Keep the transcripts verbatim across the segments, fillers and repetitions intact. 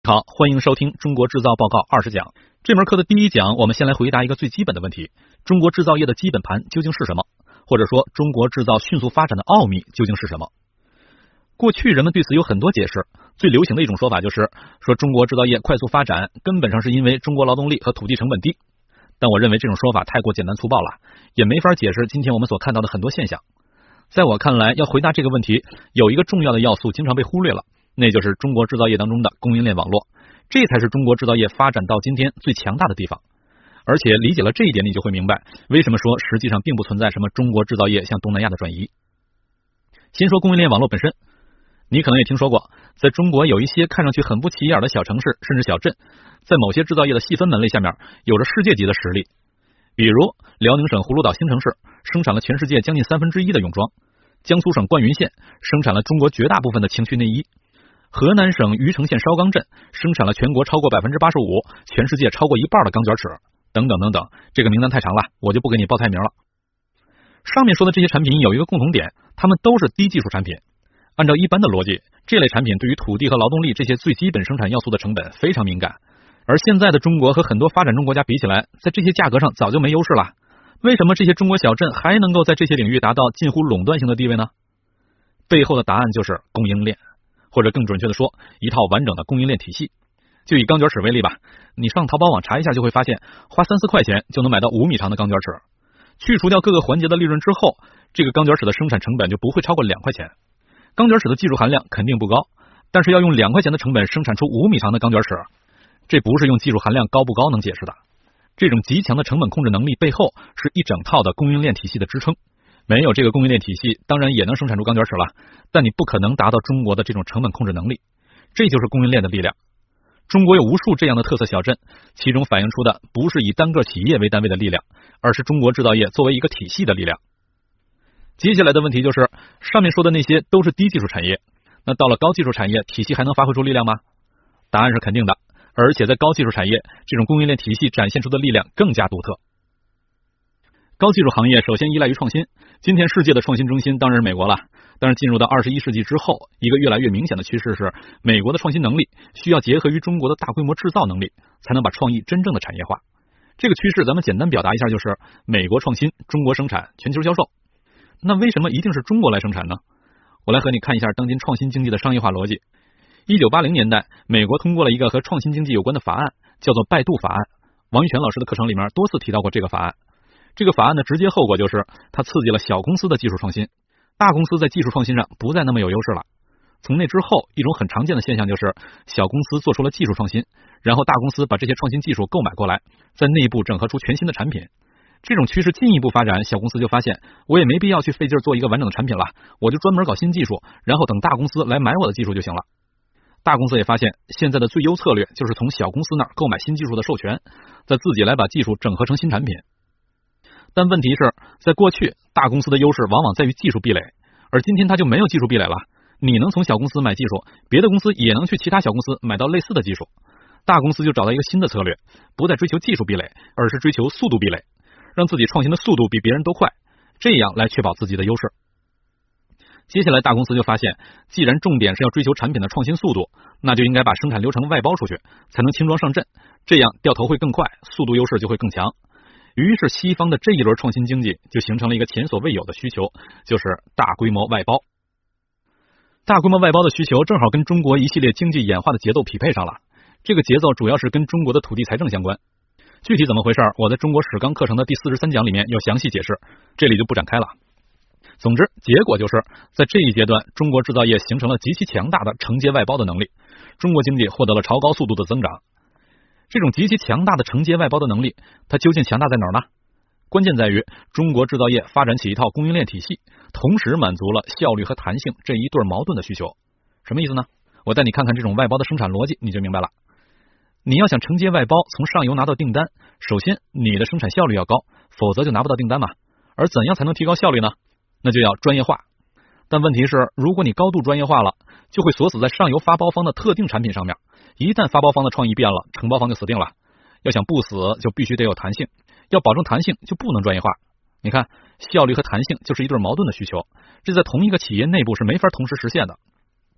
好，欢迎收听中国制造报告二十讲。这门课的第一讲，我们先来回答一个最基本的问题：中国制造业的基本盘究竟是什么？或者说，中国制造迅速发展的奥秘究竟是什么？过去人们对此有很多解释，最流行的一种说法就是说中国制造业快速发展根本上是因为中国劳动力和土地成本低。但我认为这种说法太过简单粗暴了，也没法解释今天我们所看到的很多现象。在我看来，要回答这个问题，有一个重要的要素经常被忽略了，那就是中国制造业当中的供应链网络，这才是中国制造业发展到今天最强大的地方。而且理解了这一点，你就会明白为什么说实际上并不存在什么中国制造业向东南亚的转移。先说供应链网络本身，你可能也听说过，在中国有一些看上去很不起眼的小城市甚至小镇，在某些制造业的细分门类下面有着世界级的实力。比如辽宁省葫芦岛新城市生产了全世界将近三分之一的泳装，江苏省灌云县生产了中国绝大部分的情趣内衣，河南省虞城县烧钢镇生产了全国超过 百分之八十五， 全世界超过一半的钢卷尺，等等等等，这个名单太长了，我就不给你报菜名了。上面说的这些产品有一个共同点，它们都是低技术产品。按照一般的逻辑，这类产品对于土地和劳动力这些最基本生产要素的成本非常敏感，而现在的中国和很多发展中国家比起来，在这些价格上早就没优势了。为什么这些中国小镇还能够在这些领域达到近乎垄断性的地位呢？背后的答案就是供应链，或者更准确的说，一套完整的供应链体系。就以钢卷尺为例吧，你上淘宝网查一下就会发现，花三四块钱就能买到五米长的钢卷尺。去除掉各个环节的利润之后，这个钢卷尺的生产成本就不会超过两块钱。钢卷尺的技术含量肯定不高，但是要用两块钱的成本生产出五米长的钢卷尺，这不是用技术含量高不高能解释的。这种极强的成本控制能力背后是一整套的供应链体系的支撑。没有这个供应链体系，当然也能生产出钢卷尺了，但你不可能达到中国的这种成本控制能力。这就是供应链的力量。中国有无数这样的特色小镇，其中反映出的不是以单个企业为单位的力量，而是中国制造业作为一个体系的力量。接下来的问题就是，上面说的那些都是低技术产业，那到了高技术产业，体系还能发挥出力量吗？答案是肯定的，而且在高技术产业，这种供应链体系展现出的力量更加独特。高技术行业首先依赖于创新，今天世界的创新中心当然是美国了，但是进入到二十一世纪之后，一个越来越明显的趋势是，美国的创新能力需要结合于中国的大规模制造能力，才能把创意真正的产业化。这个趋势咱们简单表达一下，就是美国创新，中国生产，全球销售。那为什么一定是中国来生产呢？我来和你看一下当今创新经济的商业化逻辑。一九八零年代，美国通过了一个和创新经济有关的法案，叫做拜杜法案。王玉泉老师的课程里面多次提到过这个法案。这个法案的直接后果就是，它刺激了小公司的技术创新，大公司在技术创新上不再那么有优势了。从那之后，一种很常见的现象就是，小公司做出了技术创新，然后大公司把这些创新技术购买过来，在内部整合出全新的产品。这种趋势进一步发展，小公司就发现，我也没必要去费劲做一个完整的产品了，我就专门搞新技术，然后等大公司来买我的技术就行了。大公司也发现，现在的最优策略就是从小公司那儿购买新技术的授权，再自己来把技术整合成新产品。但问题是，在过去，大公司的优势往往在于技术壁垒，而今天它就没有技术壁垒了。你能从小公司买技术，别的公司也能去其他小公司买到类似的技术。大公司就找到一个新的策略，不再追求技术壁垒，而是追求速度壁垒，让自己创新的速度比别人都快，这样来确保自己的优势。接下来大公司就发现，既然重点是要追求产品的创新速度，那就应该把生产流程外包出去，才能轻装上阵，这样掉头会更快，速度优势就会更强。于是西方的这一轮创新经济就形成了一个前所未有的需求，就是大规模外包。大规模外包的需求正好跟中国一系列经济演化的节奏匹配上了，这个节奏主要是跟中国的土地财政相关。具体怎么回事，我在中国史纲课程的第四十三讲里面有详细解释，这里就不展开了。总之，结果就是在这一阶段，中国制造业形成了极其强大的承接外包的能力，中国经济获得了超高速度的增长。这种极其强大的承接外包的能力，它究竟强大在哪儿呢？关键在于中国制造业发展起一套供应链体系，同时满足了效率和弹性这一对矛盾的需求。什么意思呢？我带你看看这种外包的生产逻辑，你就明白了。你要想承接外包，从上游拿到订单，首先你的生产效率要高，否则就拿不到订单嘛。而怎样才能提高效率呢？那就要专业化。但问题是，如果你高度专业化了，就会锁死在上游发包方的特定产品上面。一旦发包方的创意变了，承包方就死定了。要想不死，就必须得有弹性，要保证弹性，就不能专业化。你看，效率和弹性就是一对矛盾的需求，这在同一个企业内部是没法同时实现的。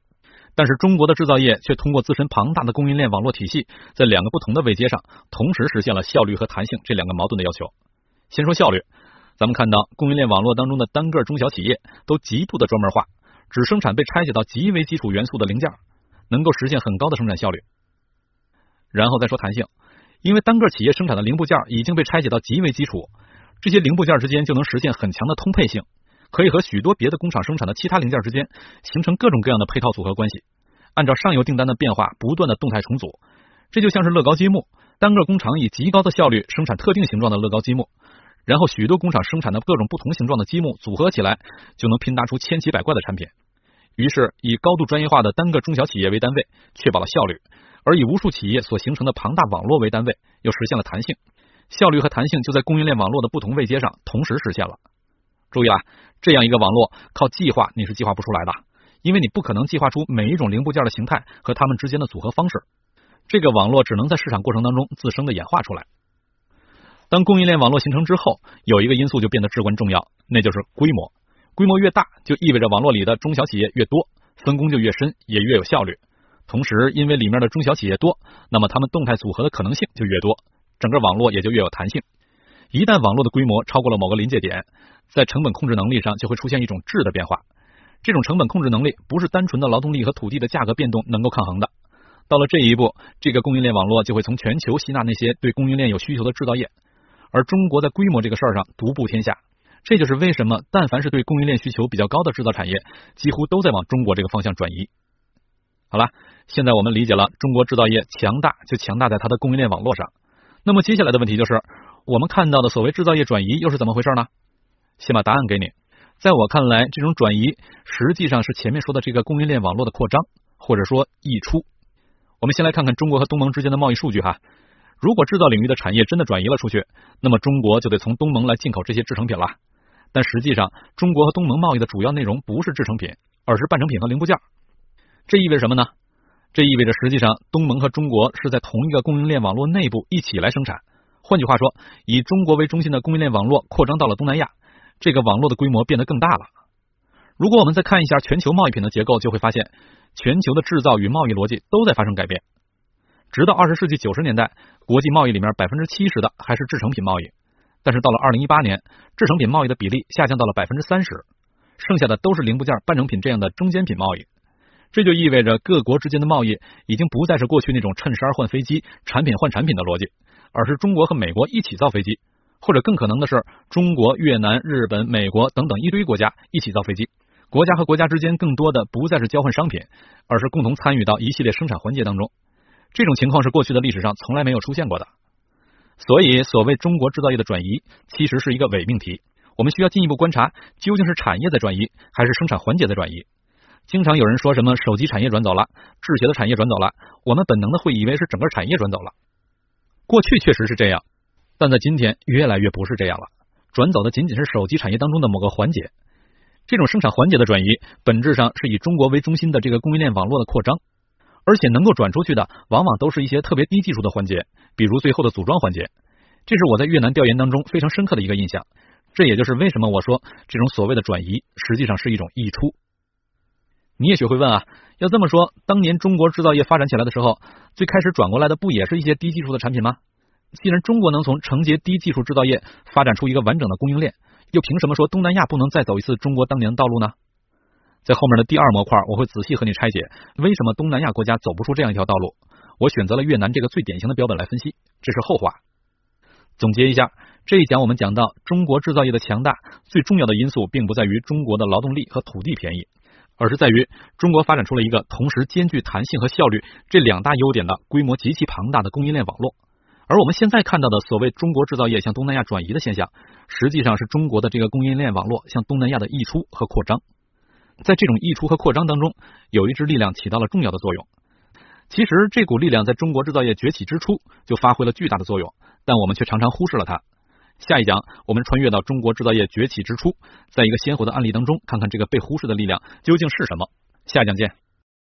但是中国的制造业却通过自身庞大的供应链网络体系，在两个不同的位阶上同时实现了效率和弹性这两个矛盾的要求。先说效率，咱们看到供应链网络当中的单个中小企业都极度的专门化，只生产被拆解到极为基础元素的零件，能够实现很高的生产效率。然后再说弹性，因为单个企业生产的零部件已经被拆解到极为基础，这些零部件之间就能实现很强的通配性，可以和许多别的工厂生产的其他零件之间形成各种各样的配套组合关系，按照上游订单的变化不断的动态重组。这就像是乐高积木，单个工厂以极高的效率生产特定形状的乐高积木，然后许多工厂生产的各种不同形状的积木组合起来，就能拼搭出千奇百怪的产品。于是以高度专业化的单个中小企业为单位确保了效率，而以无数企业所形成的庞大网络为单位又实现了弹性。效率和弹性就在供应链网络的不同位阶上同时实现了。注意了，这样一个网络靠计划你是计划不出来的，因为你不可能计划出每一种零部件的形态和它们之间的组合方式，这个网络只能在市场过程当中自生的演化出来。当供应链网络形成之后，有一个因素就变得至关重要，那就是规模。规模越大，就意味着网络里的中小企业越多，分工就越深，也越有效率。同时，因为里面的中小企业多，那么它们动态组合的可能性就越多，整个网络也就越有弹性。一旦网络的规模超过了某个临界点，在成本控制能力上就会出现一种质的变化。这种成本控制能力不是单纯的劳动力和土地的价格变动能够抗衡的。到了这一步，这个供应链网络就会从全球吸纳那些对供应链有需求的制造业，而中国在规模这个事儿上独步天下。这就是为什么但凡是对供应链需求比较高的制造产业，几乎都在往中国这个方向转移。好了，现在我们理解了中国制造业强大就强大在它的供应链网络上。那么接下来的问题就是，我们看到的所谓制造业转移又是怎么回事呢？先把答案给你。在我看来，这种转移实际上是前面说的这个供应链网络的扩张，或者说溢出。我们先来看看中国和东盟之间的贸易数据哈。如果制造领域的产业真的转移了出去，那么中国就得从东盟来进口这些制成品了。但实际上，中国和东盟贸易的主要内容不是制成品，而是半成品和零部件。这意味着什么呢？这意味着实际上东盟和中国是在同一个供应链网络内部一起来生产。换句话说，以中国为中心的供应链网络扩张到了东南亚，这个网络的规模变得更大了。如果我们再看一下全球贸易品的结构，就会发现全球的制造与贸易逻辑都在发生改变。直到二十世纪九十年代，国际贸易里面百分之七十的还是制成品贸易，但是到了二零一八年，制成品贸易的比例下降到了百分之三十，剩下的都是零部件、半成品这样的中间品贸易。这就意味着各国之间的贸易已经不再是过去那种衬衫换飞机、产品换产品的逻辑，而是中国和美国一起造飞机，或者更可能的是中国、越南、日本、美国等等一堆国家一起造飞机。国家和国家之间更多的不再是交换商品，而是共同参与到一系列生产环节当中。这种情况是过去的历史上从来没有出现过的。所以所谓中国制造业的转移其实是一个伪命题，我们需要进一步观察究竟是产业在转移还是生产环节在转移。经常有人说什么手机产业转走了，制鞋的产业转走了，我们本能的会以为是整个产业转走了。过去确实是这样，但在今天越来越不是这样了，转走的仅仅是手机产业当中的某个环节。这种生产环节的转移本质上是以中国为中心的这个供应链网络的扩张，而且能够转出去的往往都是一些特别低技术的环节，比如最后的组装环节。这是我在越南调研当中非常深刻的一个印象，这也就是为什么我说这种所谓的转移实际上是一种溢出。你也许会问啊，要这么说，当年中国制造业发展起来的时候，最开始转过来的不也是一些低技术的产品吗？既然中国能从承接低技术制造业发展出一个完整的供应链，又凭什么说东南亚不能再走一次中国当年的道路呢？在后面的第二模块，我会仔细和你拆解为什么东南亚国家走不出这样一条道路。我选择了越南这个最典型的标本来分析，这是后话。总结一下，这一讲我们讲到中国制造业的强大，最重要的因素并不在于中国的劳动力和土地便宜，而是在于中国发展出了一个同时兼具弹性和效率这两大优点的规模极其庞大的供应链网络。而我们现在看到的所谓中国制造业向东南亚转移的现象，实际上是中国的这个供应链网络向东南亚的溢出和扩张。在这种溢出和扩张当中，有一支力量起到了重要的作用。其实这股力量在中国制造业崛起之初就发挥了巨大的作用，但我们却常常忽视了它。下一讲我们穿越到中国制造业崛起之初，在一个鲜活的案例当中，看看这个被忽视的力量究竟是什么。下一讲见。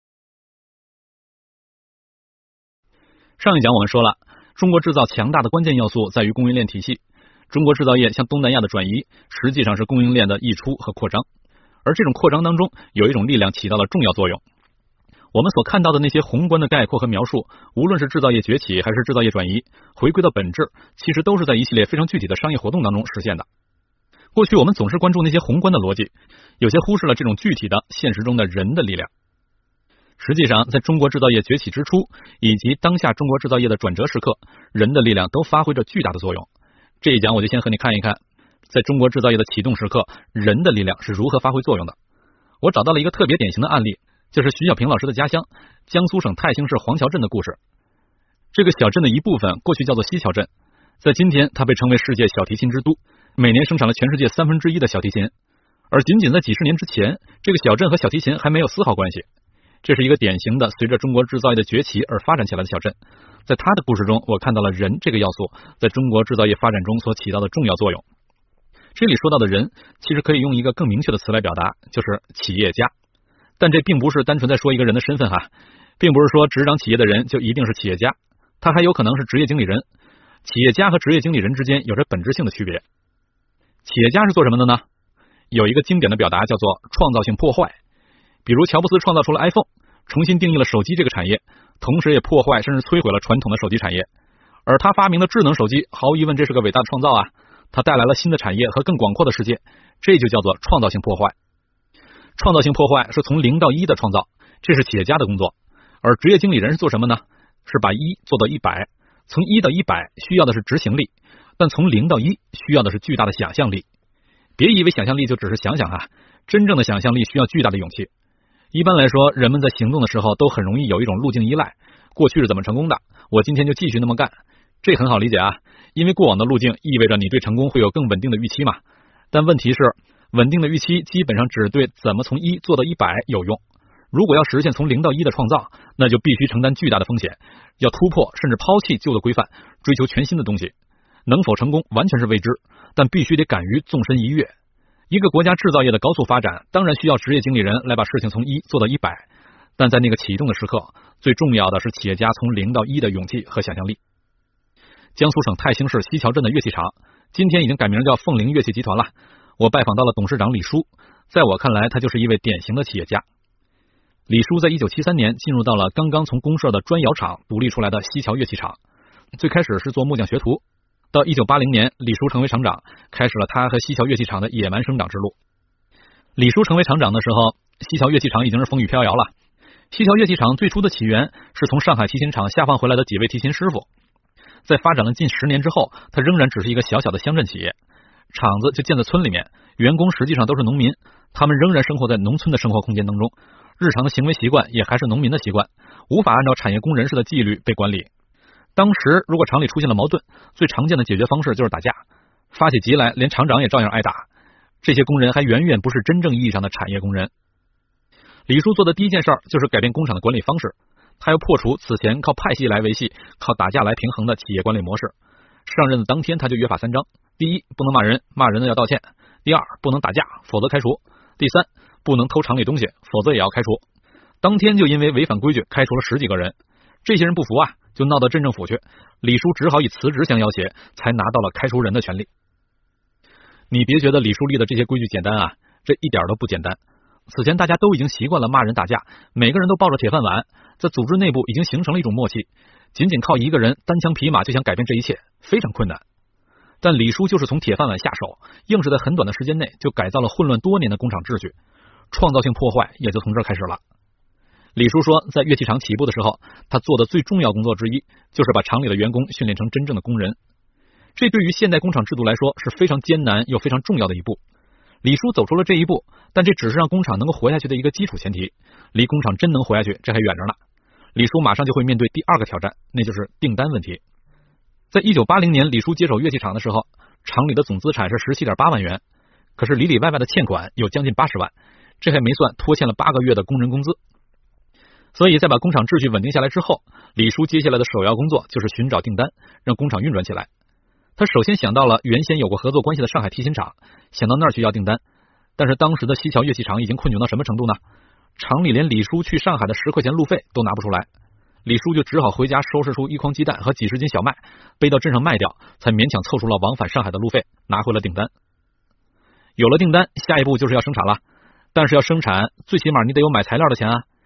上一讲我们说了，中国制造强大的关键要素在于供应链体系，中国制造业向东南亚的转移实际上是供应链的溢出和扩张，而这种扩张当中有一种力量起到了重要作用。 我们所看到的那些宏观的概括和描述，无论是制造业崛起还是制造业转移，回归到本质，其实都是在一系列非常具体的商业活动当中实现的。过去我们总是关注那些宏观的逻辑，有些忽视了这种具体的现实中的人的力量。实际上，在中国制造业崛起之初，以及当下中国制造业的转折时刻，人的力量都发挥着巨大的作用。这一讲我就先和你看一看，在中国制造业的启动时刻，人的力量是如何发挥作用的。我找到了一个特别典型的案例，就是徐小平老师的家乡江苏省泰兴市黄桥镇的故事。这个小镇的一部分过去叫做西桥镇，在今天它被称为世界小提琴之都，每年生产了全世界三分之一的小提琴。而仅仅在几十年之前，这个小镇和小提琴还没有丝毫关系。这是一个典型的随着中国制造业的崛起而发展起来的小镇。在他的故事中，我看到了人这个要素在中国制造业发展中所起到的重要作用。这里说到的人，其实可以用一个更明确的词来表达，就是企业家。但这并不是单纯在说一个人的身份哈，并不是说执掌企业的人就一定是企业家，他还有可能是职业经理人。企业家和职业经理人之间有着本质性的区别。企业家是做什么的呢？有一个经典的表达叫做创造性破坏。比如乔布斯创造出了 iPhone， 重新定义了手机这个产业，同时也破坏甚至摧毁了传统的手机产业。而他发明的智能手机，毫无疑问这是个伟大的创造啊，它带来了新的产业和更广阔的世界，这就叫做创造性破坏。创造性破坏是从零到一的创造，这是企业家的工作。而职业经理人是做什么呢？是把一做到一百，从一到一百需要的是执行力，但从零到一需要的是巨大的想象力。别以为想象力就只是想想啊，真正的想象力需要巨大的勇气。一般来说，人们在行动的时候都很容易有一种路径依赖，过去是怎么成功的，我今天就继续那么干。这很好理解啊，因为过往的路径意味着你对成功会有更稳定的预期嘛。但问题是，稳定的预期基本上只对怎么从一做到一百有用。如果要实现从零到一的创造，那就必须承担巨大的风险，要突破甚至抛弃旧的规范，追求全新的东西。能否成功完全是未知，但必须得敢于纵身一跃。一个国家制造业的高速发展，当然需要职业经理人来把事情从一做到一百，但在那个启动的时刻，最重要的是企业家从零到一的勇气和想象力。江苏省泰兴市西桥镇的乐器厂，今天已经改名叫凤铃乐器集团了。我拜访到了董事长李书，在我看来，他就是一位典型的企业家。李书在一九七三年进入到了刚刚从公社的砖窑厂独立出来的西桥乐器厂，最开始是做木匠学徒。到一九八零年，李书成为厂长，开始了他和西桥乐器厂的野蛮生长之路。李书成为厂长的时候，西桥乐器厂已经是风雨飘摇了。西桥乐器厂最初的起源是从上海提琴厂下放回来的几位提琴师傅，在发展了近十年之后，它仍然只是一个小小的乡镇企业，厂子就建在村里面，员工实际上都是农民，他们仍然生活在农村的生活空间当中，日常的行为习惯也还是农民的习惯，无法按照产业工人式的纪律被管理。当时如果厂里出现了矛盾，最常见的解决方式就是打架，发起急来连厂长也照样挨打。这些工人还远远不是真正意义上的产业工人。李书做的第一件事就是改变工厂的管理方式，他要破除此前靠派系来维系、靠打架来平衡的企业管理模式。上任的当天他就约法三章：第一，不能骂人，骂人的要道歉；第二，不能打架，否则开除；第三，不能偷厂里东西，否则也要开除。当天就因为违反规矩开除了十几个人，这些人不服啊，就闹到镇政府去，李书只好以辞职相要挟，才拿到了开除人的权利。你别觉得李书立的这些规矩简单啊，这一点都不简单。此前大家都已经习惯了骂人打架，每个人都抱着铁饭碗，在组织内部已经形成了一种默契，仅仅靠一个人单枪匹马就想改变这一切，非常困难。但李书就是从铁饭碗下手，硬是在很短的时间内就改造了混乱多年的工厂秩序，创造性破坏也就从这儿开始了。李书说，在乐器厂起步的时候，他做的最重要工作之一就是把厂里的员工训练成真正的工人。这对于现代工厂制度来说是非常艰难又非常重要的一步。李书走出了这一步，但这只是让工厂能够活下去的一个基础前提，离工厂真能活下去这还远着呢。李书马上就会面对第二个挑战，那就是订单问题。在一九八零年李书接手乐器厂的时候，厂里的总资产是十七点八万元，可是里里外外的欠款有将近八十万，这还没算拖欠了八个月的工人工资。所以在把工厂秩序稳定下来之后，李书接下来的首要工作就是寻找订单，让工厂运转起来。他首先想到了原先有过合作关系的上海提琴厂，想到那儿去要订单。但是当时的西桥乐器厂已经困窘到什么程度呢？厂里连李书去上海的十块钱路费都拿不出来，李书就只好回家收拾出一筐鸡蛋和几十斤小麦，背到镇上卖掉，才勉强凑出了往返上海的路费，拿回了订单。有了订单，下一步就是要生产了。但是要生产，最起码你得有买材料的钱啊。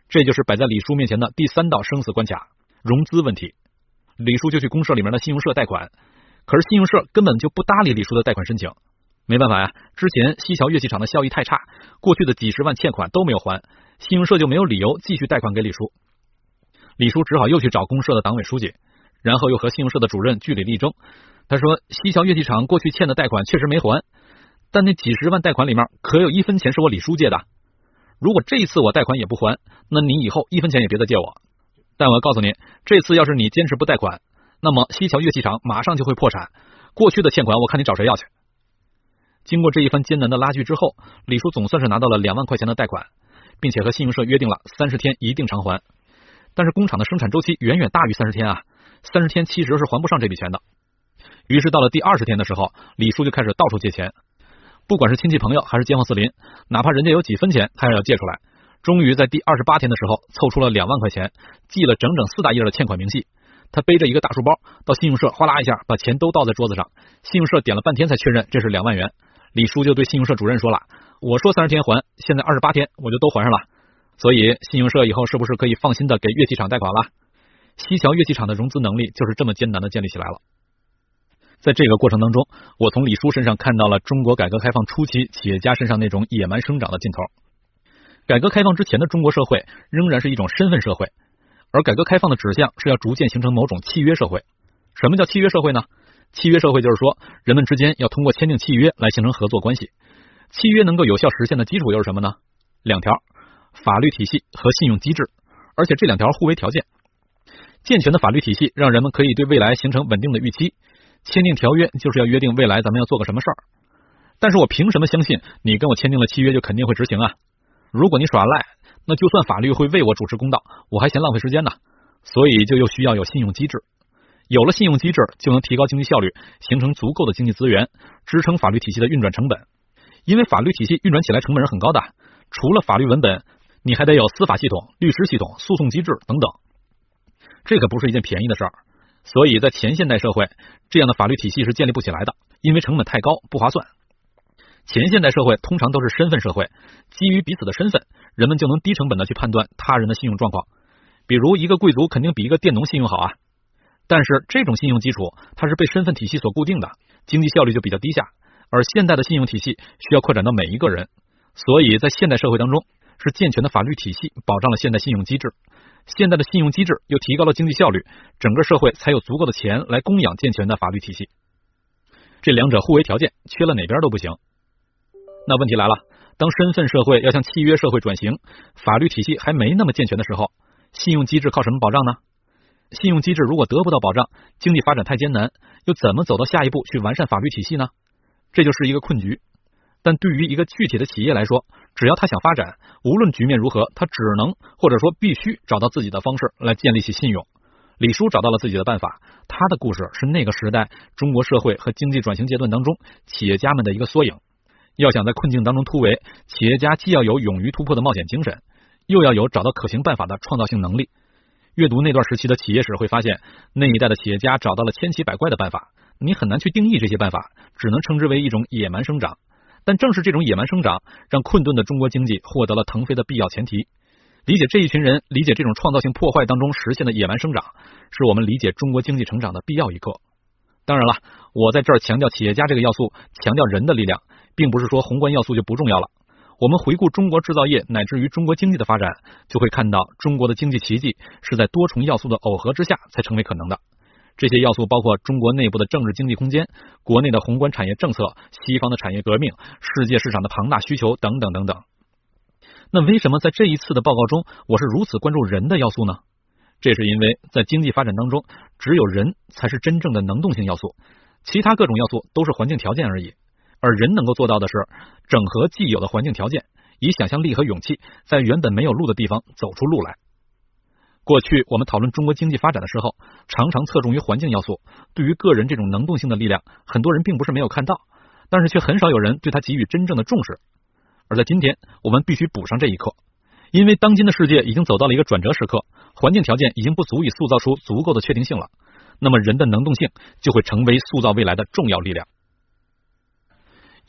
这就是摆在李叔面前的第三道生死关卡——融资问题。李叔就去公社里面的信用社贷款，可是信用社根本就不搭理李叔的贷款申请。没办法呀，之前西桥乐器厂的效益太差，过去的几十万欠款都没有还，信用社就没有理由继续贷款给李叔。李叔只好又去找公社的党委书记，然后又和信用社的主任据理力争。他说，西桥乐器厂过去欠的贷款确实没还，但那几十万贷款里面可有一分钱是我李叔借的。如果这一次我贷款也不还，那你以后一分钱也别再借我。但我要告诉你，这次要是你坚持不贷款，那么西桥乐器厂马上就会破产，过去的欠款我看你找谁要去。经过这一番艰难的拉锯之后，李叔总算是拿到了两万块钱的贷款，并且和信用社约定了三十天一定偿还。但是工厂的生产周期远远大于三十天啊，三十天其实是还不上这笔钱的。于是到了第二十天的时候，李叔就开始到处借钱，不管是亲戚朋友还是街坊四邻，哪怕人家有几分钱，他也要借出来。终于在第二十八天的时候，凑出了两万块钱，记了整整四大页的欠款明细。他背着一个大书包到信用社，哗啦一下把钱都倒在桌子上。信用社点了半天才确认这是两万元。李叔就对信用社主任说了，我说三十天还，现在二十八天我就都还上了，所以信用社以后是不是可以放心的给乐器厂贷款了？西桥乐器厂的融资能力就是这么艰难的建立起来了。在这个过程当中，我从李叔身上看到了中国改革开放初期企业家身上那种野蛮生长的劲头。改革开放之前的中国社会仍然是一种身份社会，而改革开放的指向是要逐渐形成某种契约社会。什么叫契约社会呢？契约社会就是说，人们之间要通过签订契约来形成合作关系。契约能够有效实现的基础又是什么呢？两条：法律体系和信用机制，而且这两条互为条件。健全的法律体系让人们可以对未来形成稳定的预期，签订条约就是要约定未来咱们要做个什么事儿。但是我凭什么相信你跟我签订了契约就肯定会执行啊？如果你耍赖，那就算法律会为我主持公道，我还嫌浪费时间呢。所以就又需要有信用机制。有了信用机制，就能提高经济效率，形成足够的经济资源，支撑法律体系的运转成本。因为法律体系运转起来成本是很高的，除了法律文本，你还得有司法系统、律师系统、诉讼机制等等，这可不是一件便宜的事儿。所以在前现代社会，这样的法律体系是建立不起来的，因为成本太高，不划算。前现代社会通常都是身份社会，基于彼此的身份，人们就能低成本的去判断他人的信用状况。比如一个贵族肯定比一个佃农信用好啊，但是这种信用基础它是被身份体系所固定的，经济效率就比较低下。而现代的信用体系需要扩展到每一个人，所以在现代社会当中，是健全的法律体系保障了现代信用机制，现代的信用机制又提高了经济效率，整个社会才有足够的钱来供养健全的法律体系。这两者互为条件，缺了哪边都不行。那问题来了，当身份社会要向契约社会转型，法律体系还没那么健全的时候，信用机制靠什么保障呢？信用机制如果得不到保障，经济发展太艰难，又怎么走到下一步去完善法律体系呢？这就是一个困局。但对于一个具体的企业来说，只要他想发展，无论局面如何，他只能或者说必须找到自己的方式来建立起信用。李叔找到了自己的办法，他的故事是那个时代中国社会和经济转型阶段当中企业家们的一个缩影。要想在困境当中突围，企业家既要有勇于突破的冒险精神，又要有找到可行办法的创造性能力。阅读那段时期的企业史会发现，那一代的企业家找到了千奇百怪的办法，你很难去定义这些办法，只能称之为一种野蛮生长。但正是这种野蛮生长，让困顿的中国经济获得了腾飞的必要前提。理解这一群人，理解这种创造性破坏当中实现的野蛮生长，是我们理解中国经济成长的必要一课。当然了，我在这儿强调企业家这个要素，强调人的力量，并不是说宏观要素就不重要了。我们回顾中国制造业乃至于中国经济的发展，就会看到中国的经济奇迹是在多重要素的耦合之下才成为可能的。这些要素包括中国内部的政治经济空间、国内的宏观产业政策、西方的产业革命、世界市场的庞大需求等等等等。那为什么在这一次的报告中，我是如此关注人的要素呢？这是因为在经济发展当中，只有人才是真正的能动性要素，其他各种要素都是环境条件而已。而人能够做到的是整合既有的环境条件，以想象力和勇气，在原本没有路的地方走出路来。过去我们讨论中国经济发展的时候，常常侧重于环境要素，对于个人这种能动性的力量，很多人并不是没有看到，但是却很少有人对它给予真正的重视。而在今天，我们必须补上这一课，因为当今的世界已经走到了一个转折时刻，环境条件已经不足以塑造出足够的确定性了，那么人的能动性就会成为塑造未来的重要力量。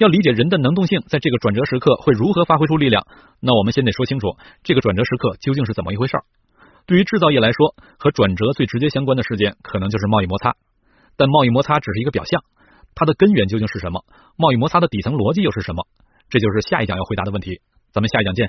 要理解人的能动性在这个转折时刻会如何发挥出力量，那我们先得说清楚这个转折时刻究竟是怎么一回事儿。对于制造业来说，和转折最直接相关的事件可能就是贸易摩擦，但贸易摩擦只是一个表象，它的根源究竟是什么？贸易摩擦的底层逻辑又是什么？这就是下一讲要回答的问题。咱们下一讲见。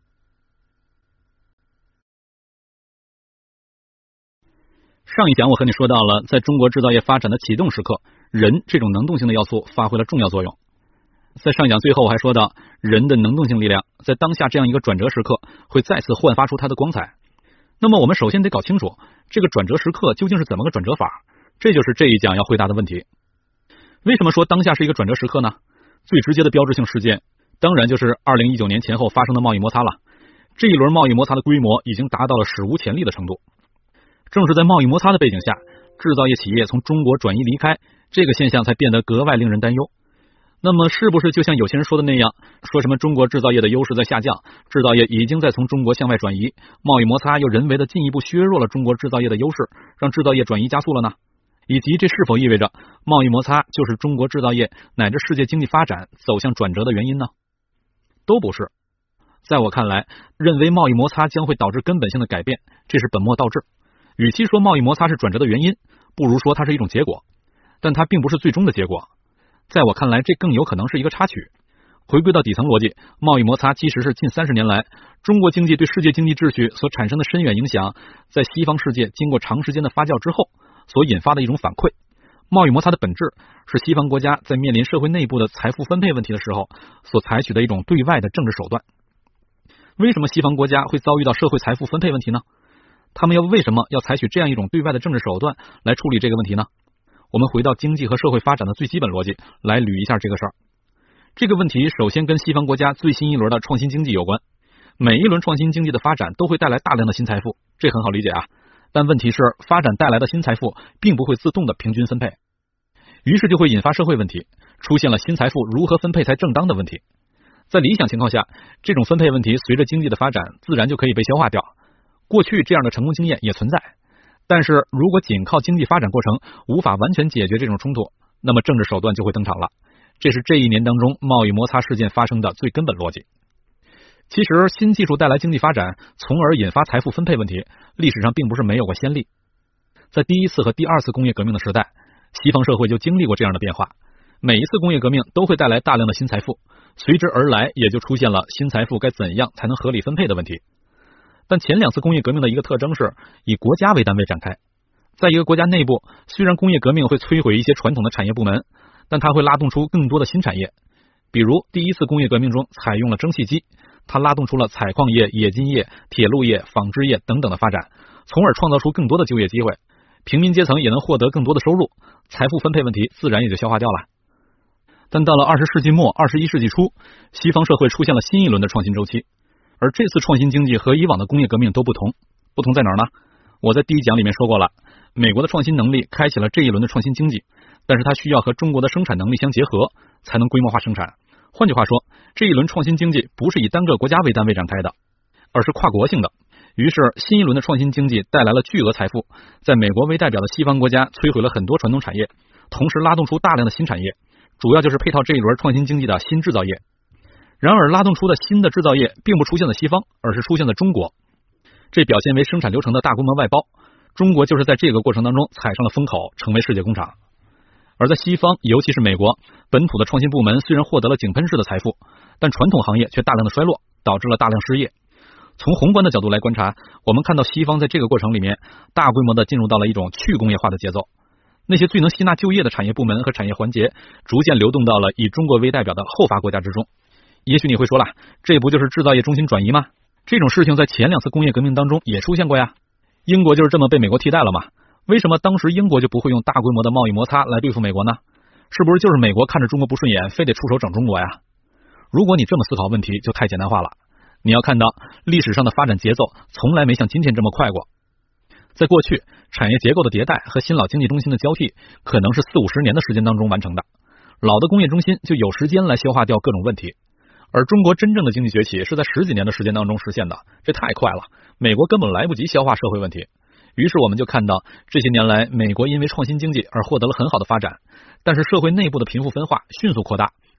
上一讲我和你说到了，在中国制造业发展的启动时刻，人这种能动性的要素发挥了重要作用。在上一讲最后我还说到，人的能动性力量在当下这样一个转折时刻会再次焕发出它的光彩。那么我们首先得搞清楚这个转折时刻究竟是怎么个转折法，这就是这一讲要回答的问题。为什么说当下是一个转折时刻呢？最直接的标志性事件当然就是二零一九年前后发生的贸易摩擦了。这一轮贸易摩擦的规模已经达到了史无前例的程度。正是在贸易摩擦的背景下，制造业企业从中国转移离开，这个现象才变得格外令人担忧。那么是不是就像有些人说的那样，说什么中国制造业的优势在下降，制造业已经在从中国向外转移，贸易摩擦又人为的进一步削弱了中国制造业的优势，让制造业转移加速了呢？以及这是否意味着贸易摩擦就是中国制造业乃至世界经济发展走向转折的原因呢？都不是。在我看来，认为贸易摩擦将会导致根本性的改变，这是本末倒置。与其说贸易摩擦是转折的原因，不如说它是一种结果，但它并不是最终的结果。在我看来，这更有可能是一个插曲。回归到底层逻辑，贸易摩擦其实是近三十年来中国经济对世界经济秩序所产生的深远影响，在西方世界经过长时间的发酵之后所引发的一种反馈。贸易摩擦的本质是西方国家在面临社会内部的财富分配问题的时候所采取的一种对外的政治手段。为什么西方国家会遭遇到社会财富分配问题呢？他们要为什么要采取这样一种对外的政治手段来处理这个问题呢？我们回到经济和社会发展的最基本逻辑来捋一下这个事儿。这个问题首先跟西方国家最新一轮的创新经济有关。每一轮创新经济的发展都会带来大量的新财富，这很好理解啊。但问题是，发展带来的新财富并不会自动的平均分配，于是就会引发社会问题，出现了新财富如何分配才正当的问题。在理想情况下，这种分配问题随着经济的发展自然就可以被消化掉。过去这样的成功经验也存在，但是如果仅靠经济发展过程无法完全解决这种冲突，那么政治手段就会登场了。这是这一年当中贸易摩擦事件发生的最根本逻辑。其实新技术带来经济发展，从而引发财富分配问题，历史上并不是没有过先例。在第一次和第二次工业革命的时代，西方社会就经历过这样的变化。每一次工业革命都会带来大量的新财富，随之而来也就出现了新财富该怎样才能合理分配的问题。但前两次工业革命的一个特征是以国家为单位展开。在一个国家内部，虽然工业革命会摧毁一些传统的产业部门，但它会拉动出更多的新产业。比如第一次工业革命中采用了蒸汽机，它拉动出了采矿业、冶金业、铁路业、纺织业等等的发展，从而创造出更多的就业机会，平民阶层也能获得更多的收入，财富分配问题自然也就消化掉了。但到了二十世纪末、二十一世纪初，西方社会出现了新一轮的创新周期，而这次创新经济和以往的工业革命都不同。不同在哪儿呢？我在第一讲里面说过了，美国的创新能力开启了这一轮的创新经济，但是它需要和中国的生产能力相结合，才能规模化生产。换句话说，这一轮创新经济不是以单个国家为单位展开的，而是跨国性的。于是新一轮的创新经济带来了巨额财富，在美国为代表的西方国家摧毁了很多传统产业，同时拉动出大量的新产业，主要就是配套这一轮创新经济的新制造业。然而拉动出的新的制造业并不出现在西方，而是出现在中国。这表现为生产流程的大规模外包，中国就是在这个过程当中踩上了风口，成为世界工厂。而在西方，尤其是美国，本土的创新部门虽然获得了井喷式的财富，但传统行业却大量的衰落，导致了大量失业。从宏观的角度来观察，我们看到西方在这个过程里面大规模的进入到了一种去工业化的节奏，那些最能吸纳就业的产业部门和产业环节逐渐流动到了以中国为代表的后发国家之中。也许你会说了，这不就是制造业中心转移吗？这种事情在前两次工业革命当中也出现过呀。英国就是这么被美国替代了嘛？为什么当时英国就不会用大规模的贸易摩擦来对付美国呢？是不是就是美国看着中国不顺眼，非得出手整中国呀？如果你这么思考问题，就太简单化了。你要看到历史上的发展节奏从来没像今天这么快过。在过去，产业结构的迭代和新老经济中心的交替可能是四五十年的时间当中完成的，老的工业中心就有时间来消化掉各种问题。而中国真正的经济崛起是在十几年的时间当中实现的，这太快了，美国根本来不及消化社会问题。于是我们就看到这些年来美国因为创新经济而获得了很好的发展，但是社会内部的贫富分化迅速扩大，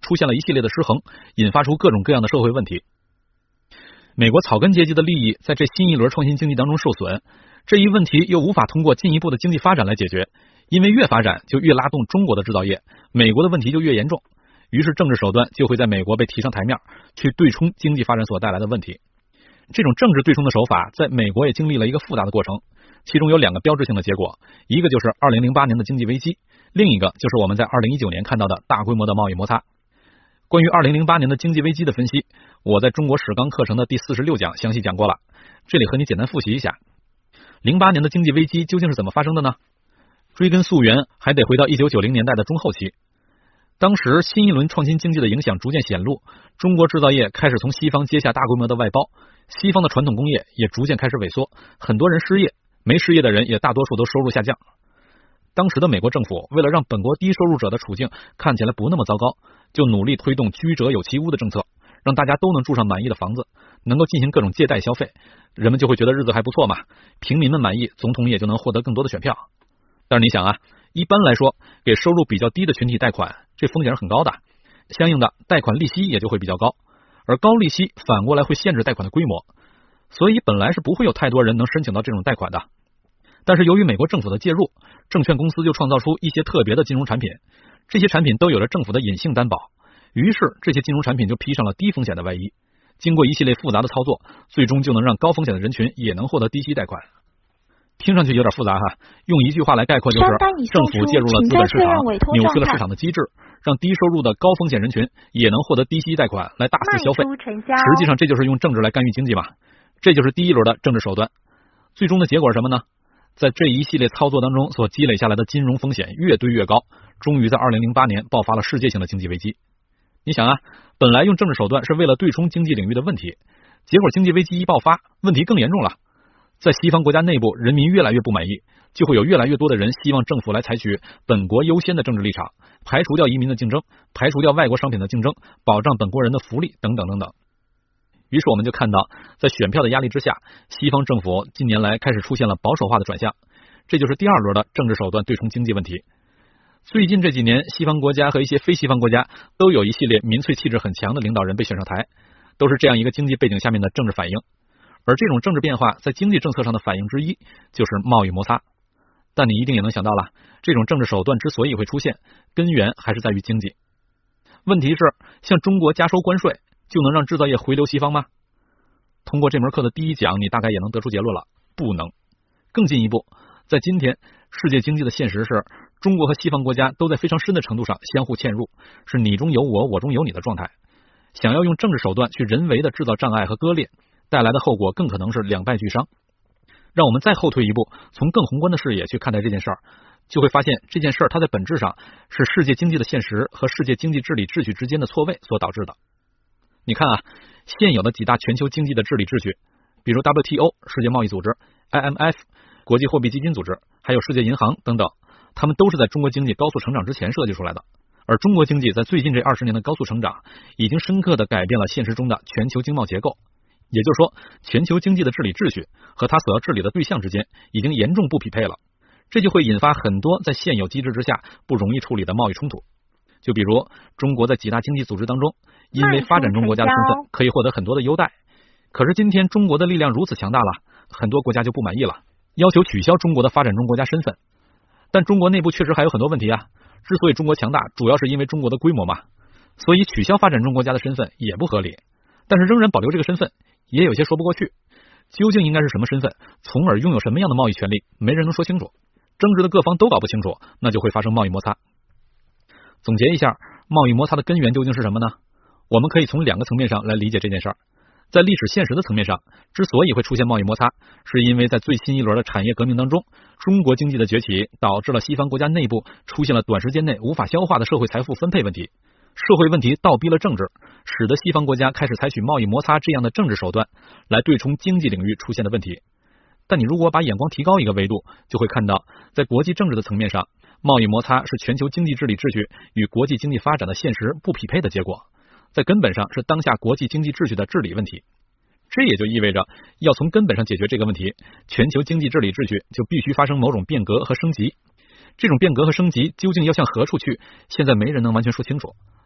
出现了一系列的失衡，引发出各种各样的社会问题。美国草根阶级的利益在这新一轮创新经济当中受损，这一问题又无法通过进一步的经济发展来解决，因为越发展就越拉动中国的制造业，美国的问题就越严重，于是政治手段就会在美国被提上台面，去对冲经济发展所带来的问题。这种政治对冲的手法在美国也经历了一个复杂的过程，其中有两个标志性的结果，一个就是二零零八年的经济危机，另一个就是我们在二零一九年看到的大规模的贸易摩擦。关于二零零八年的经济危机的分析，我在中国史纲课程的第四十六讲详细讲过了，这里和你简单复习一下。零八年的经济危机究竟是怎么发生的呢？追根溯源，还得回到一九九零年代的中后期。当时新一轮创新经济的影响逐渐显露，中国制造业开始从西方接下大规模的外包，西方的传统工业也逐渐开始萎缩，很多人失业，没失业的人也大多数都收入下降。当时的美国政府为了让本国低收入者的处境看起来不那么糟糕，就努力推动居者有其屋的政策，让大家都能住上满意的房子，能够进行各种借贷消费，人们就会觉得日子还不错嘛，平民们满意，总统也就能获得更多的选票。但是你想啊，一般来说给收入比较低的群体贷款，这风险是很高的，相应的贷款利息也就会比较高，而高利息反过来会限制贷款的规模，所以本来是不会有太多人能申请到这种贷款的。但是由于美国政府的介入，证券公司就创造出一些特别的金融产品，这些产品都有着政府的隐性担保，于是这些金融产品就披上了低风险的外衣，经过一系列复杂的操作，最终就能让高风险的人群也能获得低息贷款。听上去有点复杂哈，用一句话来概括就是政府介入了资本市场，扭曲了市场的机制，让低收入的高风险人群也能获得低息贷款来大肆消费。实际上这就是用政治来干预经济嘛，这就是第一轮的政治手段。最终的结果是什么呢？在这一系列操作当中所积累下来的金融风险越堆越高，终于在二零零八年爆发了世界性的经济危机。你想啊，本来用政治手段是为了对冲经济领域的问题，结果经济危机一爆发，问题更严重了。在西方国家内部，人民越来越不满意，就会有越来越多的人希望政府来采取本国优先的政治立场，排除掉移民的竞争，排除掉外国商品的竞争，保障本国人的福利等等等等。于是我们就看到，在选票的压力之下，西方政府近年来开始出现了保守化的转向，这就是第二轮的政治手段对冲经济问题。最近这几年，西方国家和一些非西方国家都有一系列民粹气质很强的领导人被选上台，都是这样一个经济背景下面的政治反应。而这种政治变化在经济政策上的反应之一就是贸易摩擦。但你一定也能想到了，这种政治手段之所以会出现，根源还是在于经济。问题是，向中国加收关税就能让制造业回流西方吗？通过这门课的第一讲，你大概也能得出结论了，不能。更进一步，在今天世界经济的现实是，中国和西方国家都在非常深的程度上相互嵌入，是你中有我，我中有你的状态。想要用政治手段去人为的制造障碍和割裂，带来的后果更可能是两败俱伤。让我们再后退一步，从更宏观的视野去看待这件事儿，就会发现这件事儿它在本质上是世界经济的现实和世界经济治理秩序之间的错位所导致的。你看啊，现有的几大全球经济的治理秩序，比如 W T O 世界贸易组织、I M F 国际货币基金组织，还有世界银行等等，他们都是在中国经济高速成长之前设计出来的。而中国经济在最近这二十年的高速成长，已经深刻的改变了现实中的全球经贸结构。也就是说，全球经济的治理秩序和它所要治理的对象之间已经严重不匹配了，这就会引发很多在现有机制之下不容易处理的贸易冲突。就比如中国在几大经济组织当中，因为发展中国家的身份可以获得很多的优待，可是今天中国的力量如此强大了，很多国家就不满意了，要求取消中国的发展中国家身份。但中国内部确实还有很多问题啊，之所以中国强大，主要是因为中国的规模嘛，所以取消发展中国家的身份也不合理，但是仍然保留这个身份也有些说不过去。究竟应该是什么身份，从而拥有什么样的贸易权利，没人能说清楚，争执的各方都搞不清楚，那就会发生贸易摩擦。总结一下，贸易摩擦的根源究竟是什么呢？我们可以从两个层面上来理解这件事儿。在历史现实的层面上，之所以会出现贸易摩擦，是因为在最新一轮的产业革命当中，中国经济的崛起导致了西方国家内部出现了短时间内无法消化的社会财富分配问题，社会问题倒逼了政治，使得西方国家开始采取贸易摩擦这样的政治手段来对冲经济领域出现的问题。但你如果把眼光提高一个维度，就会看到在国际政治的层面上，贸易摩擦是全球经济治理秩序与国际经济发展的现实不匹配的结果，在根本上是当下国际经济秩序的治理问题。这也就意味着，要从根本上解决这个问题，全球经济治理秩序就必须发生某种变革和升级。这种变革和升级究竟要向何处去，现在没人能完全说清楚，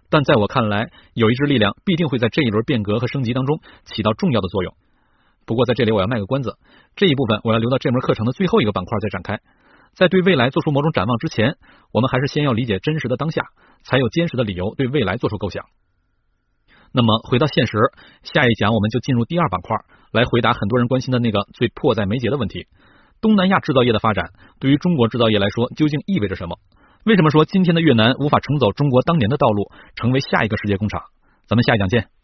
但在我看来，有一支力量必定会在这一轮变革和升级当中起到重要的作用。不过在这里我要卖个关子，这一部分我要留到这门课程的最后一个板块再展开。在对未来做出某种展望之前，我们还是先要理解真实的当下，才有坚实的理由对未来做出构想。那么回到现实，下一讲我们就进入第二板块，来回答很多人关心的那个最迫在眉睫的问题：东南亚制造业的发展对于中国制造业来说究竟意味着什么？为什么说今天的越南无法重走中国当年的道路，成为下一个世界工厂？咱们下一讲见。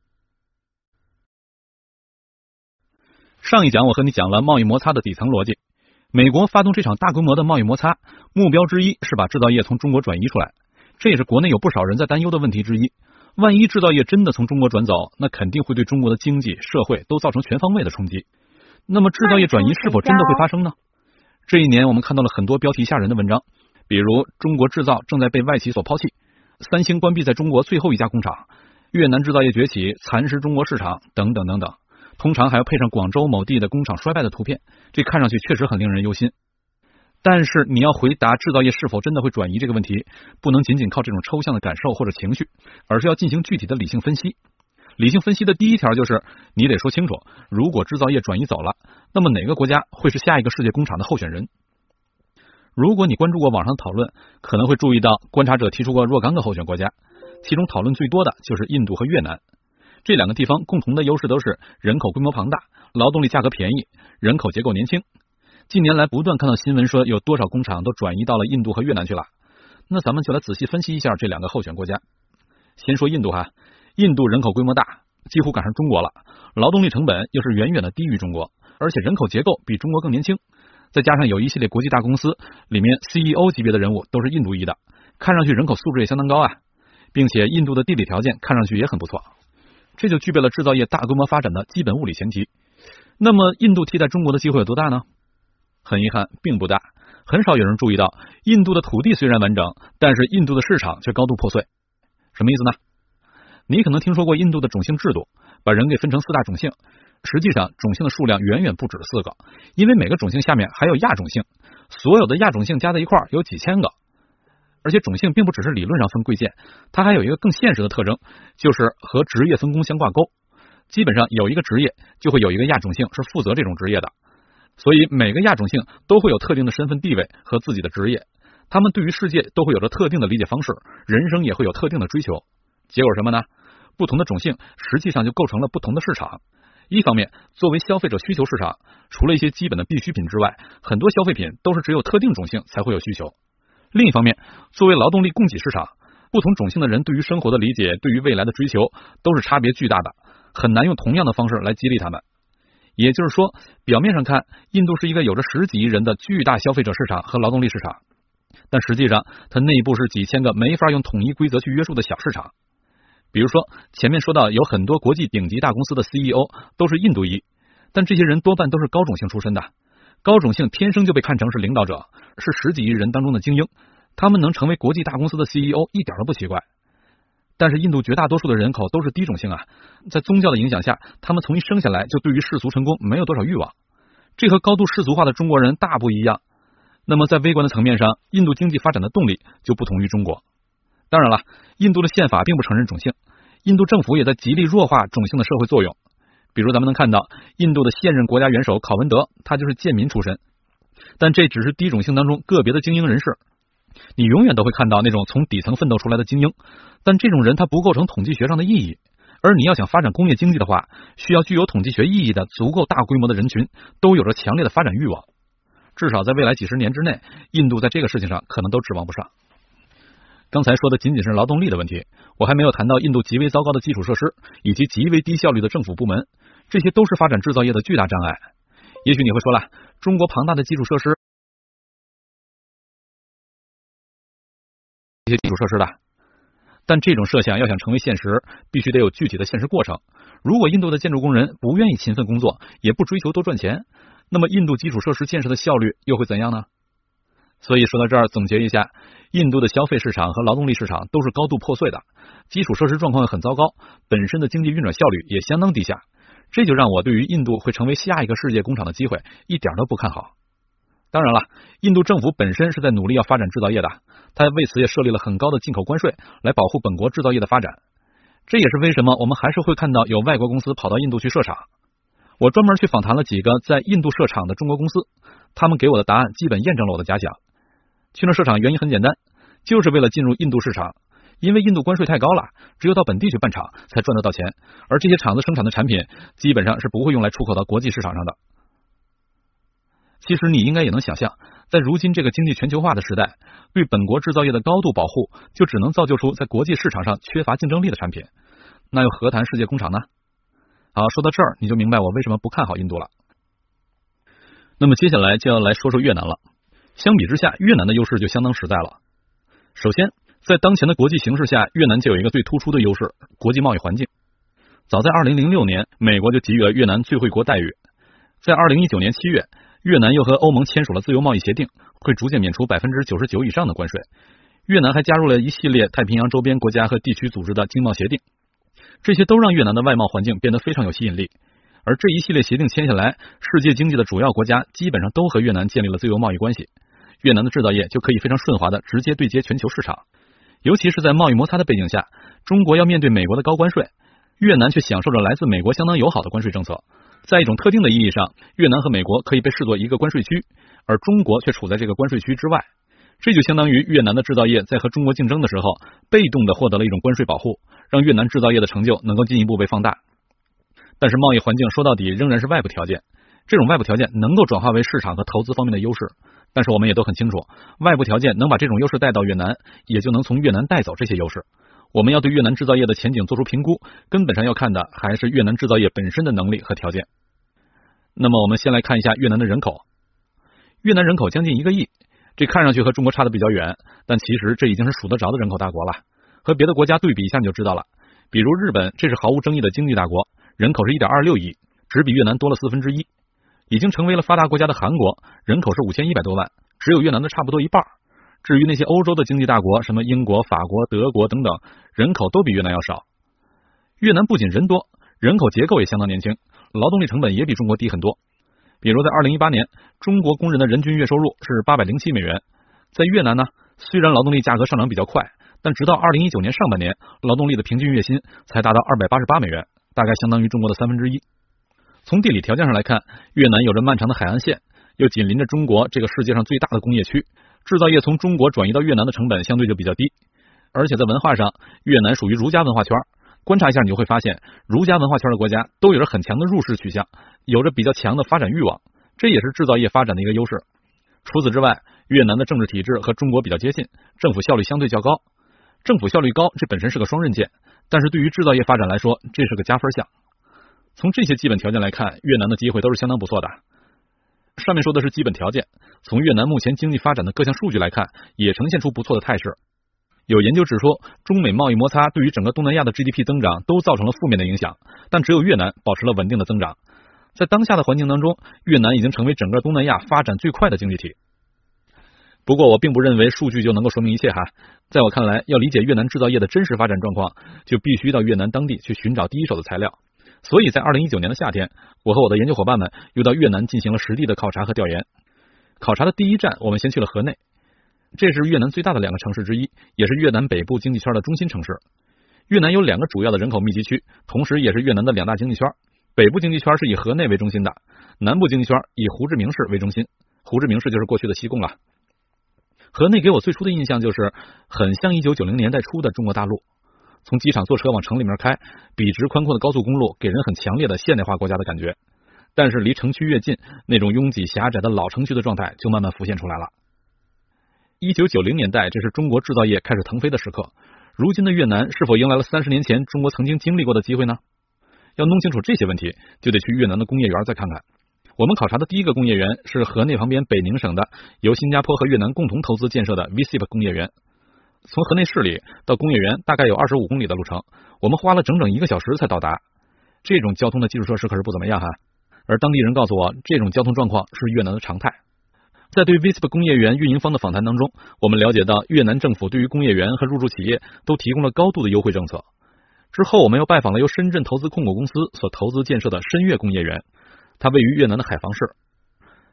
上一讲我和你讲了贸易摩擦的底层逻辑，美国发动这场大规模的贸易摩擦，目标之一是把制造业从中国转移出来，这也是国内有不少人在担忧的问题之一。万一制造业真的从中国转走，那肯定会对中国的经济社会都造成全方位的冲击。那么制造业转移是否真的会发生呢？这一年我们看到了很多标题吓人的文章，比如中国制造正在被外企所抛弃，三星关闭在中国最后一家工厂，越南制造业崛起蚕食中国市场等等等等，通常还要配上广州某地的工厂衰败的图片，这看上去确实很令人忧心。但是你要回答制造业是否真的会转移这个问题，不能仅仅靠这种抽象的感受或者情绪，而是要进行具体的理性分析。理性分析的第一条就是你得说清楚，如果制造业转移走了，那么哪个国家会是下一个世界工厂的候选人？如果你关注过网上讨论，可能会注意到观察者提出过若干个候选国家，其中讨论最多的就是印度和越南。这两个地方共同的优势都是人口规模庞大，劳动力价格便宜，人口结构年轻。近年来不断看到新闻说有多少工厂都转移到了印度和越南去了，那咱们就来仔细分析一下这两个候选国家。先说印度哈，印度人口规模大，几乎赶上中国了，劳动力成本又是远远的低于中国，而且人口结构比中国更年轻，再加上有一系列国际大公司里面 C E O 级别的人物都是印度裔的，看上去人口素质也相当高啊，并且印度的地理条件看上去也很不错，这就具备了制造业大规模发展的基本物理前提。那么印度替代中国的机会有多大呢？很遗憾并不大，很少有人注意到印度的土地虽然完整，但是印度的市场却高度破碎。什么意思呢？你可能听说过印度的种姓制度，把人给分成四大种姓，实际上种姓的数量远远不止四个，因为每个种姓下面还有亚种姓，所有的亚种姓加在一块儿有几千个。而且种姓并不只是理论上分贵贱，它还有一个更现实的特征，就是和职业分工相挂钩。基本上有一个职业就会有一个亚种姓是负责这种职业的，所以每个亚种姓都会有特定的身份地位和自己的职业，他们对于世界都会有着特定的理解方式，人生也会有特定的追求。结果什么呢？不同的种姓实际上就构成了不同的市场。一方面，作为消费者需求市场，除了一些基本的必需品之外，很多消费品都是只有特定种姓才会有需求。另一方面，作为劳动力供给市场，不同种姓的人对于生活的理解，对于未来的追求都是差别巨大的，很难用同样的方式来激励他们。也就是说，表面上看，印度是一个有着十几亿人的巨大消费者市场和劳动力市场，但实际上它内部是几千个没法用统一规则去约束的小市场。比如说前面说到有很多国际顶级大公司的 C E O 都是印度裔，但这些人多半都是高种姓出身的，高种姓天生就被看成是领导者，是十几亿人当中的精英，他们能成为国际大公司的 C E O 一点都不奇怪。但是印度绝大多数的人口都是低种姓啊，在宗教的影响下，他们从一生下来就对于世俗成功没有多少欲望，这和高度世俗化的中国人大不一样。那么在微观的层面上，印度经济发展的动力就不同于中国。当然了，印度的宪法并不承认种姓，印度政府也在极力弱化种姓的社会作用。比如咱们能看到印度的现任国家元首考文德，他就是贱民出身，但这只是低种姓当中个别的精英人士。你永远都会看到那种从底层奋斗出来的精英，但这种人他不构成统计学上的意义，而你要想发展工业经济的话，需要具有统计学意义的足够大规模的人群都有着强烈的发展欲望，至少在未来几十年之内，印度在这个事情上可能都指望不上。刚才说的仅仅是劳动力的问题，我还没有谈到印度极为糟糕的基础设施以及极为低效率的政府部门，这些都是发展制造业的巨大障碍。也许你会说了，中国庞大的基础设施一些基础设施的，但这种设想要想成为现实，必须得有具体的现实过程。如果印度的建筑工人不愿意勤奋工作，也不追求多赚钱，那么印度基础设施建设的效率又会怎样呢？所以说到这儿，总结一下，印度的消费市场和劳动力市场都是高度破碎的，基础设施状况很糟糕，本身的经济运转效率也相当低下，这就让我对于印度会成为下一个世界工厂的机会一点都不看好。当然了， 印度政府本身是在努力要发展制造业的，它为此也设立了很高的进口关税来保护本国制造业的发展。这也是为什么我们还是会看到有外国公司跑到印度去设厂。我专门去访谈了几个在印度设厂的中国公司，他们给我的答案基本验证了我的假想。去那设厂原因很简单，就是为了进入印度市场，因为印度关税太高了，只有到本地去办厂才赚得到钱，而这些厂子生产的产品基本上是不会用来出口到国际市场上的。其实你应该也能想象，在如今这个经济全球化的时代，对本国制造业的高度保护，就只能造就出在国际市场上缺乏竞争力的产品，那又何谈世界工厂呢？好，说到这儿你就明白我为什么不看好印度了。那么接下来就要来说说越南了。相比之下，越南的优势就相当实在了。首先，在当前的国际形势下，越南就有一个最突出的优势，国际贸易环境。早在二零零六年，美国就给予了越南最惠国待遇。在二零一九年七月，越南又和欧盟签署了自由贸易协定，会逐渐免除 百分之九十九 以上的关税。越南还加入了一系列太平洋周边国家和地区组织的经贸协定，这些都让越南的外贸环境变得非常有吸引力。而这一系列协定签下来，世界经济的主要国家基本上都和越南建立了自由贸易关系，越南的制造业就可以非常顺滑的直接对接全球市场。尤其是在贸易摩擦的背景下，中国要面对美国的高关税，越南却享受着来自美国相当友好的关税政策。在一种特定的意义上，越南和美国可以被视作一个关税区，而中国却处在这个关税区之外。这就相当于越南的制造业在和中国竞争的时候，被动的获得了一种关税保护，让越南制造业的成就能够进一步被放大。但是贸易环境说到底仍然是外部条件，这种外部条件能够转化为市场和投资方面的优势，但是我们也都很清楚，外部条件能把这种优势带到越南，也就能从越南带走这些优势。我们要对越南制造业的前景做出评估，根本上要看的还是越南制造业本身的能力和条件。那么我们先来看一下越南的人口。越南人口将近一个亿，这看上去和中国差的比较远，但其实这已经是数得着的人口大国了。和别的国家对比一下你就知道了，比如日本，这是毫无争议的经济大国，人口是 一点二六亿，只比越南多了四分之一。已经成为了发达国家的韩国，人口是五千一百多万，只有越南的差不多一半。至于那些欧洲的经济大国，什么英国、法国、德国等等，人口都比越南要少。越南不仅人多，人口结构也相当年轻，劳动力成本也比中国低很多。比如在二零一八年，中国工人的人均月收入是八百零七美元，在越南呢，虽然劳动力价格上涨比较快，但直到二零一九年上半年，劳动力的平均月薪才达到二百八十八美元，大概相当于中国的三分之一。从地理条件上来看，越南有着漫长的海岸线，又紧邻着中国这个世界上最大的工业区，制造业从中国转移到越南的成本相对就比较低。而且在文化上，越南属于儒家文化圈，观察一下你就会发现，儒家文化圈的国家都有着很强的入世取向，有着比较强的发展欲望，这也是制造业发展的一个优势。除此之外，越南的政治体制和中国比较接近，政府效率相对较高。政府效率高，这本身是个双刃剑，但是对于制造业发展来说，这是个加分项。从这些基本条件来看，越南的机会都是相当不错的。上面说的是基本条件，从越南目前经济发展的各项数据来看，也呈现出不错的态势。有研究指出，中美贸易摩擦对于整个东南亚的 G D P 增长都造成了负面的影响，但只有越南保持了稳定的增长。在当下的环境当中，越南已经成为整个东南亚发展最快的经济体。不过我并不认为数据就能够说明一切哈，在我看来，要理解越南制造业的真实发展状况，就必须到越南当地去寻找第一手的材料。所以在二零一九年的夏天，我和我的研究伙伴们又到越南进行了实地的考察和调研。考察的第一站，我们先去了河内，这是越南最大的两个城市之一，也是越南北部经济圈的中心城市。越南有两个主要的人口密集区，同时也是越南的两大经济圈。北部经济圈是以河内为中心的，南部经济圈以胡志明市为中心。胡志明市就是过去的西贡了。河内给我最初的印象就是很像一九九零年代初的中国大陆。从机场坐车往城里面开，笔直宽阔的高速公路给人很强烈的现代化国家的感觉。但是离城区越近，那种拥挤狭窄的老城区的状态就慢慢浮现出来了。一九九零年代，这是中国制造业开始腾飞的时刻。如今的越南是否迎来了三十年前中国曾经经历过的机会呢？要弄清楚这些问题，就得去越南的工业园再看看。我们考察的第一个工业园是河内旁边北宁省的，由新加坡和越南共同投资建设的 V C P 工业园。从河内市里到工业园大概有二十五公里的路程，我们花了整整一个小时才到达。这种交通的基础设施可是不怎么样哈，而当地人告诉我，这种交通状况是越南的常态。在对 V C P 工业园运营方的访谈当中，我们了解到越南政府对于工业园和入驻企业都提供了高度的优惠政策。之后我们又拜访了由深圳投资控股公司所投资建设的深越工业园，它位于越南的海防市。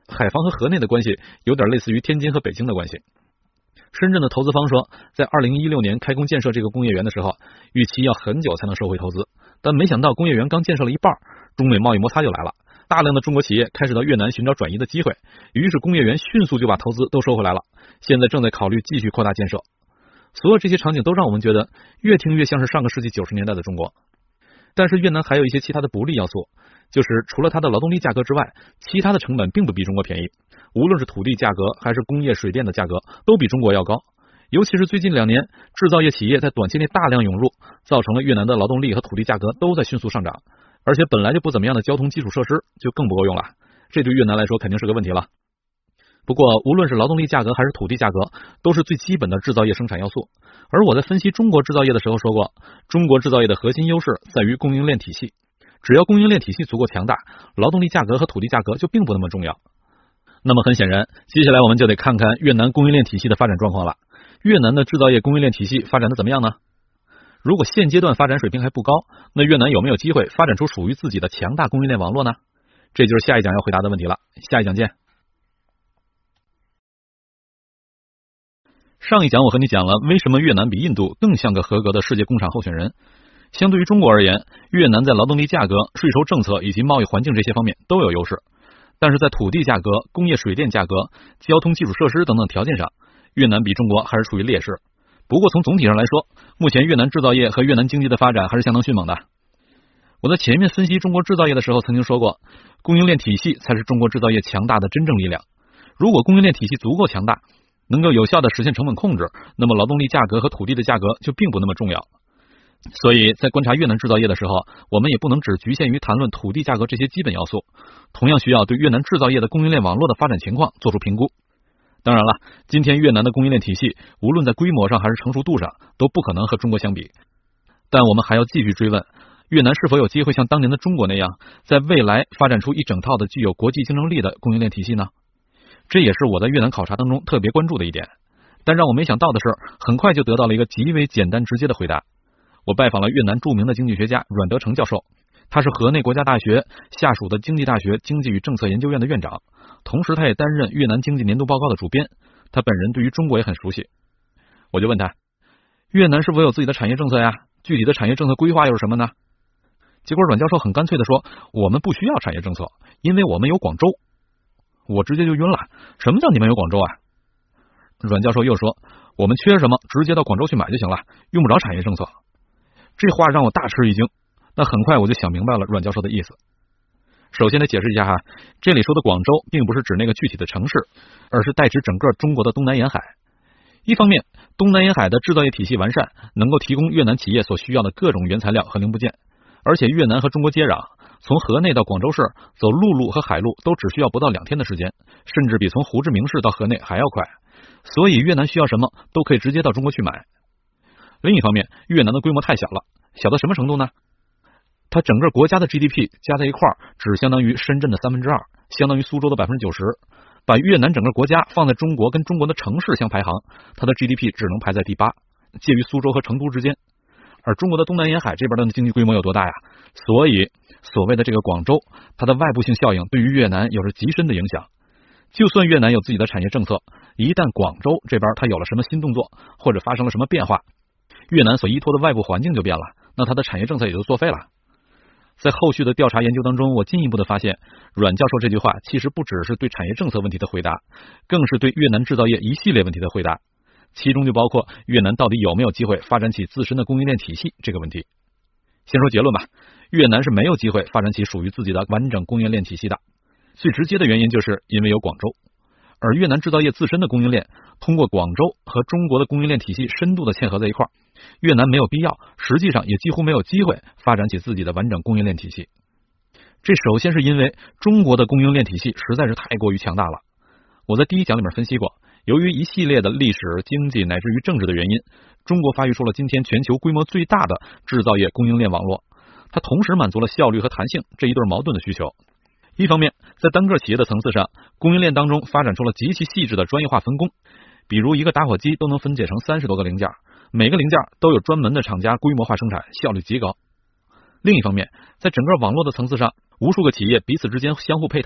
海防和河内的关系有点类似于天津和北京的关系。深圳的投资方说，在二零一六年开工建设这个工业园的时候，预期要很久才能收回投资，但没想到工业园刚建设了一半，中美贸易摩擦就来了，大量的中国企业开始到越南寻找转移的机会，于是工业园迅速就把投资都收回来了，现在正在考虑继续扩大建设。所有这些场景都让我们觉得越听越像是上个世纪九十年代的中国。但是越南还有一些其他的不利要素，就是除了它的劳动力价格之外，其他的成本并不比中国便宜，无论是土地价格还是工业水电的价格都比中国要高。尤其是最近两年，制造业企业在短期内大量涌入，造成了越南的劳动力和土地价格都在迅速上涨，而且本来就不怎么样的交通基础设施就更不够用了，这对越南来说肯定是个问题了。不过无论是劳动力价格还是土地价格，都是最基本的制造业生产要素。而我在分析中国制造业的时候说过，中国制造业的核心优势在于供应链体系，只要供应链体系足够强大，劳动力价格和土地价格就并不那么重要。那么很显然，接下来我们就得看看越南供应链体系的发展状况了。越南的制造业供应链体系发展的怎么样呢？如果现阶段发展水平还不高，那越南有没有机会发展出属于自己的强大供应链网络呢？这就是下一讲要回答的问题了。下一讲见。上一讲我和你讲了为什么越南比印度更像个合格的世界工厂候选人。相对于中国而言，越南在劳动力价格、税收政策以及贸易环境这些方面都有优势，但是在土地价格、工业水电价格、交通基础设施等等条件上，越南比中国还是处于劣势。不过从总体上来说，目前越南制造业和越南经济的发展还是相当迅猛的。我在前面分析中国制造业的时候曾经说过，供应链体系才是中国制造业强大的真正力量。如果供应链体系足够强大，能够有效的实现成本控制，那么劳动力价格和土地的价格就并不那么重要。所以在观察越南制造业的时候，我们也不能只局限于谈论土地价格这些基本要素，同样需要对越南制造业的供应链网络的发展情况做出评估。当然了，今天越南的供应链体系无论在规模上还是成熟度上都不可能和中国相比，但我们还要继续追问，越南是否有机会像当年的中国那样，在未来发展出一整套的具有国际竞争力的供应链体系呢？这也是我在越南考察当中特别关注的一点。但让我没想到的是，很快就得到了一个极为简单直接的回答。我拜访了越南著名的经济学家阮德成教授，他是河内国家大学下属的经济大学经济与政策研究院的院长，同时他也担任越南经济年度报告的主编，他本人对于中国也很熟悉。我就问他，越南是否有自己的产业政策呀？具体的产业政策规划又是什么呢？结果阮教授很干脆的说，我们不需要产业政策，因为我们有广州。我直接就晕了，什么叫你们有广州啊？阮教授又说，我们缺什么直接到广州去买就行了，用不着产业政策。这话让我大吃一惊，那很快我就想明白了阮教授的意思。首先得解释一下哈，这里说的广州并不是指那个具体的城市，而是代指整个中国的东南沿海。一方面，东南沿海的制造业体系完善，能够提供越南企业所需要的各种原材料和零部件，而且越南和中国接壤，从河内到广州市走陆路和海路都只需要不到两天的时间，甚至比从胡志明市到河内还要快，所以越南需要什么都可以直接到中国去买。另一方面，越南的规模太小了，小到什么程度呢？它整个国家的 G D P 加在一块儿只相当于深圳的三分之二，相当于苏州的百分之九十。把越南整个国家放在中国跟中国的城市相排行，它的 G D P 只能排在第八，介于苏州和成都之间。而中国的东南沿海这边的经济规模有多大呀？所以所谓的这个广州，它的外部性效应对于越南有着极深的影响。就算越南有自己的产业政策，一旦广州这边它有了什么新动作，或者发生了什么变化，越南所依托的外部环境就变了，那它的产业政策也就作废了。在后续的调查研究当中，我进一步的发现，阮教授这句话其实不只是对产业政策问题的回答，更是对越南制造业一系列问题的回答，其中就包括越南到底有没有机会发展起自身的供应链体系这个问题。先说结论吧，越南是没有机会发展起属于自己的完整供应链体系的。最直接的原因就是因为有广州，而越南制造业自身的供应链通过广州和中国的供应链体系深度的嵌合在一块儿，越南没有必要，实际上也几乎没有机会发展起自己的完整供应链体系。这首先是因为中国的供应链体系实在是太过于强大了。我在第一讲里面分析过，由于一系列的历史、经济乃至于政治的原因，中国发育出了今天全球规模最大的制造业供应链网络，它同时满足了效率和弹性这一对矛盾的需求。一方面，在单个企业的层次上，供应链当中发展出了极其细致的专业化分工，比如一个打火机都能分解成三十多个零件，每个零件都有专门的厂家规模化生产，效率极高。另一方面，在整个网络的层次上，无数个企业彼此之间相互配套，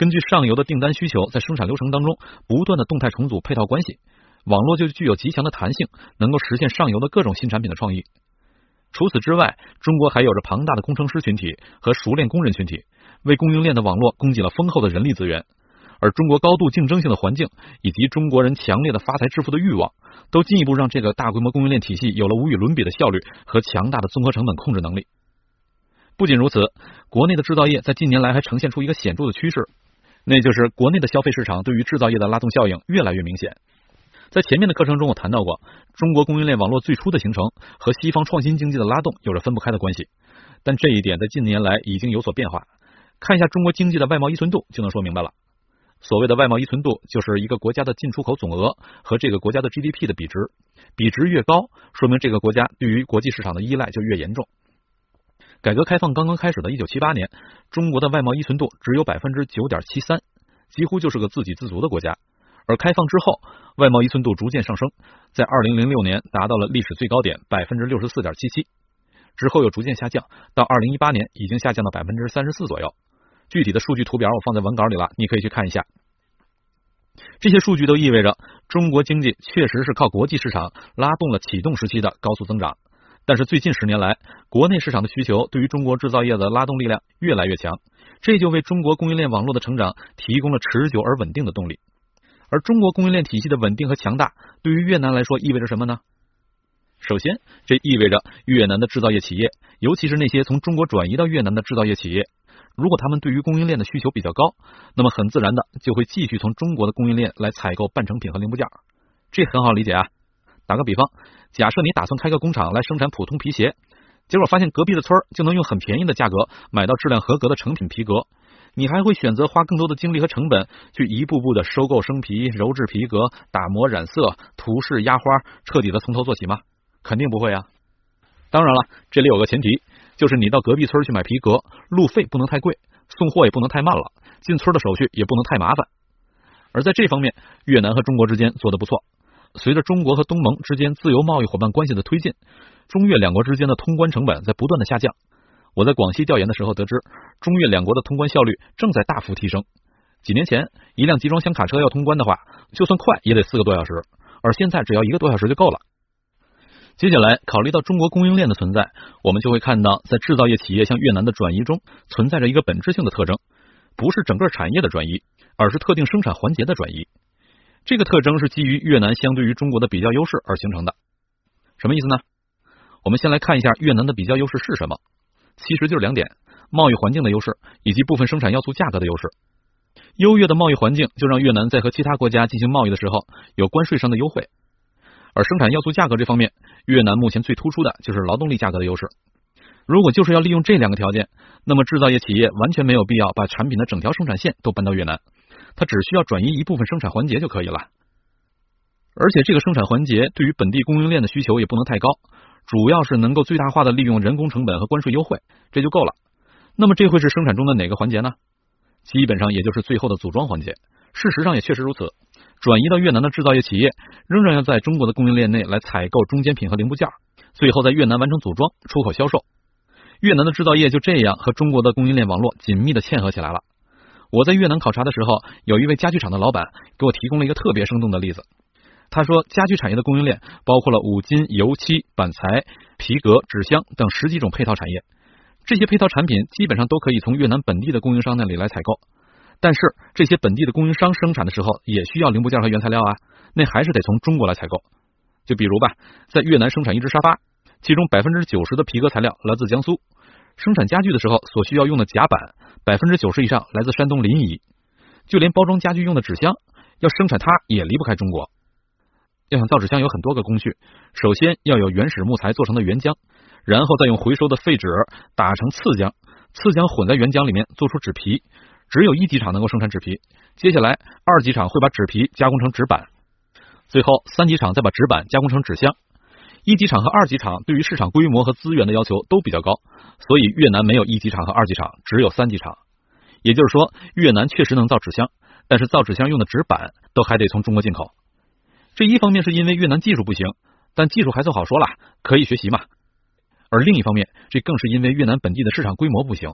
根据上游的订单需求，在生产流程当中不断的动态重组配套关系，网络就具有极强的弹性，能够实现上游的各种新产品的创意。除此之外，中国还有着庞大的工程师群体和熟练工人群体，为供应链的网络供给了丰厚的人力资源。而中国高度竞争性的环境以及中国人强烈的发财致富的欲望，都进一步让这个大规模供应链体系有了无与伦比的效率和强大的综合成本控制能力。不仅如此，国内的制造业在近年来还呈现出一个显著的趋势，那就是国内的消费市场对于制造业的拉动效应越来越明显。在前面的课程中我谈到过，中国供应链网络最初的形成和西方创新经济的拉动有着分不开的关系，但这一点在近年来已经有所变化。看一下中国经济的外贸依存度就能说明白了。所谓的外贸依存度，就是一个国家的进出口总额和这个国家的 G D P 的比值，比值越高，说明这个国家对于国际市场的依赖就越严重。改革开放刚刚开始的一九七八年，中国的外贸依存度只有 百分之九点七三， 几乎就是个自给自足的国家。而开放之后，外贸依存度逐渐上升，在二零零六年达到了历史最高点 百分之六十四点七七， 之后又逐渐下降，到二零一八年已经下降到 百分之三十四 左右。具体的数据图表我放在文稿里了，你可以去看一下。这些数据都意味着中国经济确实是靠国际市场拉动了启动时期的高速增长，但是最近十年来，国内市场的需求对于中国制造业的拉动力量越来越强，这就为中国供应链网络的成长提供了持久而稳定的动力。而中国供应链体系的稳定和强大，对于越南来说意味着什么呢？首先，这意味着越南的制造业企业，尤其是那些从中国转移到越南的制造业企业，如果他们对于供应链的需求比较高，那么很自然的就会继续从中国的供应链来采购半成品和零部件。这很好理解啊。打个比方，假设你打算开个工厂来生产普通皮鞋，结果发现隔壁的村就能用很便宜的价格买到质量合格的成品皮革，你还会选择花更多的精力和成本去一步步的收购生皮、揉制皮革、打磨染色、涂饰压花，彻底的从头做起吗？肯定不会啊。当然了，这里有个前提，就是你到隔壁村去买皮革，路费不能太贵，送货也不能太慢了，进村的手续也不能太麻烦。而在这方面，越南和中国之间做得不错。随着中国和东盟之间自由贸易伙伴关系的推进，中越两国之间的通关成本在不断的下降。我在广西调研的时候得知，中越两国的通关效率正在大幅提升。几年前，一辆集装箱卡车要通关的话，就算快也得四个多小时，而现在只要一个多小时就够了。接下来，考虑到中国供应链的存在，我们就会看到，在制造业企业向越南的转移中，存在着一个本质性的特征，不是整个产业的转移，而是特定生产环节的转移。这个特征是基于越南相对于中国的比较优势而形成的。什么意思呢？我们先来看一下越南的比较优势是什么，其实就是两点：贸易环境的优势以及部分生产要素价格的优势。优越的贸易环境就让越南在和其他国家进行贸易的时候有关税上的优惠。而生产要素价格这方面，越南目前最突出的就是劳动力价格的优势。如果就是要利用这两个条件，那么制造业企业完全没有必要把产品的整条生产线都搬到越南，它只需要转移一部分生产环节就可以了。而且这个生产环节对于本地供应链的需求也不能太高，主要是能够最大化的利用人工成本和关税优惠，这就够了。那么这会是生产中的哪个环节呢？基本上也就是最后的组装环节。事实上也确实如此，转移到越南的制造业企业仍然要在中国的供应链内来采购中间品和零部件，最后在越南完成组装、出口销售。越南的制造业就这样和中国的供应链网络紧密的嵌合起来了。我在越南考察的时候，有一位家具厂的老板给我提供了一个特别生动的例子。他说，家居产业的供应链包括了五金、油漆、板材、皮革、纸箱等十几种配套产业，这些配套产品基本上都可以从越南本地的供应商那里来采购。但是这些本地的供应商生产的时候也需要零部件和原材料啊，那还是得从中国来采购。就比如吧，在越南生产一只沙发，其中 百分之九十 的皮革材料来自江苏，生产家具的时候所需要用的夹板 百分之九十 以上来自山东临沂，就连包装家具用的纸箱，要生产它也离不开中国。要想造纸箱有很多个工序，首先要有原始木材做成的原浆，然后再用回收的废纸打成次浆，次浆混在原浆里面做出纸皮，只有一级厂能够生产纸皮，接下来二级厂会把纸皮加工成纸板，最后三级厂再把纸板加工成纸箱。一级厂和二级厂对于市场规模和资源的要求都比较高，所以越南没有一级厂和二级厂，只有三级厂。也就是说，越南确实能造纸箱，但是造纸箱用的纸板都还得从中国进口。这一方面是因为越南技术不行，但技术还算好说了，可以学习嘛。而另一方面，这更是因为越南本地的市场规模不行。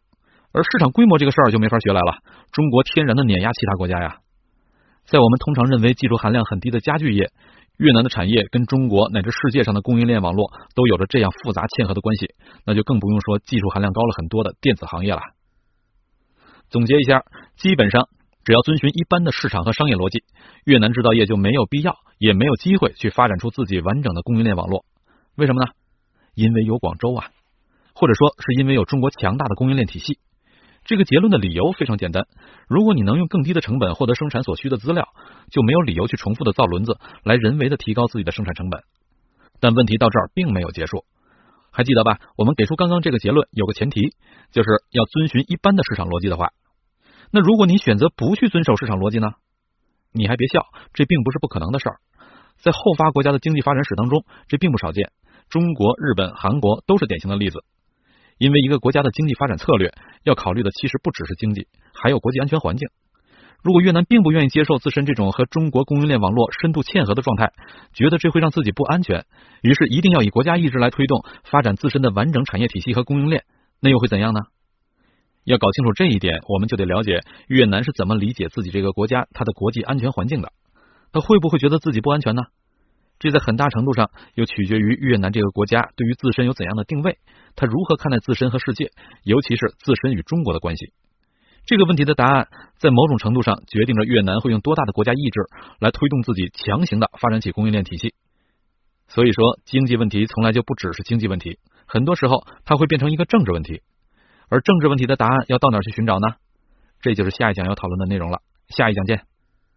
而市场规模这个事儿就没法学来了，中国天然的碾压其他国家呀。在我们通常认为技术含量很低的家具业，越南的产业跟中国乃至世界上的供应链网络都有着这样复杂嵌合的关系，那就更不用说技术含量高了很多的电子行业了。总结一下，基本上只要遵循一般的市场和商业逻辑，越南制造业就没有必要也没有机会去发展出自己完整的供应链网络。为什么呢？因为有广州啊，或者说是因为有中国强大的供应链体系。这个结论的理由非常简单，如果你能用更低的成本获得生产所需的资料，就没有理由去重复的造轮子来人为的提高自己的生产成本。但问题到这儿并没有结束，还记得吧？我们给出刚刚这个结论有个前提，就是要遵循一般的市场逻辑的话，那如果你选择不去遵守市场逻辑呢？你还别笑，这并不是不可能的事儿。在后发国家的经济发展史当中，这并不少见，中国、日本、韩国都是典型的例子。因为一个国家的经济发展策略要考虑的其实不只是经济，还有国际安全环境。如果越南并不愿意接受自身这种和中国供应链网络深度嵌合的状态，觉得这会让自己不安全，于是一定要以国家意志来推动发展自身的完整产业体系和供应链，那又会怎样呢？要搞清楚这一点，我们就得了解越南是怎么理解自己这个国家它的国际安全环境的。他会不会觉得自己不安全呢？这在很大程度上又取决于越南这个国家对于自身有怎样的定位，他如何看待自身和世界，尤其是自身与中国的关系。这个问题的答案在某种程度上决定着越南会用多大的国家意志来推动自己强行的发展起供应链体系。所以说，经济问题从来就不只是经济问题，很多时候它会变成一个政治问题。而政治问题的答案要到哪儿去寻找呢？这就是下一讲要讨论的内容了。下一讲见。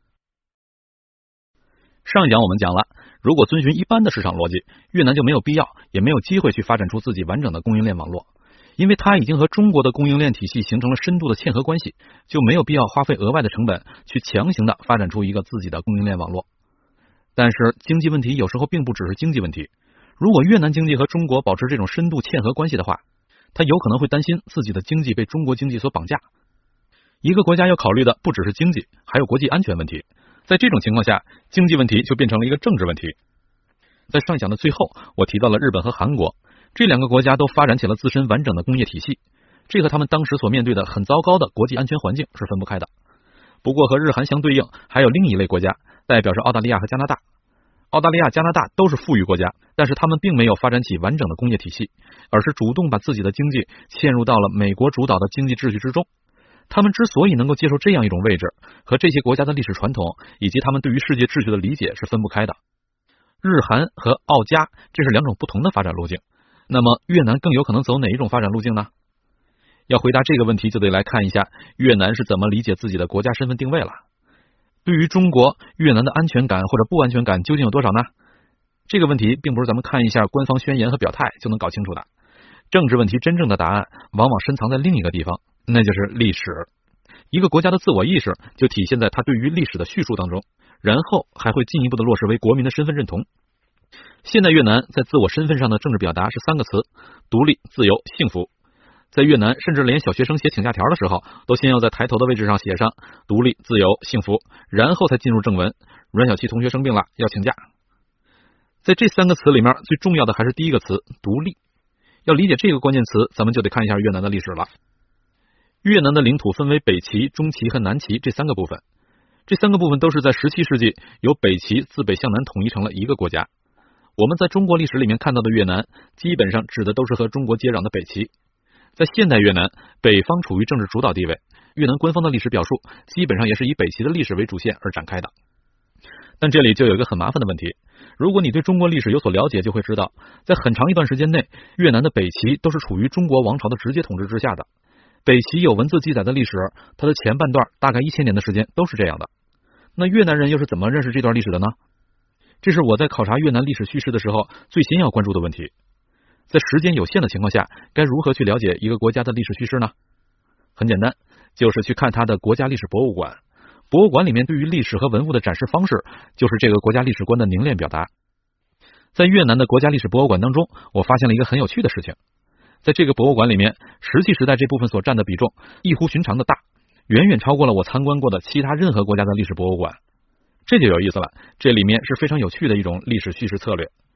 上一讲我们讲了，如果遵循一般的市场逻辑，越南就没有必要也没有机会去发展出自己完整的供应链网络，因为它已经和中国的供应链体系形成了深度的嵌合关系，就没有必要花费额外的成本去强行的发展出一个自己的供应链网络。但是经济问题有时候并不只是经济问题，如果越南经济和中国保持这种深度嵌合关系的话，它有可能会担心自己的经济被中国经济所绑架。一个国家要考虑的不只是经济，还有国际安全问题。在这种情况下，经济问题就变成了一个政治问题。在上讲的最后，我提到了日本和韩国，这两个国家都发展起了自身完整的工业体系，这和他们当时所面对的很糟糕的国际安全环境是分不开的。不过和日韩相对应，还有另一类国家，代表是澳大利亚和加拿大。澳大利亚、加拿大都是富裕国家，但是他们并没有发展起完整的工业体系，而是主动把自己的经济嵌入到了美国主导的经济秩序之中。他们之所以能够接受这样一种位置，和这些国家的历史传统以及他们对于世界秩序的理解是分不开的。日韩和澳加这是两种不同的发展路径，那么越南更有可能走哪一种发展路径呢？要回答这个问题，就得来看一下越南是怎么理解自己的国家身份定位了。对于中国，越南的安全感或者不安全感究竟有多少呢？这个问题并不是咱们看一下官方宣言和表态就能搞清楚的。政治问题真正的答案往往深藏在另一个地方，那就是历史。一个国家的自我意识就体现在它对于历史的叙述当中，然后还会进一步的落实为国民的身份认同。现代越南在自我身份上的政治表达是三个词：独立、自由、幸福。在越南，甚至连小学生写请假条的时候，都先要在抬头的位置上写上独立、自由、幸福，然后才进入正文。阮小七同学生病了，要请假。在这三个词里面，最重要的还是第一个词独立。要理解这个关键词，咱们就得看一下越南的历史了。越南的领土分为北齐、中齐和南齐这三个部分，这三个部分都是在十七世纪由北齐自北向南统一成了一个国家。我们在中国历史里面看到的越南，基本上指的都是和中国接壤的北齐。在现代越南，北方处于政治主导地位，越南官方的历史表述基本上也是以北齐的历史为主线而展开的。但这里就有一个很麻烦的问题，如果你对中国历史有所了解，就会知道，在很长一段时间内，越南的北齐都是处于中国王朝的直接统治之下的。北齐有文字记载的历史，它的前半段大概一千年的时间都是这样的。那越南人又是怎么认识这段历史的呢？这是我在考察越南历史叙事的时候最先要关注的问题。在时间有限的情况下，该如何去了解一个国家的历史叙事呢？很简单，就是去看它的国家历史博物馆。博物馆里面对于历史和文物的展示方式，就是这个国家历史观的凝练表达。在越南的国家历史博物馆当中，我发现了一个很有趣的事情。在这个博物馆里面，石器时代这部分所占的比重异乎寻常的大，远远超过了我参观过的其他任何国家的历史博物馆。这就有意思了，这里面是非常有趣的一种历史叙事策略。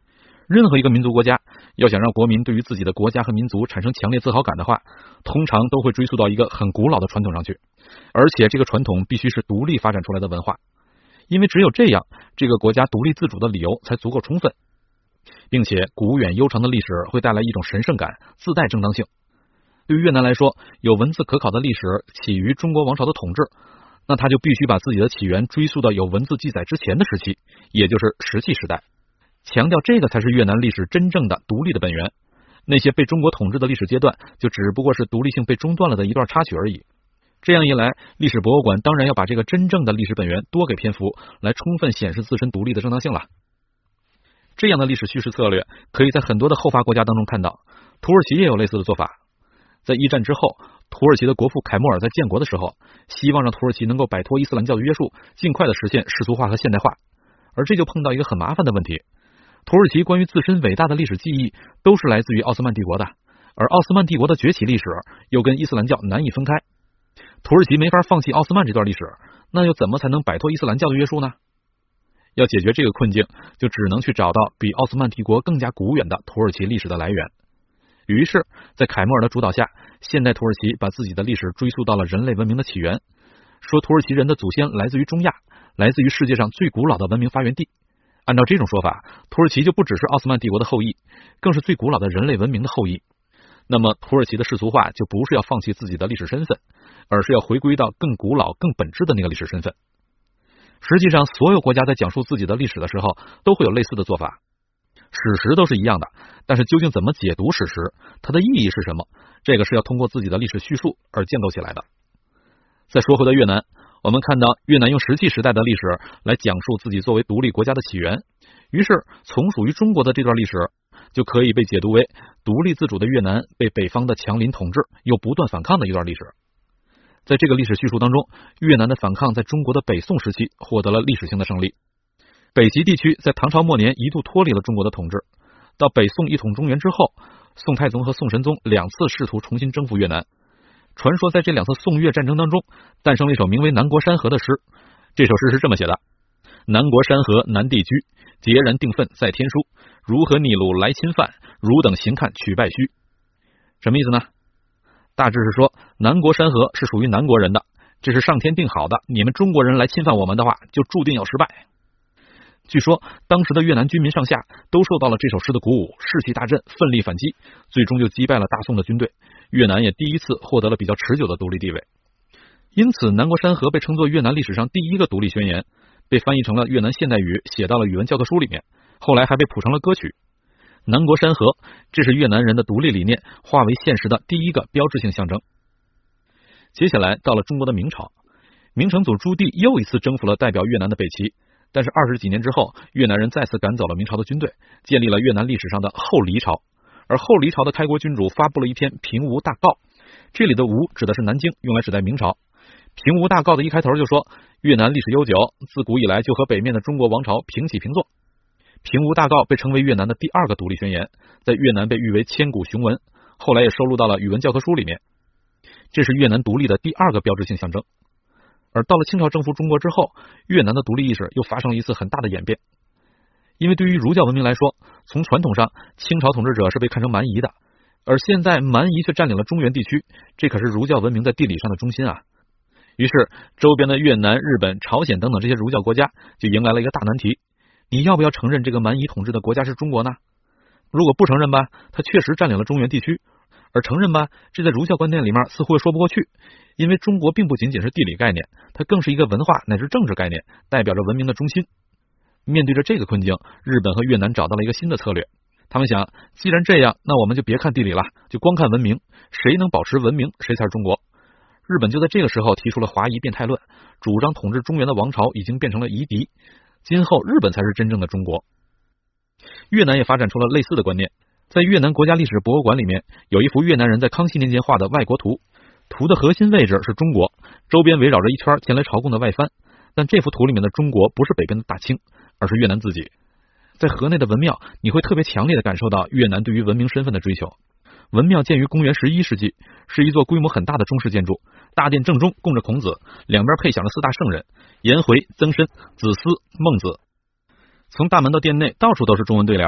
任何一个民族国家要想让国民对于自己的国家和民族产生强烈自豪感的话，通常都会追溯到一个很古老的传统上去，而且这个传统必须是独立发展出来的文化，因为只有这样，这个国家独立自主的理由才足够充分，并且古远悠长的历史会带来一种神圣感，自带正当性。对于越南来说，有文字可考的历史起于中国王朝的统治，那他就必须把自己的起源追溯到有文字记载之前的时期，也就是石器时代，强调这个才是越南历史真正的独立的本源。那些被中国统治的历史阶段就只不过是独立性被中断了的一段插曲而已。这样一来，历史博物馆当然要把这个真正的历史本源多给篇幅，来充分显示自身独立的正当性了。这样的历史叙事策略可以在很多的后发国家当中看到，土耳其也有类似的做法。在一战之后，土耳其的国父凯末尔在建国的时候，希望让土耳其能够摆脱伊斯兰教的约束，尽快的实现世俗化和现代化。而这就碰到一个很麻烦的问题，土耳其关于自身伟大的历史记忆都是来自于奥斯曼帝国的，而奥斯曼帝国的崛起历史又跟伊斯兰教难以分开。土耳其没法放弃奥斯曼这段历史，那又怎么才能摆脱伊斯兰教的约束呢？要解决这个困境，就只能去找到比奥斯曼帝国更加古远的土耳其历史的来源。于是在凯末尔的主导下，现代土耳其把自己的历史追溯到了人类文明的起源，说土耳其人的祖先来自于中亚，来自于世界上最古老的文明发源地。按照这种说法，土耳其就不只是奥斯曼帝国的后裔，更是最古老的人类文明的后裔。那么土耳其的世俗化就不是要放弃自己的历史身份，而是要回归到更古老更本质的那个历史身份。实际上所有国家在讲述自己的历史的时候都会有类似的做法，史实都是一样的，但是究竟怎么解读史实，它的意义是什么，这个是要通过自己的历史叙述而建构起来的。再说回到越南，我们看到越南用石器时代的历史来讲述自己作为独立国家的起源，于是从属于中国的这段历史就可以被解读为独立自主的越南被北方的强邻统治又不断反抗的一段历史。在这个历史叙述当中，越南的反抗在中国的北宋时期获得了历史性的胜利。北齐地区在唐朝末年一度脱离了中国的统治，到北宋一统中原之后，宋太宗和宋神宗两次试图重新征服越南。传说在这两次宋越战争当中，诞生了一首名为《南国山河》的诗。这首诗是这么写的：南国山河南地居，孑然定分在天书，如何逆路来侵犯，汝等行看取败虚。什么意思呢？大致是说南国山河是属于南国人的，这是上天定好的，你们中国人来侵犯我们的话就注定要失败。据说当时的越南军民上下都受到了这首诗的鼓舞，士气大振，奋力反击，最终就击败了大宋的军队，越南也第一次获得了比较持久的独立地位。因此南国山河被称作越南历史上第一个独立宣言，被翻译成了越南现代语，写到了语文教科书里面，后来还被谱成了歌曲。南国山河，这是越南人的独立理念化为现实的第一个标志性象征。接下来到了中国的明朝，明成祖朱棣又一次征服了代表越南的北齐，但是二十几年之后，越南人再次赶走了明朝的军队，建立了越南历史上的后黎朝。而后黎朝的开国君主发布了一篇平吴大诰，这里的吴指的是南京，用来指代明朝。平吴大诰的一开头就说，越南历史悠久，自古以来就和北面的中国王朝平起平坐。平吴大诰被称为越南的第二个独立宣言，在越南被誉为千古雄文，后来也收录到了语文教科书里面。这是越南独立的第二个标志性象征。而到了清朝征服中国之后，越南的独立意识又发生了一次很大的演变。因为对于儒教文明来说，从传统上清朝统治者是被看成蛮夷的，而现在蛮夷却占领了中原地区，这可是儒教文明在地理上的中心啊。于是周边的越南、日本、朝鲜等等这些儒教国家就迎来了一个大难题，你要不要承认这个蛮夷统治的国家是中国呢？如果不承认吧，它确实占领了中原地区，而承认吧，这在儒教观念里面似乎又说不过去，因为中国并不仅仅是地理概念，它更是一个文化乃至政治概念，代表着文明的中心。面对着这个困境，日本和越南找到了一个新的策略。他们想，既然这样，那我们就别看地理了，就光看文明，谁能保持文明，谁才是中国。日本就在这个时候提出了华夷变态论，主张统治中原的王朝已经变成了夷狄，今后日本才是真正的中国。越南也发展出了类似的观念，在越南国家历史博物馆里面有一幅越南人在康熙年间画的外国图，图的核心位置是中国，周边围绕着一圈前来朝贡的外藩，但这幅图里面的中国不是北边的大清，而是越南自己。在河内的文庙，你会特别强烈的感受到越南对于文明身份的追求。文庙建于公元十一世纪，是一座规模很大的中式建筑，大殿正中供着孔子，两边配享了四大圣人颜回、曾参、子思、孟子。从大门到殿内到处都是中文对联，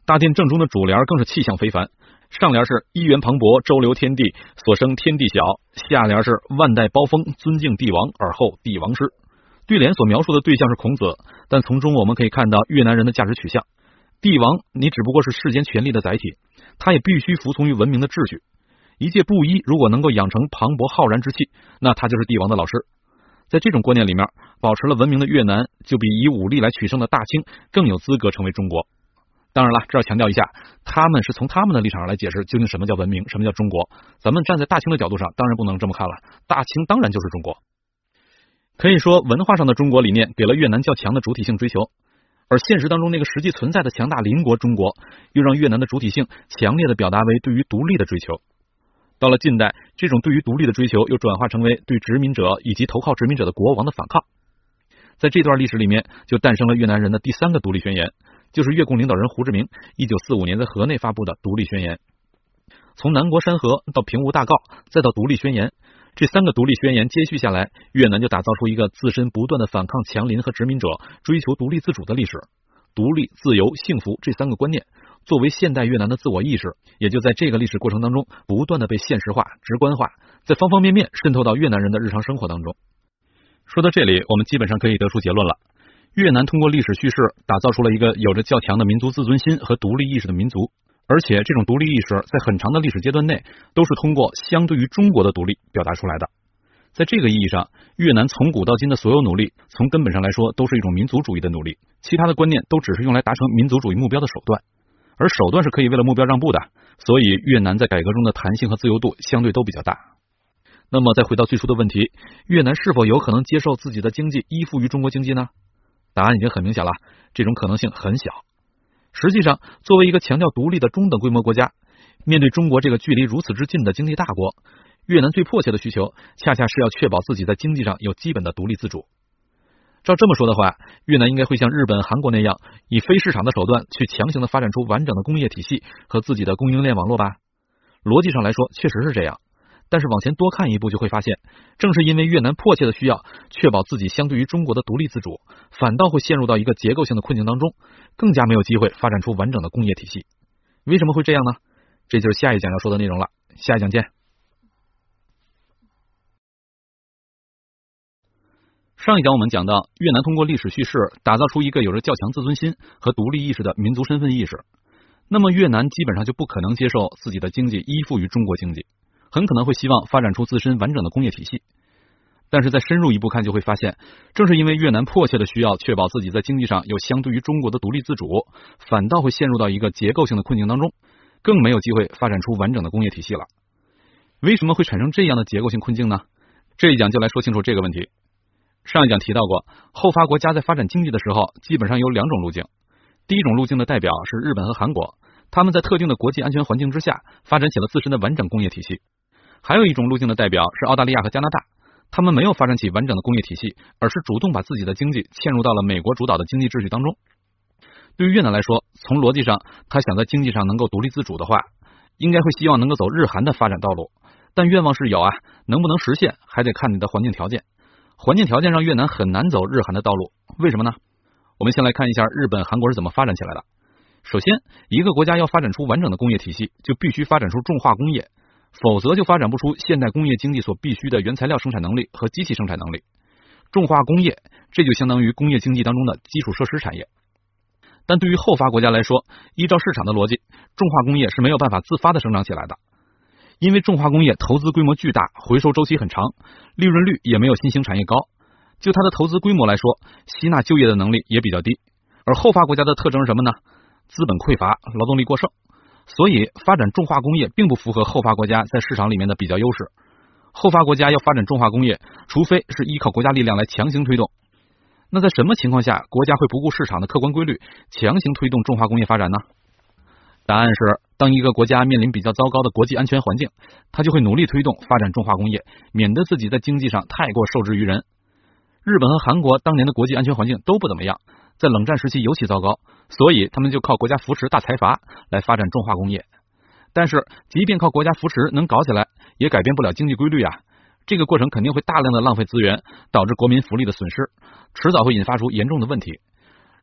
大殿正中的主联更是气象非凡，上联是一元磅礴，周流天地，所生天地小，下联是万代包封，尊敬帝王，而后帝王师。对联所描述的对象是孔子，但从中我们可以看到越南人的价值取向。帝王，你只不过是世间权力的载体，他也必须服从于文明的秩序。一介布衣如果能够养成磅礴浩然之气，那他就是帝王的老师。在这种观念里面，保持了文明的越南就比以武力来取胜的大清更有资格成为中国。当然了，这要强调一下，他们是从他们的立场上来解释究竟什么叫文明，什么叫中国。咱们站在大清的角度上，当然不能这么看了，大清当然就是中国。可以说，文化上的中国理念给了越南较强的主体性追求，而现实当中那个实际存在的强大邻国中国，又让越南的主体性强烈的表达为对于独立的追求。到了近代，这种对于独立的追求又转化成为对殖民者以及投靠殖民者的国王的反抗。在这段历史里面，就诞生了越南人的第三个独立宣言，就是越共领导人胡志明一九四五年在河内发布的独立宣言。从南国山河到平吴大诰，再到独立宣言，这三个独立宣言接续下来，越南就打造出一个自身不断的反抗强邻和殖民者，追求独立自主的历史。独立、自由、幸福这三个观念作为现代越南的自我意识，也就在这个历史过程当中不断的被现实化、直观化，在方方面面渗透到越南人的日常生活当中。说到这里，我们基本上可以得出结论了，越南通过历史叙事打造出了一个有着较强的民族自尊心和独立意识的民族，而且这种独立意识在很长的历史阶段内都是通过相对于中国的独立表达出来的。在这个意义上，越南从古到今的所有努力，从根本上来说都是一种民族主义的努力，其他的观念都只是用来达成民族主义目标的手段，而手段是可以为了目标让步的，所以越南在改革中的弹性和自由度相对都比较大。那么再回到最初的问题，越南是否有可能接受自己的经济依附于中国经济呢？答案已经很明显了，这种可能性很小。实际上，作为一个强调独立的中等规模国家，面对中国这个距离如此之近的经济大国，越南最迫切的需求恰恰是要确保自己在经济上有基本的独立自主。照这么说的话，越南应该会像日本、韩国那样，以非市场的手段去强行的发展出完整的工业体系和自己的供应链网络吧？逻辑上来说确实是这样，但是往前多看一步就会发现，正是因为越南迫切的需要确保自己相对于中国的独立自主，反倒会陷入到一个结构性的困境当中，更加没有机会发展出完整的工业体系。为什么会这样呢？这就是下一讲要说的内容了，下一讲见。上一讲我们讲到，越南通过历史叙事打造出一个有着较强自尊心和独立意识的民族身份意识，那么越南基本上就不可能接受自己的经济依附于中国经济，很可能会希望发展出自身完整的工业体系。但是再深入一步看就会发现，正是因为越南迫切的需要确保自己在经济上有相对于中国的独立自主，反倒会陷入到一个结构性的困境当中，更没有机会发展出完整的工业体系了。为什么会产生这样的结构性困境呢？这一讲就来说清楚这个问题。上一讲提到过，后发国家在发展经济的时候基本上有两种路径。第一种路径的代表是日本和韩国，他们在特定的国际安全环境之下发展起了自身的完整工业体系。还有一种路径的代表是澳大利亚和加拿大，他们没有发展起完整的工业体系，而是主动把自己的经济嵌入到了美国主导的经济秩序当中。对于越南来说，从逻辑上他想在经济上能够独立自主的话，应该会希望能够走日韩的发展道路，但愿望是有啊，能不能实现还得看你的环境条件。环境条件让越南很难走日韩的道路，为什么呢？我们先来看一下日本、韩国是怎么发展起来的。首先，一个国家要发展出完整的工业体系，就必须发展出重化工业，否则就发展不出现代工业经济所必须的原材料生产能力和机器生产能力。重化工业，这就相当于工业经济当中的基础设施产业。但对于后发国家来说，依照市场的逻辑，重化工业是没有办法自发的生长起来的。因为重化工业投资规模巨大，回收周期很长，利润率也没有新兴产业高，就它的投资规模来说，吸纳就业的能力也比较低。而后发国家的特征是什么呢？资本匮乏，劳动力过剩，所以发展重化工业并不符合后发国家在市场里面的比较优势。后发国家要发展重化工业，除非是依靠国家力量来强行推动。那在什么情况下国家会不顾市场的客观规律，强行推动重化工业发展呢？答案是，当一个国家面临比较糟糕的国际安全环境，它就会努力推动发展重化工业，免得自己在经济上太过受制于人。日本和韩国当年的国际安全环境都不怎么样，在冷战时期尤其糟糕，所以他们就靠国家扶持大财阀来发展重化工业。但是即便靠国家扶持能搞起来，也改变不了经济规律啊，这个过程肯定会大量的浪费资源，导致国民福利的损失，迟早会引发出严重的问题。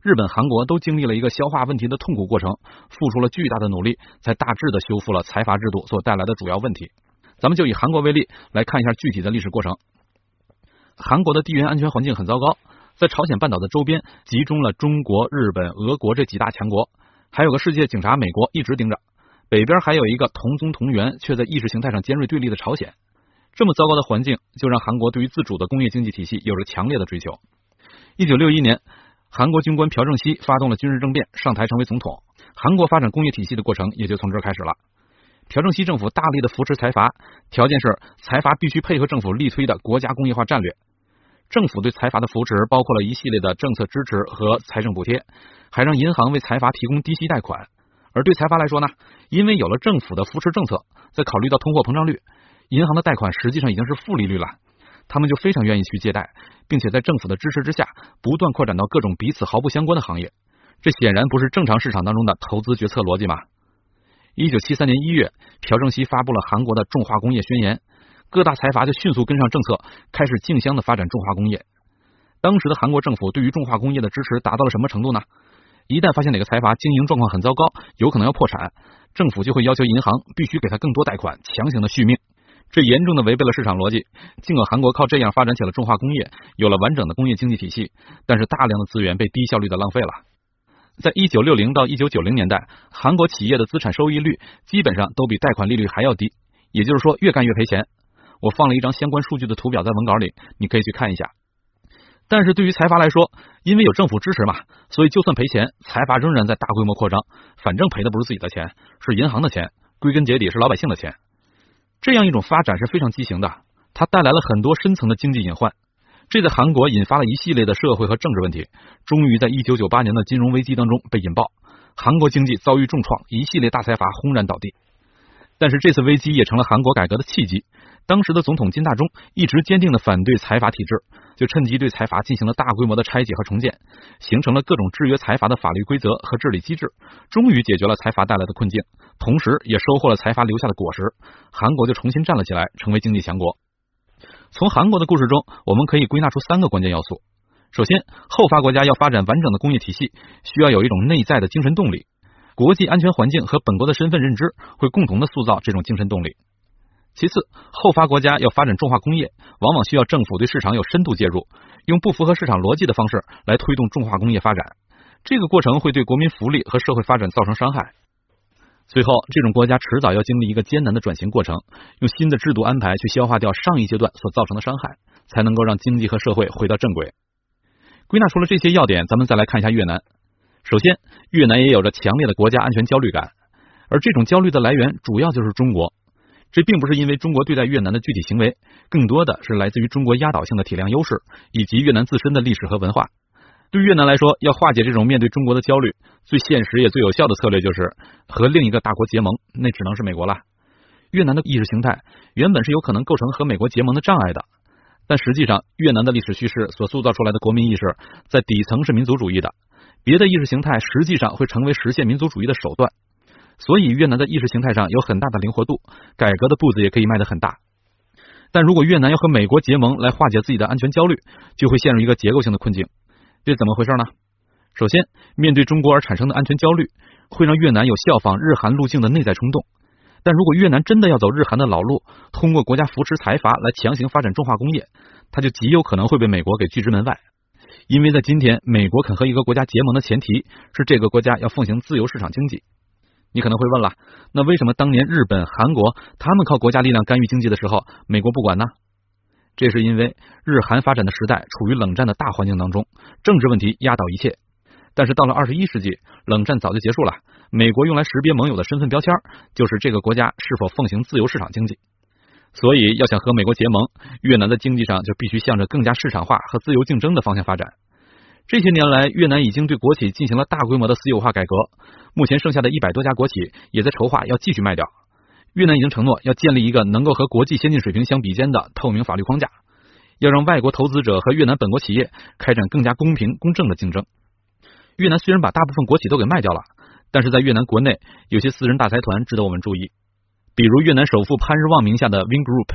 日本、韩国都经历了一个消化问题的痛苦过程，付出了巨大的努力，才大致的修复了财阀制度所带来的主要问题。咱们就以韩国为例来看一下具体的历史过程。韩国的地缘安全环境很糟糕，在朝鲜半岛的周边集中了中国、日本、俄国这几大强国，还有个世界警察美国一直盯着，北边还有一个同宗同源却在意识形态上尖锐对立的朝鲜。这么糟糕的环境就让韩国对于自主的工业经济体系有着强烈的追求。一九六一年，韩国军官朴正熙发动了军事政变，上台成为总统，韩国发展工业体系的过程也就从这儿开始了。朴正熙政府大力的扶持财阀，条件是财阀必须配合政府力推的国家工业化战略。政府对财阀的扶持包括了一系列的政策支持和财政补贴，还让银行为财阀提供低息贷款。而对财阀来说呢，因为有了政府的扶持政策，再考虑到通货膨胀率，银行的贷款实际上已经是负利率了，他们就非常愿意去借贷，并且在政府的支持之下不断扩展到各种彼此毫不相关的行业。这显然不是正常市场当中的投资决策逻辑嘛。一九七三年一月，朴正熙发布了韩国的重化工业宣言，各大财阀就迅速跟上政策，开始竞相的发展重化工业。当时的韩国政府对于重化工业的支持达到了什么程度呢？一旦发现哪个财阀经营状况很糟糕，有可能要破产，政府就会要求银行必须给他更多贷款，强行的续命。这严重的违背了市场逻辑。尽管韩国靠这样发展起了重化工业，有了完整的工业经济体系，但是大量的资源被低效率的浪费了。在一九六零到一九九零年代，韩国企业的资产收益率基本上都比贷款利率还要低，也就是说越干越赔钱。我放了一张相关数据的图表在文稿里，你可以去看一下。但是对于财阀来说，因为有政府支持嘛，所以就算赔钱，财阀仍然在大规模扩张，反正赔的不是自己的钱，是银行的钱，归根结底是老百姓的钱。这样一种发展是非常畸形的，它带来了很多深层的经济隐患。这在韩国引发了一系列的社会和政治问题，终于在一九九八年的金融危机当中被引爆，韩国经济遭遇重创，一系列大财阀轰然倒地。但是这次危机也成了韩国改革的契机，当时的总统金大中一直坚定的反对财阀体制，就趁机对财阀进行了大规模的拆解和重建，形成了各种制约财阀的法律规则和治理机制，终于解决了财阀带来的困境，同时也收获了财阀留下的果实，韩国就重新站了起来，成为经济强国。从韩国的故事中，我们可以归纳出三个关键要素。首先，后发国家要发展完整的工业体系，需要有一种内在的精神动力，国际安全环境和本国的身份认知会共同的塑造这种精神动力。其次，后发国家要发展重化工业，往往需要政府对市场有深度介入，用不符合市场逻辑的方式来推动重化工业发展，这个过程会对国民福利和社会发展造成伤害。最后，这种国家迟早要经历一个艰难的转型过程，用新的制度安排去消化掉上一阶段所造成的伤害，才能够让经济和社会回到正轨。归纳出了这些要点，咱们再来看一下越南。首先，越南也有着强烈的国家安全焦虑感，而这种焦虑的来源主要就是中国。这并不是因为中国对待越南的具体行为，更多的是来自于中国压倒性的体量优势，以及越南自身的历史和文化。对越南来说，要化解这种面对中国的焦虑，最现实也最有效的策略就是和另一个大国结盟，那只能是美国了。越南的意识形态原本是有可能构成和美国结盟的障碍的，但实际上越南的历史叙事所塑造出来的国民意识在底层是民族主义的，别的意识形态实际上会成为实现民族主义的手段。所以越南的意识形态上有很大的灵活度，改革的步子也可以迈得很大。但如果越南要和美国结盟来化解自己的安全焦虑，就会陷入一个结构性的困境。这怎么回事呢？首先，面对中国而产生的安全焦虑，会让越南有效仿日韩路径的内在冲动。但如果越南真的要走日韩的老路，通过国家扶持财阀来强行发展重化工业，它就极有可能会被美国给拒之门外。因为在今天，美国肯和一个国家结盟的前提是这个国家要奉行自由市场经济。你可能会问了，那为什么当年日本、韩国他们靠国家力量干预经济的时候，美国不管呢？这是因为日韩发展的时代处于冷战的大环境当中，政治问题压倒一切。但是到了二十一世纪，冷战早就结束了，美国用来识别盟友的身份标签就是这个国家是否奉行自由市场经济。所以要想和美国结盟，越南的经济上就必须向着更加市场化和自由竞争的方向发展。这些年来，越南已经对国企进行了大规模的私有化改革，目前剩下的一百多家国企也在筹划要继续卖掉。越南已经承诺要建立一个能够和国际先进水平相比肩的透明法律框架，要让外国投资者和越南本国企业开展更加公平公正的竞争。越南虽然把大部分国企都给卖掉了，但是在越南国内有些私人大财团值得我们注意，比如越南首富潘日旺名下的 Vingroup，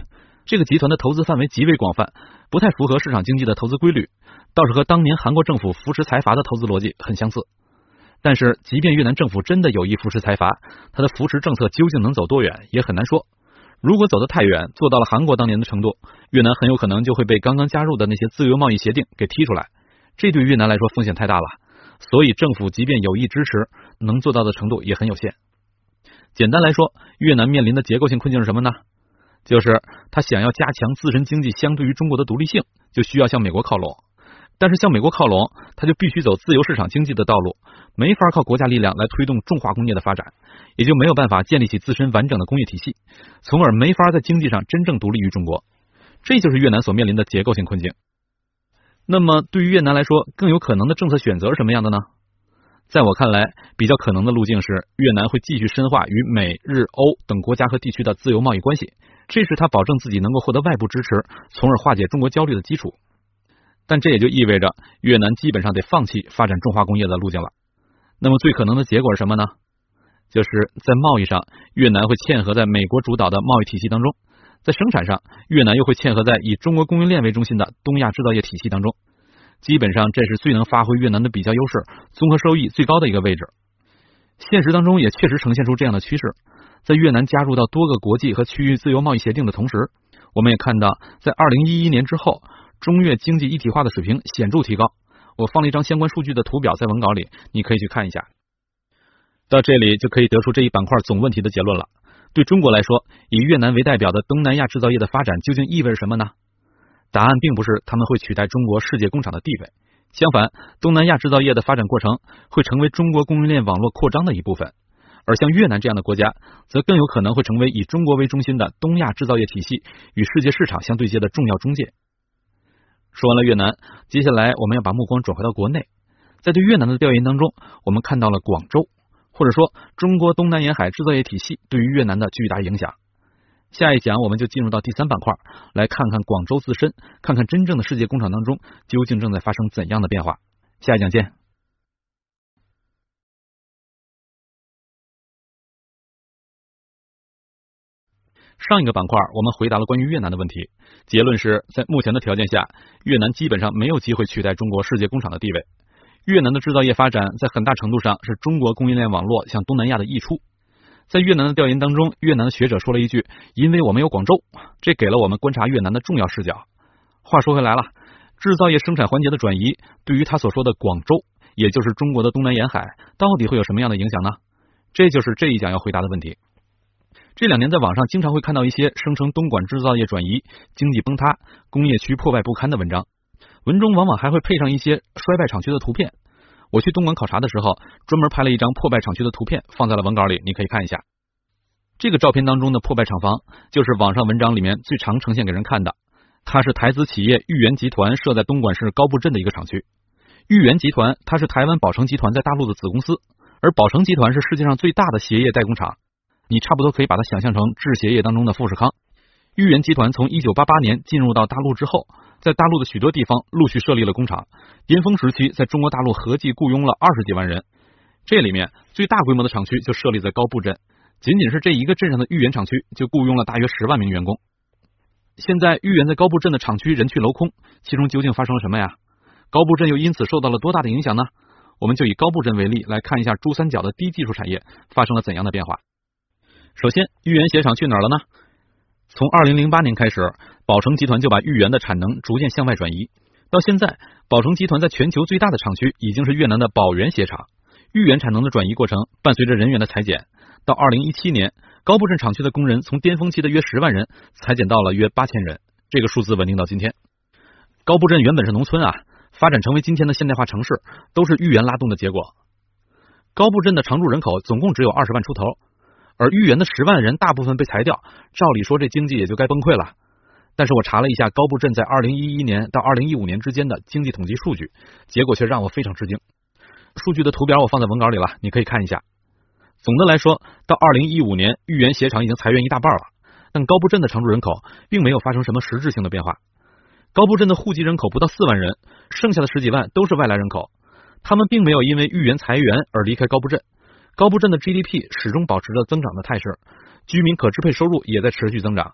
这个集团的投资范围极为广泛，不太符合市场经济的投资规律，倒是和当年韩国政府扶持财阀的投资逻辑很相似。但是即便越南政府真的有意扶持财阀，它的扶持政策究竟能走多远也很难说。如果走得太远，做到了韩国当年的程度，越南很有可能就会被刚刚加入的那些自由贸易协定给踢出来，这对越南来说风险太大了，所以政府即便有意支持，能做到的程度也很有限。简单来说，越南面临的结构性困境是什么呢？就是他想要加强自身经济相对于中国的独立性，就需要向美国靠拢。但是向美国靠拢，他就必须走自由市场经济的道路，没法靠国家力量来推动重化工业的发展，也就没有办法建立起自身完整的工业体系，从而没法在经济上真正独立于中国。这就是越南所面临的结构性困境。那么对于越南来说，更有可能的政策选择是什么样的呢？在我看来，比较可能的路径是越南会继续深化与美、日、欧等国家和地区的自由贸易关系，这是他保证自己能够获得外部支持，从而化解中国焦虑的基础。但这也就意味着越南基本上得放弃发展重化工业的路径了。那么最可能的结果是什么呢？就是在贸易上，越南会嵌合在美国主导的贸易体系当中；在生产上，越南又会嵌合在以中国供应链为中心的东亚制造业体系当中。基本上这是最能发挥越南的比较优势、综合收益最高的一个位置。现实当中也确实呈现出这样的趋势。在越南加入到多个国际和区域自由贸易协定的同时，我们也看到在二零一一年之后，中越经济一体化的水平显著提高。我放了一张相关数据的图表在文稿里，你可以去看一下。到这里就可以得出这一板块总问题的结论了。对中国来说，以越南为代表的东南亚制造业的发展究竟意味着什么呢？答案并不是他们会取代中国世界工厂的地位，相反，东南亚制造业的发展过程会成为中国供应链网络扩张的一部分，而像越南这样的国家，则更有可能会成为以中国为中心的东亚制造业体系与世界市场相对接的重要中介。说完了越南，接下来我们要把目光转回到国内。在对越南的调研当中，我们看到了广州，或者说中国东南沿海制造业体系对于越南的巨大影响。下一讲我们就进入到第三板块，来看看广州自身，看看真正的世界工厂当中究竟正在发生怎样的变化。下一讲见。上一个板块我们回答了关于越南的问题，结论是在目前的条件下，越南基本上没有机会取代中国世界工厂的地位。越南的制造业发展在很大程度上是中国供应链网络向东南亚的溢出。在越南的调研当中，越南的学者说了一句，因为我们有广州，这给了我们观察越南的重要视角。话说回来了，制造业生产环节的转移对于他所说的广州，也就是中国的东南沿海，到底会有什么样的影响呢？这就是这一讲要回答的问题。这两年在网上经常会看到一些声称东莞制造业转移、经济崩塌、工业区破败不堪的文章，文中往往还会配上一些衰败厂区的图片。我去东莞考察的时候，专门拍了一张破败厂区的图片，放在了文稿里，你可以看一下。这个照片当中的破败厂房，就是网上文章里面最常呈现给人看的。它是台资企业豫园集团设在东莞市高埠镇的一个厂区。豫园集团它是台湾宝成集团在大陆的子公司，而宝成集团是世界上最大的鞋业代工厂。你差不多可以把它想象成制鞋业当中的富士康。豫园集团从一九八八年进入到大陆之后，在大陆的许多地方陆续设立了工厂，巅峰时期在中国大陆合计雇佣了二十几万人。这里面最大规模的厂区就设立在高埠镇，仅仅是这一个镇上的豫园厂区就雇佣了大约十万名员工。现在豫园在高埠镇的厂区人去楼空，其中究竟发生了什么呀？高埠镇又因此受到了多大的影响呢？我们就以高埠镇为例，来看一下珠三角的低技术产业发生了怎样的变化。首先，豫园鞋厂去哪儿了呢？从二零零八年开始，宝成集团就把豫园的产能逐渐向外转移。到现在，宝成集团在全球最大的厂区已经是越南的宝源鞋厂。豫园产能的转移过程伴随着人员的裁减。到二零一七年，高埠镇厂区的工人从巅峰期的约十万人裁减到了约八千人，这个数字稳定到今天。高埠镇原本是农村啊，发展成为今天的现代化城市，都是豫园拉动的结果。高埠镇的常住人口总共只有二十万出头。而豫园的十万人大部分被裁掉，照理说这经济也就该崩溃了。但是我查了一下高埠镇在二零一一年到二零一五年之间的经济统计数据，结果却让我非常吃惊。数据的图表我放在文稿里了，你可以看一下。总的来说，到二零一五年，豫园鞋厂已经裁员一大半了，但高埠镇的常住人口并没有发生什么实质性的变化。高埠镇的户籍人口不到四万人，剩下的十几万都是外来人口，他们并没有因为豫园裁员而离开高埠镇。高埠镇的 G D P 始终保持着增长的态势，居民可支配收入也在持续增长。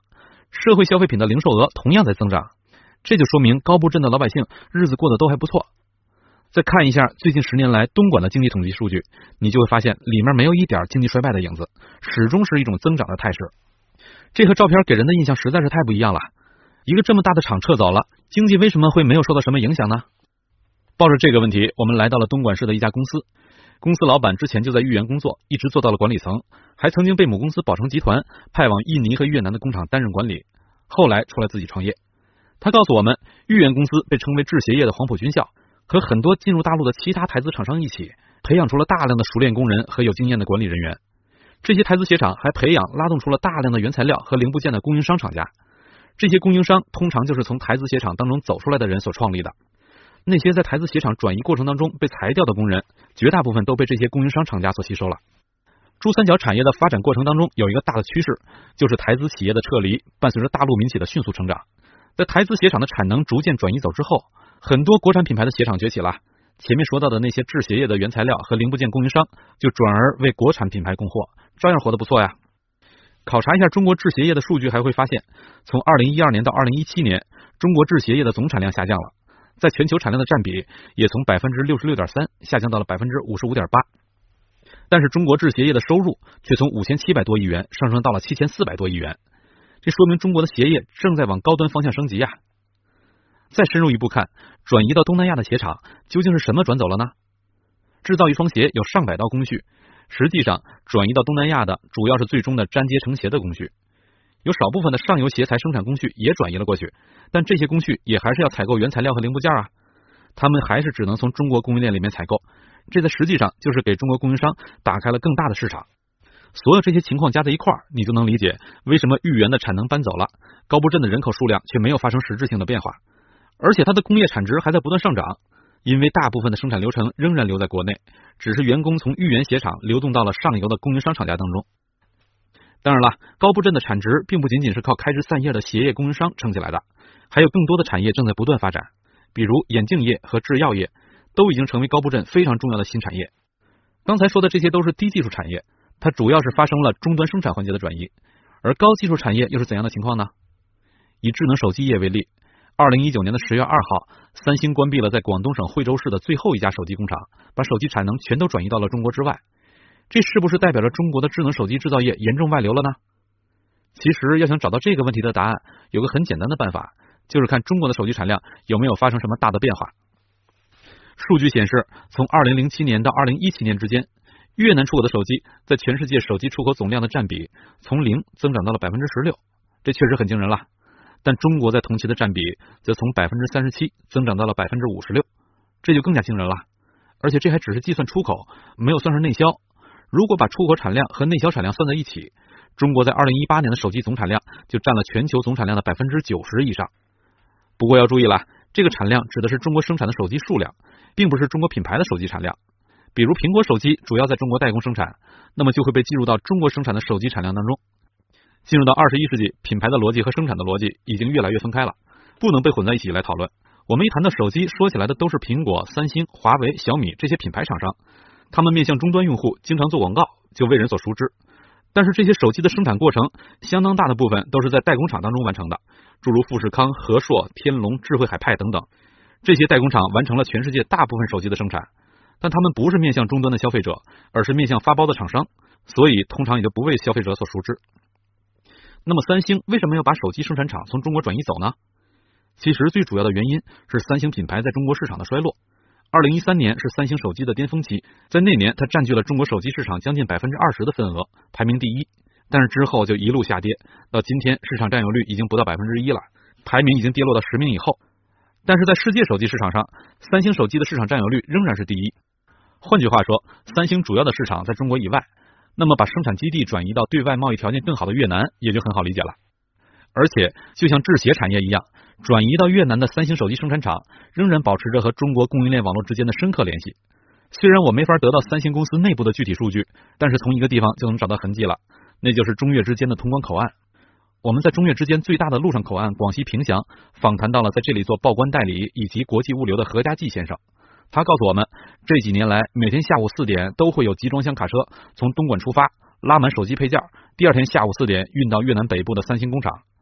社会消费品的零售额同样在增长，这就说明高布镇的老百姓日子过得都还不错。再看一下最近十年来东莞的经济统计数据，你就会发现里面没有一点经济衰败的影子，始终是一种增长的态势。这和照片给人的印象实在是太不一样了。一个这么大的厂撤走了，经济为什么会没有受到什么影响呢？抱着这个问题，我们来到了东莞市的一家公司。公司老板之前就在豫园工作，一直做到了管理层，还曾经被母公司宝成集团派往印尼和越南的工厂担任管理，后来出来自己创业。他告诉我们，豫园公司被称为制鞋业的黄埔军校，和很多进入大陆的其他台资厂商一起，培养出了大量的熟练工人和有经验的管理人员。这些台资鞋厂还培养拉动出了大量的原材料和零部件的供应商厂家，这些供应商通常就是从台资鞋厂当中走出来的人所创立的。那些在台资鞋厂转移过程当中被裁掉的工人，绝大部分都被这些供应商厂家所吸收了。珠三角产业的发展过程当中有一个大的趋势，就是台资企业的撤离，伴随着大陆民企的迅速成长。在台资鞋厂的产能逐渐转移走之后，很多国产品牌的鞋厂崛起了，前面说到的那些制鞋业的原材料和零部件供应商就转而为国产品牌供货，照样活得不错呀。考察一下中国制鞋业的数据，还会发现从二零一二年到二零一七年，中国制鞋业的总产量下降了，在全球产量的占比也从 百分之六十六点三 下降到了 百分之五十五点八， 但是中国制鞋业的收入却从五千七百多亿元上升到了七千四百多亿元，这说明中国的鞋业正在往高端方向升级呀。再深入一步看，转移到东南亚的鞋厂究竟是什么转走了呢？制造一双鞋有上百道工序，实际上转移到东南亚的主要是最终的粘接成鞋的工序，有少部分的上游鞋材生产工序也转移了过去，但这些工序也还是要采购原材料和零部件啊，他们还是只能从中国供应链里面采购，这在实际上就是给中国供应商打开了更大的市场。所有这些情况加在一块儿，你就能理解为什么豫园的产能搬走了，高布镇的人口数量却没有发生实质性的变化，而且它的工业产值还在不断上涨，因为大部分的生产流程仍然留在国内，只是员工从豫园鞋厂流动到了上游的供应商厂家当中。当然了，高布镇的产值并不仅仅是靠开枝散叶的鞋业供应商撑起来的，还有更多的产业正在不断发展，比如眼镜业和制药业都已经成为高布镇非常重要的新产业。刚才说的这些都是低技术产业，它主要是发生了终端生产环节的转移，而高技术产业又是怎样的情况呢？以智能手机业为例，二零一九年的十月二号，三星关闭了在广东省惠州市的最后一家手机工厂，把手机产能全都转移到了中国之外。这是不是代表着中国的智能手机制造业严重外流了呢？其实要想找到这个问题的答案，有个很简单的办法，就是看中国的手机产量有没有发生什么大的变化。数据显示，从二零零七年到二零一七年之间，越南出口的手机在全世界手机出口总量的占比从零增长到了 百分之十六， 这确实很惊人了。但中国在同期的占比则从 百分之三十七 增长到了 百分之五十六， 这就更加惊人了。而且这还只是计算出口，没有算上内销。如果把出口产量和内销产量算在一起，中国在二零一八年的手机总产量就占了全球总产量的 百分之九十 以上。不过要注意了，这个产量指的是中国生产的手机数量，并不是中国品牌的手机产量。比如苹果手机主要在中国代工生产，那么就会被计入到中国生产的手机产量当中。进入到二十一世纪，品牌的逻辑和生产的逻辑已经越来越分开了，不能被混在一起来讨论。我们一谈到手机，说起来的都是苹果、三星、华为、小米这些品牌厂商，他们面向终端用户经常做广告，就为人所熟知。但是这些手机的生产过程相当大的部分都是在代工厂当中完成的，诸如富士康、和硕、天龙、智慧海派等等，这些代工厂完成了全世界大部分手机的生产，但他们不是面向终端的消费者，而是面向发包的厂商，所以通常也就不为消费者所熟知。那么三星为什么要把手机生产厂从中国转移走呢？其实最主要的原因是三星品牌在中国市场的衰落。二零一三年是三星手机的巅峰期，在那年它占据了中国手机市场将近 百分之二十 的份额，排名第一。但是之后就一路下跌，到今天市场占有率已经不到 百分之一 了，排名已经跌落到十名以后。但是在世界手机市场上，三星手机的市场占有率仍然是第一。换句话说，三星主要的市场在中国以外，那么把生产基地转移到对外贸易条件更好的越南也就很好理解了。而且就像制鞋产业一样，转移到越南的三星手机生产厂仍然保持着和中国供应链网络之间的深刻联系。虽然我没法得到三星公司内部的具体数据，但是从一个地方就能找到痕迹了，那就是中越之间的通关口岸。我们在中越之间最大的陆上口岸广西凭祥访谈到了在这里做报关代理以及国际物流的何家骥先生，他告诉我们，这几年来每天下午四点都会有集装箱卡车从东莞出发，拉满手机配件，第二天下午四点运到越南北部的三星工厂。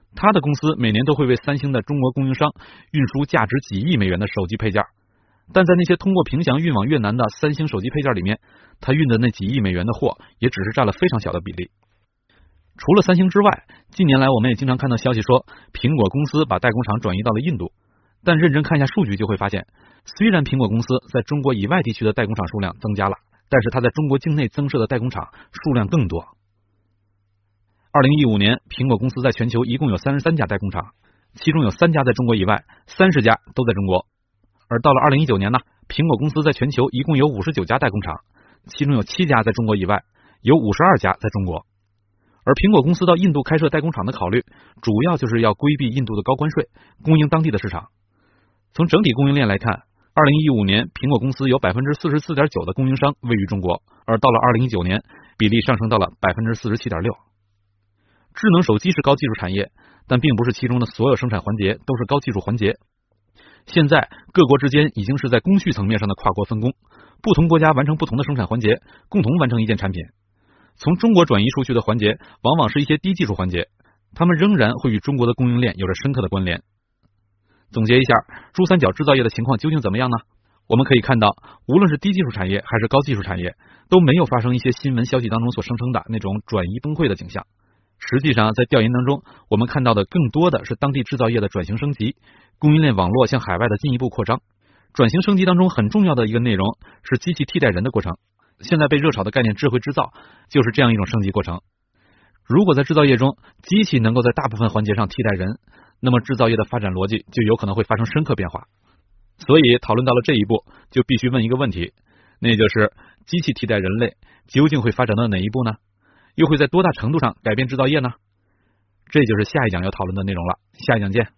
他的公司每年都会为三星的中国供应商运输价值几亿美元的手机配件，但在那些通过平祥运往越南的三星手机配件里面，他运的那几亿美元的货也只是占了非常小的比例。除了三星之外，近年来我们也经常看到消息说苹果公司把代工厂转移到了印度，但认真看一下数据就会发现，虽然苹果公司在中国以外地区的代工厂数量增加了，但是它在中国境内增设的代工厂数量更多。二零一五年，苹果公司在全球一共有三十三家代工厂，其中有三家在中国以外，三十家都在中国。而到了二零一九年呢，苹果公司在全球一共有五十九家代工厂，其中有七家在中国以外，有五十二家在中国。而苹果公司到印度开设代工厂的考虑，主要就是要规避印度的高关税，供应当地的市场。从整体供应链来看，二零一五年苹果公司有 百分之四十四点九 的供应商位于中国，而到了二零一九年，比例上升到了 百分之四十七点六。智能手机是高技术产业，但并不是其中的所有生产环节都是高技术环节。现在各国之间已经是在工序层面上的跨国分工，不同国家完成不同的生产环节，共同完成一件产品。从中国转移出去的环节往往是一些低技术环节，它们仍然会与中国的供应链有着深刻的关联。总结一下，珠三角制造业的情况究竟怎么样呢？我们可以看到，无论是低技术产业还是高技术产业，都没有发生一些新闻消息当中所声称的那种转移崩溃的景象。实际上，在调研当中，我们看到的更多的是当地制造业的转型升级，供应链网络向海外的进一步扩张。转型升级当中很重要的一个内容是机器替代人的过程。现在被热炒的概念智慧制造，就是这样一种升级过程。如果在制造业中，机器能够在大部分环节上替代人，那么制造业的发展逻辑就有可能会发生深刻变化。所以讨论到了这一步，就必须问一个问题，那就是机器替代人类究竟会发展到哪一步呢？又会在多大程度上改变制造业呢？这就是下一讲要讨论的内容了，下一讲见。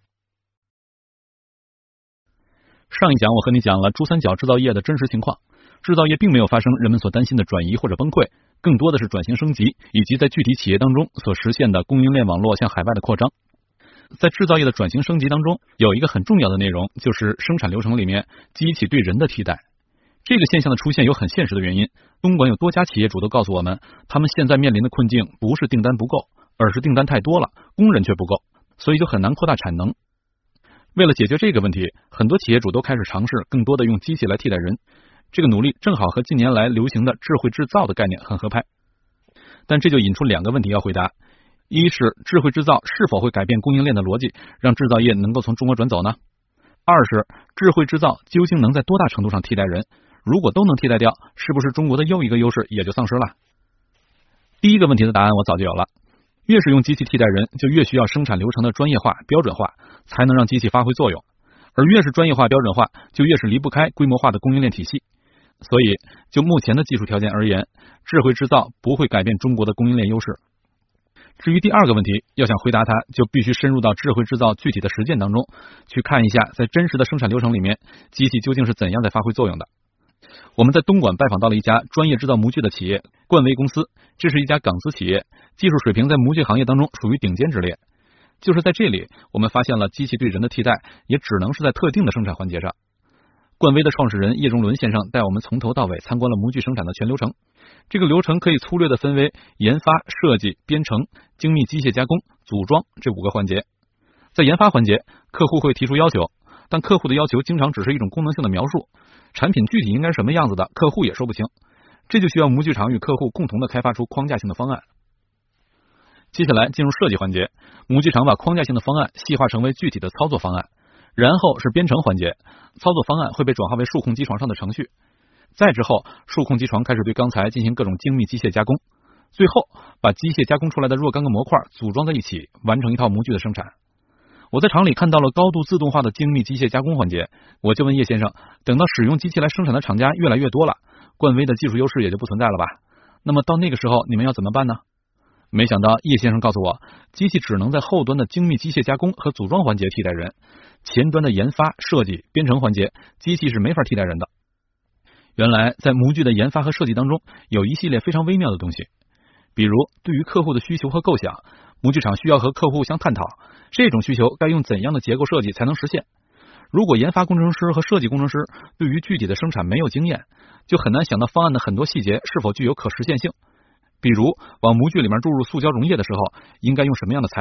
上一讲我和你讲了珠三角制造业的真实情况，制造业并没有发生人们所担心的转移或者崩溃，更多的是转型升级，以及在具体企业当中所实现的供应链网络向海外的扩张。在制造业的转型升级当中，有一个很重要的内容，就是生产流程里面机器对人的替代。这个现象的出现有很现实的原因，东莞有多家企业主都告诉我们，他们现在面临的困境不是订单不够，而是订单太多了，工人却不够，所以就很难扩大产能。为了解决这个问题，很多企业主都开始尝试更多的用机器来替代人，这个努力正好和近年来流行的智慧制造的概念很合拍。但这就引出两个问题要回答，一是智慧制造是否会改变供应链的逻辑，让制造业能够从中国转走呢？二是智慧制造究竟能在多大程度上替代人？如果都能替代掉，是不是中国的又一个优势也就丧失了？第一个问题的答案我早就有了，越是用机器替代人，就越需要生产流程的专业化、标准化，才能让机器发挥作用。而越是专业化、标准化，就越是离不开规模化的供应链体系。所以，就目前的技术条件而言，智慧制造不会改变中国的供应链优势。至于第二个问题，要想回答它，就必须深入到智慧制造具体的实践当中，去看一下在真实的生产流程里面，机器究竟是怎样在发挥作用的。我们在东莞拜访到了一家专业制造模具的企业冠威公司，这是一家港资企业，技术水平在模具行业当中属于顶尖之列。就是在这里，我们发现了机器对人的替代也只能是在特定的生产环节上。冠威的创始人叶仲伦先生带我们从头到尾参观了模具生产的全流程。这个流程可以粗略的分为研发、设计、编程、精密机械加工、组装这五个环节。在研发环节，客户会提出要求，但客户的要求经常只是一种功能性的描述，产品具体应该是什么样子的，客户也说不清。这就需要模具厂与客户共同的开发出框架性的方案。接下来进入设计环节，模具厂把框架性的方案细化成为具体的操作方案，然后是编程环节，操作方案会被转化为数控机床上的程序，再之后数控机床开始对钢材进行各种精密机械加工，最后把机械加工出来的若干个模块组装在一起，完成一套模具的生产。我在厂里看到了高度自动化的精密机械加工环节，我就问叶先生，等到使用机器来生产的厂家越来越多了，冠威的技术优势也就不存在了吧？那么到那个时候你们要怎么办呢？没想到叶先生告诉我，机器只能在后端的精密机械加工和组装环节替代人，前端的研发、设计、编程环节，机器是没法替代人的。原来在模具的研发和设计当中，有一系列非常微妙的东西，比如对于客户的需求和构想，模具厂需要和客户相探讨，这种需求该用怎样的结构设计才能实现。如果研发工程师和设计工程师对于具体的生产没有经验，就很难想到方案的很多细节是否具有可实现性。比如往模具里面注入塑胶溶液的时候，应该用什么样的材料？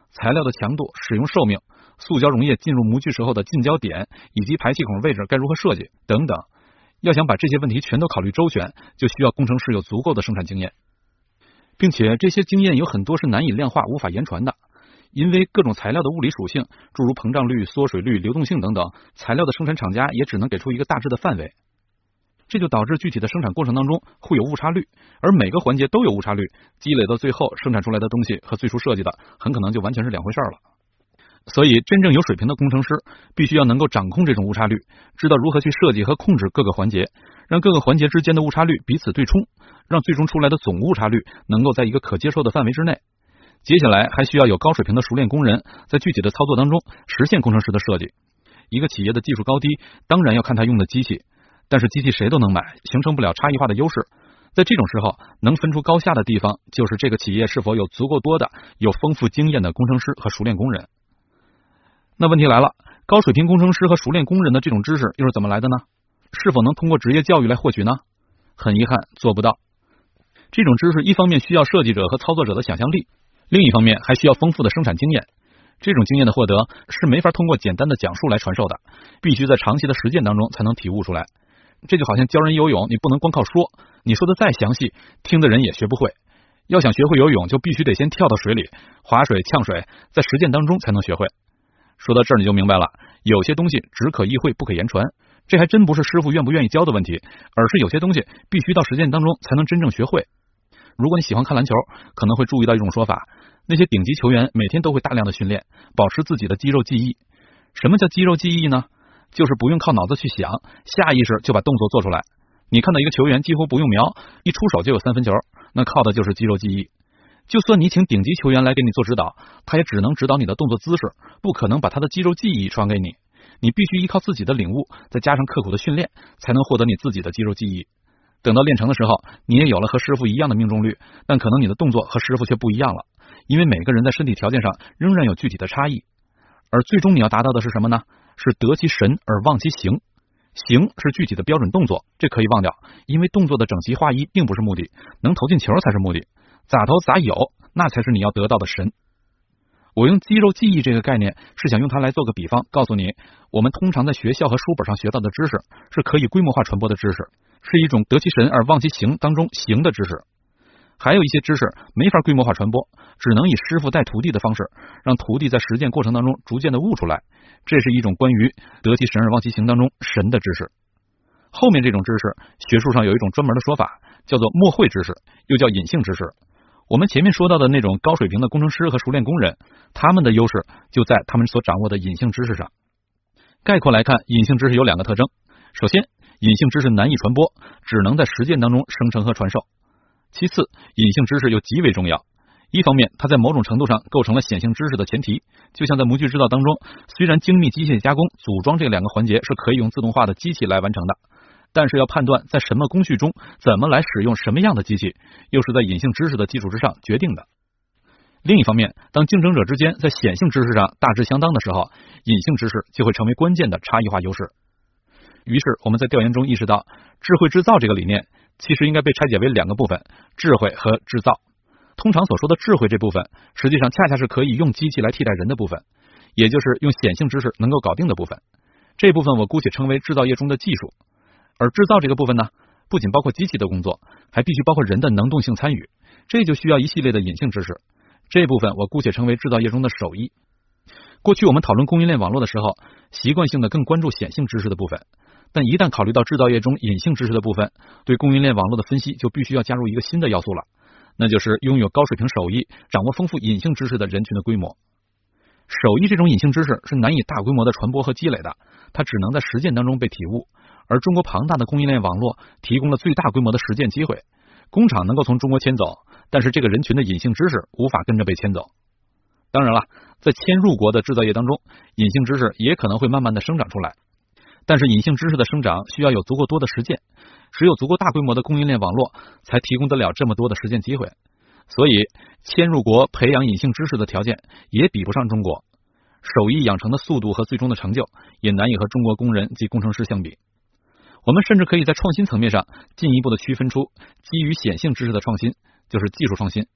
材料的强度、使用寿命、塑胶溶液进入模具时候的进胶点，以及排气孔位置该如何设计等等。要想把这些问题全都考虑周全，就需要工程师有足够的生产经验，并且这些经验有很多是难以量化、无法言传的。因为各种材料的物理属性，诸如膨胀率、缩水率、流动性等等，材料的生产厂家也只能给出一个大致的范围。这就导致具体的生产过程当中会有误差率，而每个环节都有误差率，积累到最后生产出来的东西和最初设计的很可能就完全是两回事了。所以真正有水平的工程师必须要能够掌控这种误差率，知道如何去设计和控制各个环节，让各个环节之间的误差率彼此对冲，让最终出来的总误差率能够在一个可接受的范围之内。接下来还需要有高水平的熟练工人在具体的操作当中实现工程师的设计。一个企业的技术高低当然要看他用的机器，但是机器谁都能买，形成不了差异化的优势。在这种时候，能分出高下的地方就是这个企业是否有足够多的有丰富经验的工程师和熟练工人。那问题来了，高水平工程师和熟练工人的这种知识又是怎么来的呢？是否能通过职业教育来获取呢？很遗憾，做不到。这种知识一方面需要设计者和操作者的想象力，另一方面还需要丰富的生产经验。这种经验的获得是没法通过简单的讲述来传授的，必须在长期的实践当中才能体悟出来。这就好像教人游泳，你不能光靠说，你说的再详细，听的人也学不会。要想学会游泳，就必须得先跳到水里，划水、呛水，在实践当中才能学会。说到这儿你就明白了，有些东西只可意会不可言传，这还真不是师傅愿不愿意教的问题，而是有些东西必须到实践当中才能真正学会。如果你喜欢看篮球，可能会注意到一种说法，那些顶级球员每天都会大量的训练，保持自己的肌肉记忆。什么叫肌肉记忆呢？就是不用靠脑子去想，下意识就把动作做出来。你看到一个球员几乎不用瞄，一出手就有三分球，那靠的就是肌肉记忆。就算你请顶级球员来给你做指导，他也只能指导你的动作姿势，不可能把他的肌肉记忆传给你。你必须依靠自己的领悟，再加上刻苦的训练，才能获得你自己的肌肉记忆。等到练成的时候，你也有了和师傅一样的命中率，但可能你的动作和师傅却不一样了，因为每个人在身体条件上仍然有具体的差异。而最终你要达到的是什么呢？是得其神而忘其形。形是具体的标准动作，这可以忘掉，因为动作的整齐划一并不是目的，能投进球才是目的。咋投咋有，那才是你要得到的神。我用肌肉记忆这个概念，是想用它来做个比方，告诉你，我们通常在学校和书本上学到的知识，是可以规模化传播的知识，是一种得其神而忘其形当中形的知识。还有一些知识没法规模化传播，只能以师傅带徒弟的方式，让徒弟在实践过程当中逐渐的悟出来，这是一种关于得其神而忘其形当中神的知识。后面这种知识，学术上有一种专门的说法，叫做默会知识，又叫隐性知识。我们前面说到的那种高水平的工程师和熟练工人，他们的优势就在他们所掌握的隐性知识上。概括来看，隐性知识有两个特征。首先，隐性知识难以传播，只能在实践当中生成和传授。其次，隐性知识又极为重要。一方面，它在某种程度上构成了显性知识的前提，就像在模具制造当中，虽然精密机械加工、组装这两个环节是可以用自动化的机器来完成的，但是要判断在什么工序中怎么来使用什么样的机器，又是在隐性知识的基础之上决定的。另一方面，当竞争者之间在显性知识上大致相当的时候，隐性知识就会成为关键的差异化优势。于是我们在调研中意识到，智慧制造这个理念其实应该被拆解为两个部分，智慧和制造。通常所说的智慧这部分，实际上恰恰是可以用机器来替代人的部分，也就是用显性知识能够搞定的部分。这部分我姑且称为制造业中的技术。而制造这个部分呢，不仅包括机器的工作，还必须包括人的能动性参与，这就需要一系列的隐性知识。这部分我姑且称为制造业中的手艺。过去我们讨论供应链网络的时候，习惯性的更关注显性知识的部分，但一旦考虑到制造业中隐性知识的部分，对供应链网络的分析就必须要加入一个新的要素了，那就是拥有高水平手艺、掌握丰富隐性知识的人群的规模。手艺这种隐性知识是难以大规模的传播和积累的，它只能在实践当中被体悟，而中国庞大的供应链网络提供了最大规模的实践机会。工厂能够从中国迁走，但是这个人群的隐性知识无法跟着被迁走。当然了，在迁入国的制造业当中，隐性知识也可能会慢慢的生长出来，但是隐性知识的生长需要有足够多的实践，只有足够大规模的供应链网络才提供得了这么多的实践机会。所以迁入国培养隐性知识的条件也比不上中国，手艺养成的速度和最终的成就也难以和中国工人及工程师相比。我们甚至可以在创新层面上进一步的区分出基于显性知识的创新，就是技术创新，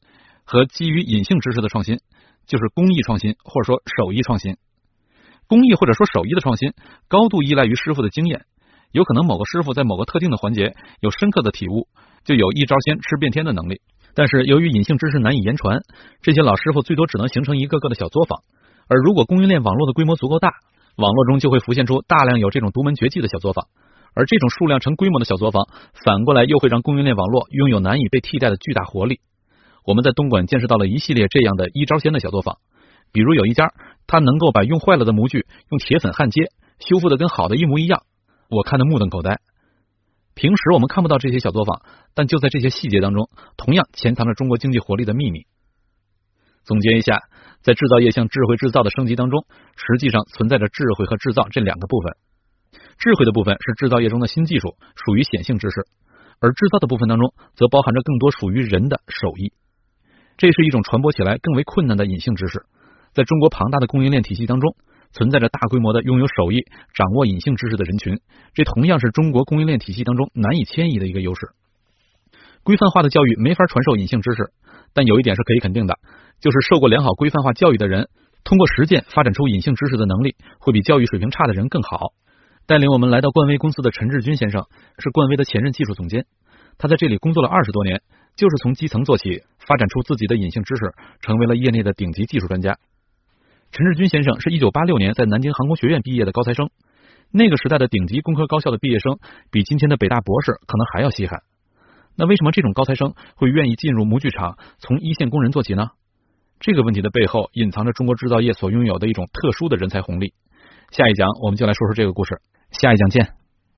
和基于隐性知识的创新，就是工艺创新或者说手艺创新。工艺或者说手艺的创新高度依赖于师傅的经验，有可能某个师傅在某个特定的环节有深刻的体悟，就有一招鲜吃遍天的能力。但是由于隐性知识难以言传，这些老师傅最多只能形成一个个的小作坊。而如果供应链网络的规模足够大，网络中就会浮现出大量有这种独门绝技的小作坊，而这种数量成规模的小作坊，反过来又会让供应链网络拥有难以被替代的巨大活力。我们在东莞见识到了一系列这样的一招鲜的小作坊，比如有一家，它能够把用坏了的模具用铁粉焊接，修复的跟好的一模一样，我看得目瞪口呆。平时我们看不到这些小作坊，但就在这些细节当中，同样潜藏着中国经济活力的秘密。总结一下，在制造业向智慧制造的升级当中，实际上存在着智慧和制造这两个部分。智慧的部分是制造业中的新技术，属于显性知识，而制造的部分当中则包含着更多属于人的手艺。这是一种传播起来更为困难的隐性知识。在中国庞大的供应链体系当中，存在着大规模的拥有手艺、掌握隐性知识的人群，这同样是中国供应链体系当中难以迁移的一个优势。规范化的教育没法传授隐性知识，但有一点是可以肯定的，就是受过良好规范化教育的人，通过实践发展出隐性知识的能力，会比教育水平差的人更好。带领我们来到冠威公司的陈志军先生是冠威的前任技术总监，他在这里工作了二十多年，就是从基层做起，发展出自己的隐性知识，成为了业内的顶级技术专家。陈志军先生是一九八六年在南京航空学院毕业的高材生，那个时代的顶级工科高校的毕业生比今天的北大博士可能还要稀罕。那为什么这种高材生会愿意进入模具厂，从一线工人做起呢？这个问题的背后隐藏着中国制造业所拥有的一种特殊的人才红利。下一讲我们就来说说这个故事，下一讲见。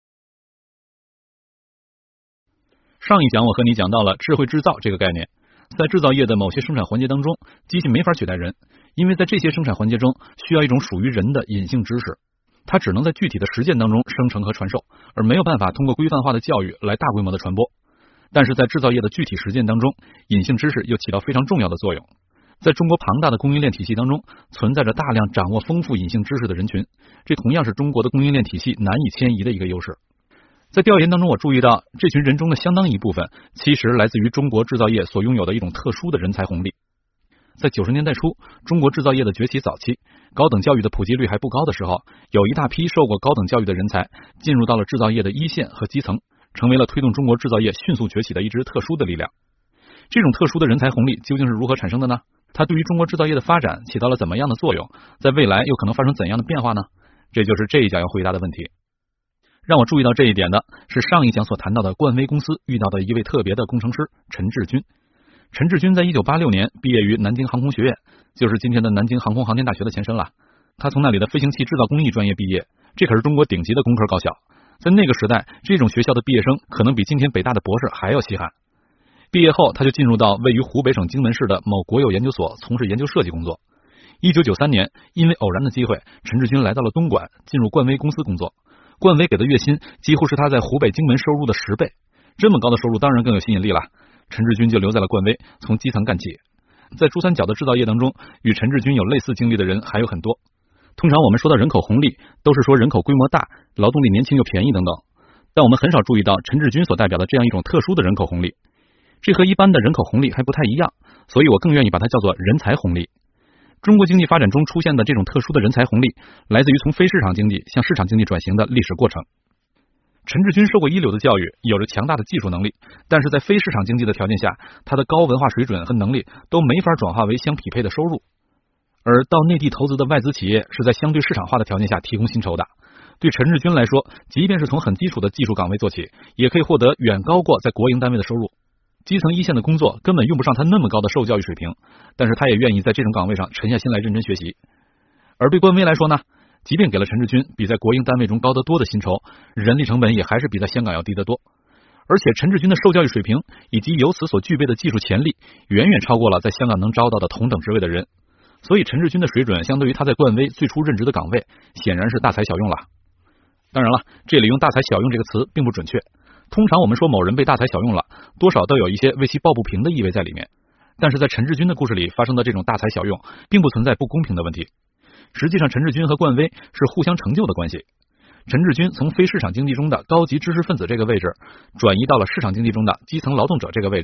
上一讲我和你讲到了智慧制造这个概念，在制造业的某些生产环节当中，机器没法取代人，因为在这些生产环节中需要一种属于人的隐性知识，它只能在具体的实践当中生成和传授，而没有办法通过规范化的教育来大规模的传播。但是在制造业的具体实践当中，隐性知识又起到非常重要的作用。在中国庞大的供应链体系当中，存在着大量掌握丰富隐性知识的人群，这同样是中国的供应链体系难以迁移的一个优势。在调研当中，我注意到这群人中的相当一部分其实来自于中国制造业所拥有的一种特殊的人才红利。在九十年代初，中国制造业的崛起早期，高等教育的普及率还不高的时候，有一大批受过高等教育的人才进入到了制造业的一线和基层，成为了推动中国制造业迅速崛起的一支特殊的力量。这种特殊的人才红利究竟是如何产生的呢？它对于中国制造业的发展起到了怎么样的作用？在未来又可能发生怎样的变化呢？这就是这一讲要回答的问题。让我注意到这一点的是上一讲所谈到的冠威公司遇到的一位特别的工程师陈志军。陈志军在一九八六年毕业于南京航空学院，就是今天的南京航空航天大学的前身了。他从那里的飞行器制造工艺专业毕业，这可是中国顶级的工科高校。在那个时代，这种学校的毕业生可能比今天北大的博士还要稀罕。毕业后，他就进入到位于湖北省荆门市的某国有研究所从事研究设计工作。一九九三年，因为偶然的机会，陈志军来到了东莞，进入冠威公司工作。冠威给的月薪几乎是他在湖北荆门收入的十倍，这么高的收入当然更有吸引力了。陈志军就留在了冠威，从基层干起。在珠三角的制造业当中，与陈志军有类似经历的人还有很多。通常我们说到人口红利，都是说人口规模大，劳动力年轻又便宜等等，但我们很少注意到陈志军所代表的这样一种特殊的人口红利。这和一般的人口红利还不太一样，所以我更愿意把它叫做人才红利。中国经济发展中出现的这种特殊的人才红利，来自于从非市场经济向市场经济转型的历史过程。陈志军受过一流的教育，有着强大的技术能力，但是在非市场经济的条件下，他的高文化水准和能力都没法转化为相匹配的收入。而到内地投资的外资企业是在相对市场化的条件下提供薪酬的。对陈志军来说，即便是从很基础的技术岗位做起，也可以获得远高过在国营单位的收入。基层一线的工作根本用不上他那么高的受教育水平，但是他也愿意在这种岗位上沉下心来认真学习。而对冠威来说呢，即便给了陈志军比在国营单位中高得多的薪酬，人力成本也还是比在香港要低得多。而且陈志军的受教育水平以及由此所具备的技术潜力，远远超过了在香港能招到的同等职位的人。所以陈志军的水准相对于他在冠威最初任职的岗位，显然是大材小用了。当然了，这里用大材小用这个词并不准确。通常我们说某人被大材小用了，多少都有一些为其抱不平的意味在里面。但是在陈志军的故事里发生的这种大材小用，并不存在不公平的问题。实际上陈志军和冠威是互相成就的关系。陈志军从非市场经济中的高级知识分子这个位置，转移到了市场经济中的基层劳动者这个位置，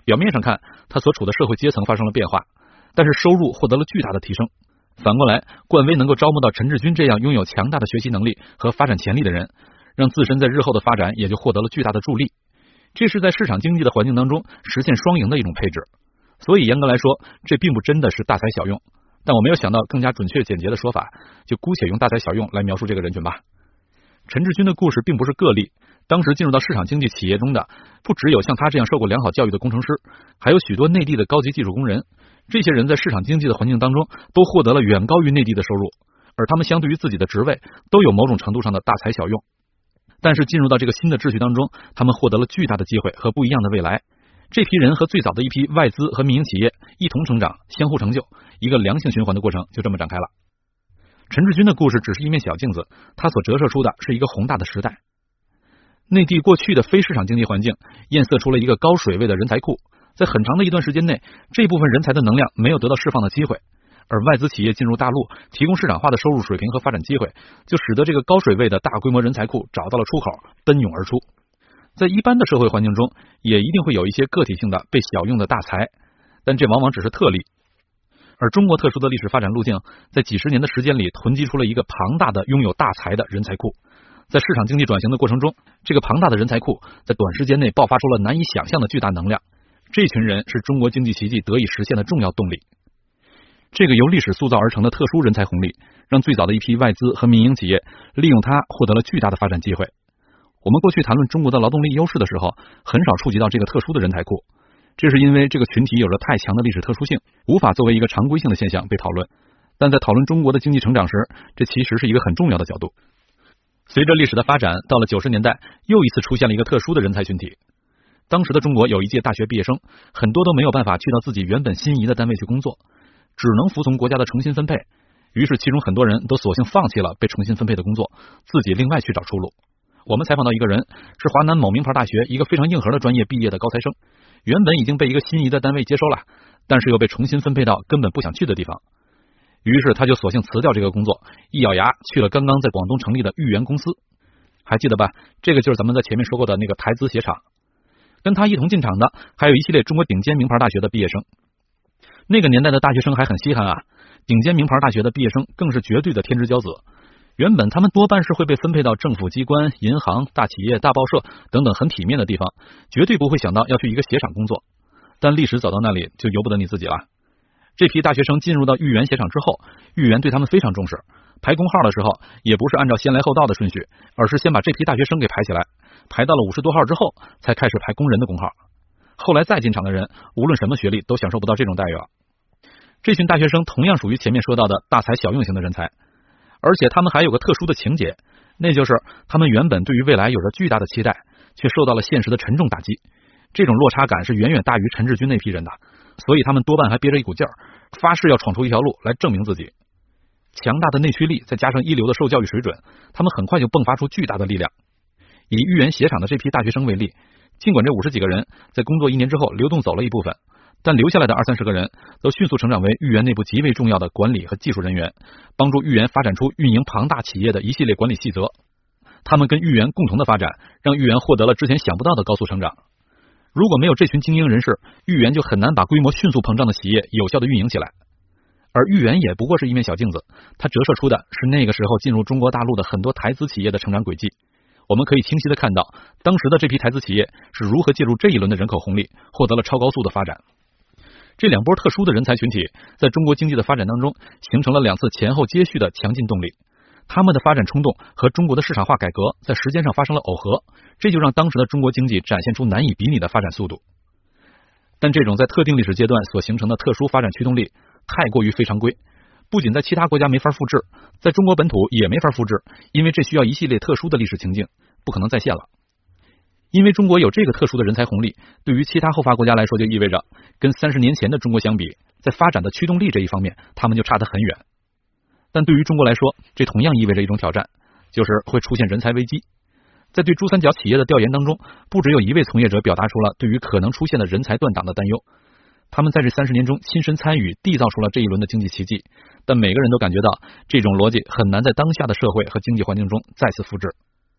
表面上看，他所处的社会阶层发生了变化，但是收入获得了巨大的提升。反过来，冠威能够招募到陈志军这样拥有强大的学习能力和发展潜力的人，让自身在日后的发展也就获得了巨大的助力。这是在市场经济的环境当中实现双赢的一种配置。所以严格来说，这并不真的是大材小用，但我没有想到更加准确简洁的说法，就姑且用大材小用来描述这个人群吧。陈志军的故事并不是个例，当时进入到市场经济企业中的不只有像他这样受过良好教育的工程师，还有许多内地的高级技术工人。这些人在市场经济的环境当中都获得了远高于内地的收入，而他们相对于自己的职位都有某种程度上的大材小用。但是进入到这个新的秩序当中，他们获得了巨大的机会和不一样的未来。这批人和最早的一批外资和民营企业一同成长，相互成就，一个良性循环的过程就这么展开了。陈志军的故事只是一面小镜子，他所折射出的是一个宏大的时代。内地过去的非市场经济环境验色出了一个高水位的人才库，在很长的一段时间内，这部分人才的能量没有得到释放的机会，而外资企业进入大陆，提供市场化的收入水平和发展机会，就使得这个高水位的大规模人才库找到了出口，奔涌而出。在一般的社会环境中，也一定会有一些个体性的被小用的大才，但这往往只是特例。而中国特殊的历史发展路径，在几十年的时间里囤积出了一个庞大的拥有大才的人才库。在市场经济转型的过程中，这个庞大的人才库在短时间内爆发出了难以想象的巨大能量。这群人是中国经济奇迹得以实现的重要动力。这个由历史塑造而成的特殊人才红利，让最早的一批外资和民营企业利用它获得了巨大的发展机会。我们过去谈论中国的劳动力优势的时候，很少触及到这个特殊的人才库，这是因为这个群体有着太强的历史特殊性，无法作为一个常规性的现象被讨论。但在讨论中国的经济成长时，这其实是一个很重要的角度。随着历史的发展，到了九十年代，又一次出现了一个特殊的人才群体。当时的中国有一届大学毕业生，很多都没有办法去到自己原本心仪的单位去工作，只能服从国家的重新分配。于是其中很多人都索性放弃了被重新分配的工作，自己另外去找出路。我们采访到一个人，是华南某名牌大学一个非常硬核的专业毕业的高材生，原本已经被一个心仪的单位接收了，但是又被重新分配到根本不想去的地方。于是他就索性辞掉这个工作，一咬牙去了刚刚在广东成立的豫园公司。还记得吧？这个就是咱们在前面说过的那个台资鞋厂。跟他一同进场的还有一系列中国顶尖名牌大学的毕业生。那个年代的大学生还很稀罕啊，顶尖名牌大学的毕业生更是绝对的天之骄子。原本他们多半是会被分配到政府机关、银行、大企业、大报社等等很体面的地方，绝对不会想到要去一个鞋厂工作。但历史走到那里，就由不得你自己了。这批大学生进入到豫园鞋厂之后，豫园对他们非常重视，排工号的时候也不是按照先来后到的顺序，而是先把这批大学生给排起来，排到了五十多号之后，才开始排工人的工号。后来再进场的人，无论什么学历都享受不到这种待遇了。这群大学生同样属于前面说到的大材小用型的人才，而且他们还有个特殊的情节，那就是他们原本对于未来有着巨大的期待，却受到了现实的沉重打击。这种落差感是远远大于陈志军那批人的，所以他们多半还憋着一股劲儿，发誓要闯出一条路来证明自己。强大的内驱力再加上一流的受教育水准，他们很快就迸发出巨大的力量。以豫园鞋厂的这批大学生为例，尽管这五十几个人在工作一年之后流动走了一部分，但留下来的二三十个人都迅速成长为豫园内部极为重要的管理和技术人员，帮助豫园发展出运营庞大企业的一系列管理细则。他们跟豫园共同的发展，让豫园获得了之前想不到的高速成长。如果没有这群精英人士，豫园就很难把规模迅速膨胀的企业有效的运营起来。而豫园也不过是一面小镜子，它折射出的是那个时候进入中国大陆的很多台资企业的成长轨迹。我们可以清晰的看到，当时的这批台资企业是如何借助这一轮的人口红利，获得了超高速的发展。这两波特殊的人才群体，在中国经济的发展当中，形成了两次前后接续的强劲动力。他们的发展冲动和中国的市场化改革在时间上发生了耦合，这就让当时的中国经济展现出难以比拟的发展速度。但这种在特定历史阶段所形成的特殊发展驱动力太过于非常规，不仅在其他国家没法复制，在中国本土也没法复制，因为这需要一系列特殊的历史情境，不可能再现了。因为中国有这个特殊的人才红利，对于其他后发国家来说，就意味着跟三十年前的中国相比，在发展的驱动力这一方面，他们就差得很远。但对于中国来说，这同样意味着一种挑战，就是会出现人才危机。在对珠三角企业的调研当中，不只有一位从业者表达出了对于可能出现的人才断档的担忧。他们在这三十年中亲身参与缔造出了这一轮的经济奇迹，但每个人都感觉到这种逻辑很难在当下的社会和经济环境中再次复制。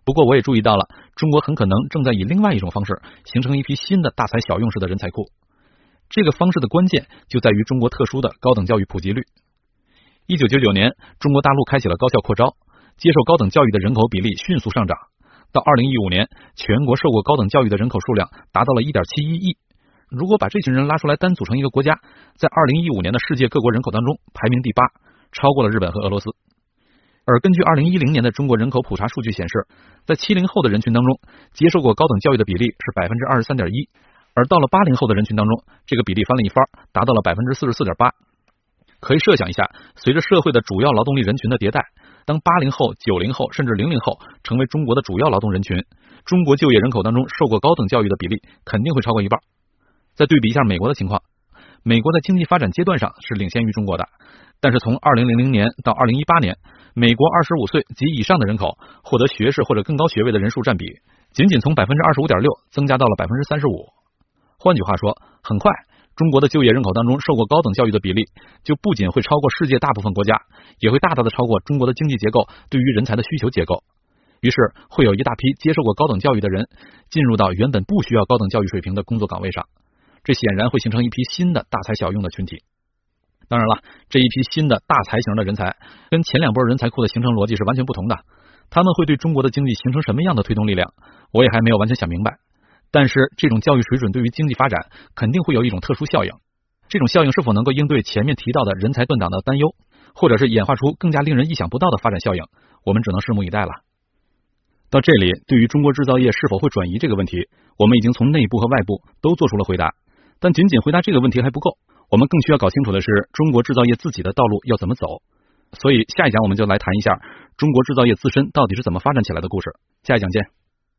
不过我也注意到了，中国很可能正在以另外一种方式形成一批新的大材小用式的人才库。这个方式的关键就在于中国特殊的高等教育普及率。一九九九年，中国大陆开启了高校扩招，接受高等教育的人口比例迅速上涨。到二零一五年，全国受过高等教育的人口数量达到了 一点七一亿。如果把这群人拉出来单组成一个国家，在二零一五年的世界各国人口当中排名第八，超过了日本和俄罗斯。而根据二零一零年的中国人口普查数据显示，在七零后的人群当中，接受过高等教育的比例是 百分之二十三点一， 而到了八零后的人群当中，这个比例翻了一番，达到了 百分之四十四点八。可以设想一下，随着社会的主要劳动力人群的迭代，当八零后、九零后甚至零零后成为中国的主要劳动人群，中国就业人口当中受过高等教育的比例肯定会超过一半。再对比一下美国的情况，美国在经济发展阶段上是领先于中国的，但是从二零零零年到二零一八年，美国二十五岁及以上的人口获得学士或者更高学位的人数占比仅仅从 百分之二十五点六 增加到了 百分之三十五。 换句话说，很快中国的就业人口当中受过高等教育的比例就不仅会超过世界大部分国家，也会大大的超过中国的经济结构对于人才的需求结构。于是会有一大批接受过高等教育的人进入到原本不需要高等教育水平的工作岗位上，这显然会形成一批新的大材小用的群体。当然了，这一批新的大才型的人才跟前两波人才库的形成逻辑是完全不同的，他们会对中国的经济形成什么样的推动力量，我也还没有完全想明白。但是这种教育水准对于经济发展肯定会有一种特殊效应，这种效应是否能够应对前面提到的人才断档的担忧，或者是演化出更加令人意想不到的发展效应，我们只能拭目以待了。到这里，对于中国制造业是否会转移这个问题，我们已经从内部和外部都做出了回答，但仅仅回答这个问题还不够，我们更需要搞清楚的是中国制造业自己的道路要怎么走。所以下一讲我们就来谈一下中国制造业自身到底是怎么发展起来的故事。下一讲见。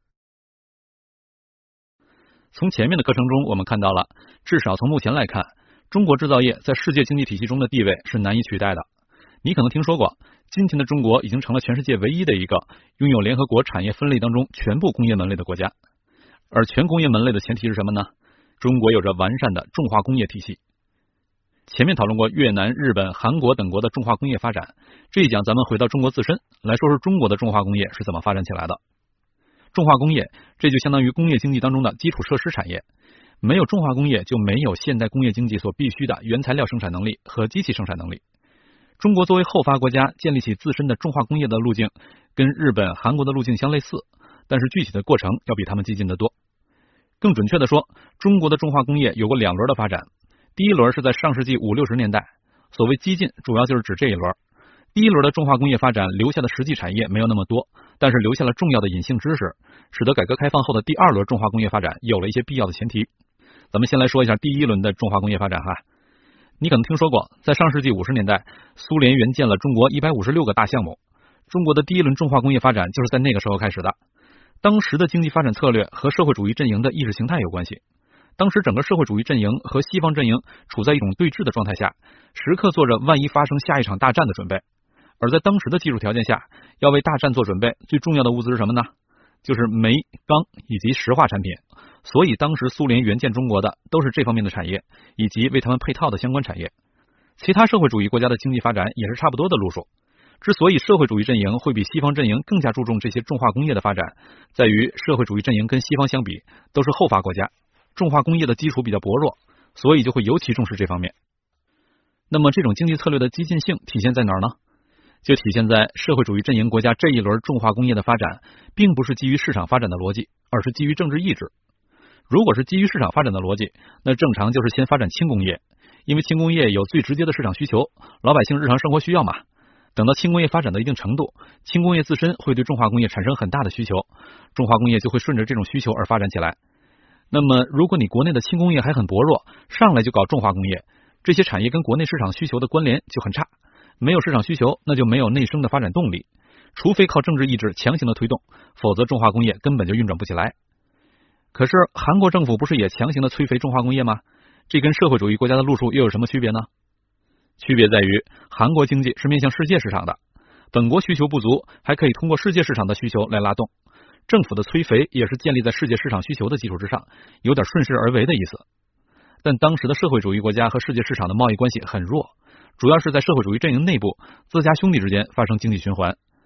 从前面的课程中我们看到了，至少从目前来看，中国制造业在世界经济体系中的地位是难以取代的。你可能听说过，今天的中国已经成了全世界唯一的一个拥有联合国产业分类当中全部工业门类的国家。而全工业门类的前提是什么呢？中国有着完善的重化工业体系。前面讨论过越南、日本、韩国等国的重化工业发展，这一讲咱们回到中国自身来说说中国的重化工业是怎么发展起来的。重化工业，这就相当于工业经济当中的基础设施产业。没有重化工业，就没有现代工业经济所必须的原材料生产能力和机器生产能力。中国作为后发国家，建立起自身的重化工业的路径，跟日本、韩国的路径相类似，但是具体的过程要比他们激进得多。更准确的说，中国的重化工业有过两轮的发展。第一轮是在上世纪五六十年代，所谓激进，主要就是指这一轮。第一轮的重化工业发展留下的实际产业没有那么多，但是留下了重要的隐性知识，使得改革开放后的第二轮重化工业发展有了一些必要的前提。咱们先来说一下第一轮的重化工业发展哈。你可能听说过，在上世纪五十年代，苏联援建了中国一百五十六个大项目，中国的第一轮重化工业发展就是在那个时候开始的。当时的经济发展策略和社会主义阵营的意识形态有关系。当时整个社会主义阵营和西方阵营处在一种对峙的状态下，时刻做着万一发生下一场大战的准备。而在当时的技术条件下，要为大战做准备，最重要的物资是什么呢？就是煤、钢以及石化产品。所以当时苏联援建中国的都是这方面的产业，以及为他们配套的相关产业。其他社会主义国家的经济发展也是差不多的路数。之所以社会主义阵营会比西方阵营更加注重这些重化工业的发展，在于社会主义阵营跟西方相比都是后发国家，重化工业的基础比较薄弱，所以就会尤其重视这方面。那么这种经济策略的激进性体现在哪儿呢？就体现在社会主义阵营国家这一轮重化工业的发展并不是基于市场发展的逻辑，而是基于政治意志。如果是基于市场发展的逻辑，那正常就是先发展轻工业，因为轻工业有最直接的市场需求，老百姓日常生活需要嘛。等到轻工业发展到一定程度，轻工业自身会对重化工业产生很大的需求，重化工业就会顺着这种需求而发展起来。那么如果你国内的轻工业还很薄弱，上来就搞重化工业，这些产业跟国内市场需求的关联就很差，没有市场需求，那就没有内生的发展动力，除非靠政治意志强行的推动，否则重化工业根本就运转不起来。可是韩国政府不是也强行的催肥重化工业吗？这跟社会主义国家的路数又有什么区别呢？区别在于韩国经济是面向世界市场的，本国需求不足，还可以通过世界市场的需求来拉动，政府的催肥也是建立在世界市场需求的基础之上，有点顺势而为的意思。但当时的社会主义国家和世界市场的贸易关系很弱，主要是在社会主义阵营内部自家兄弟之间发生经济循环。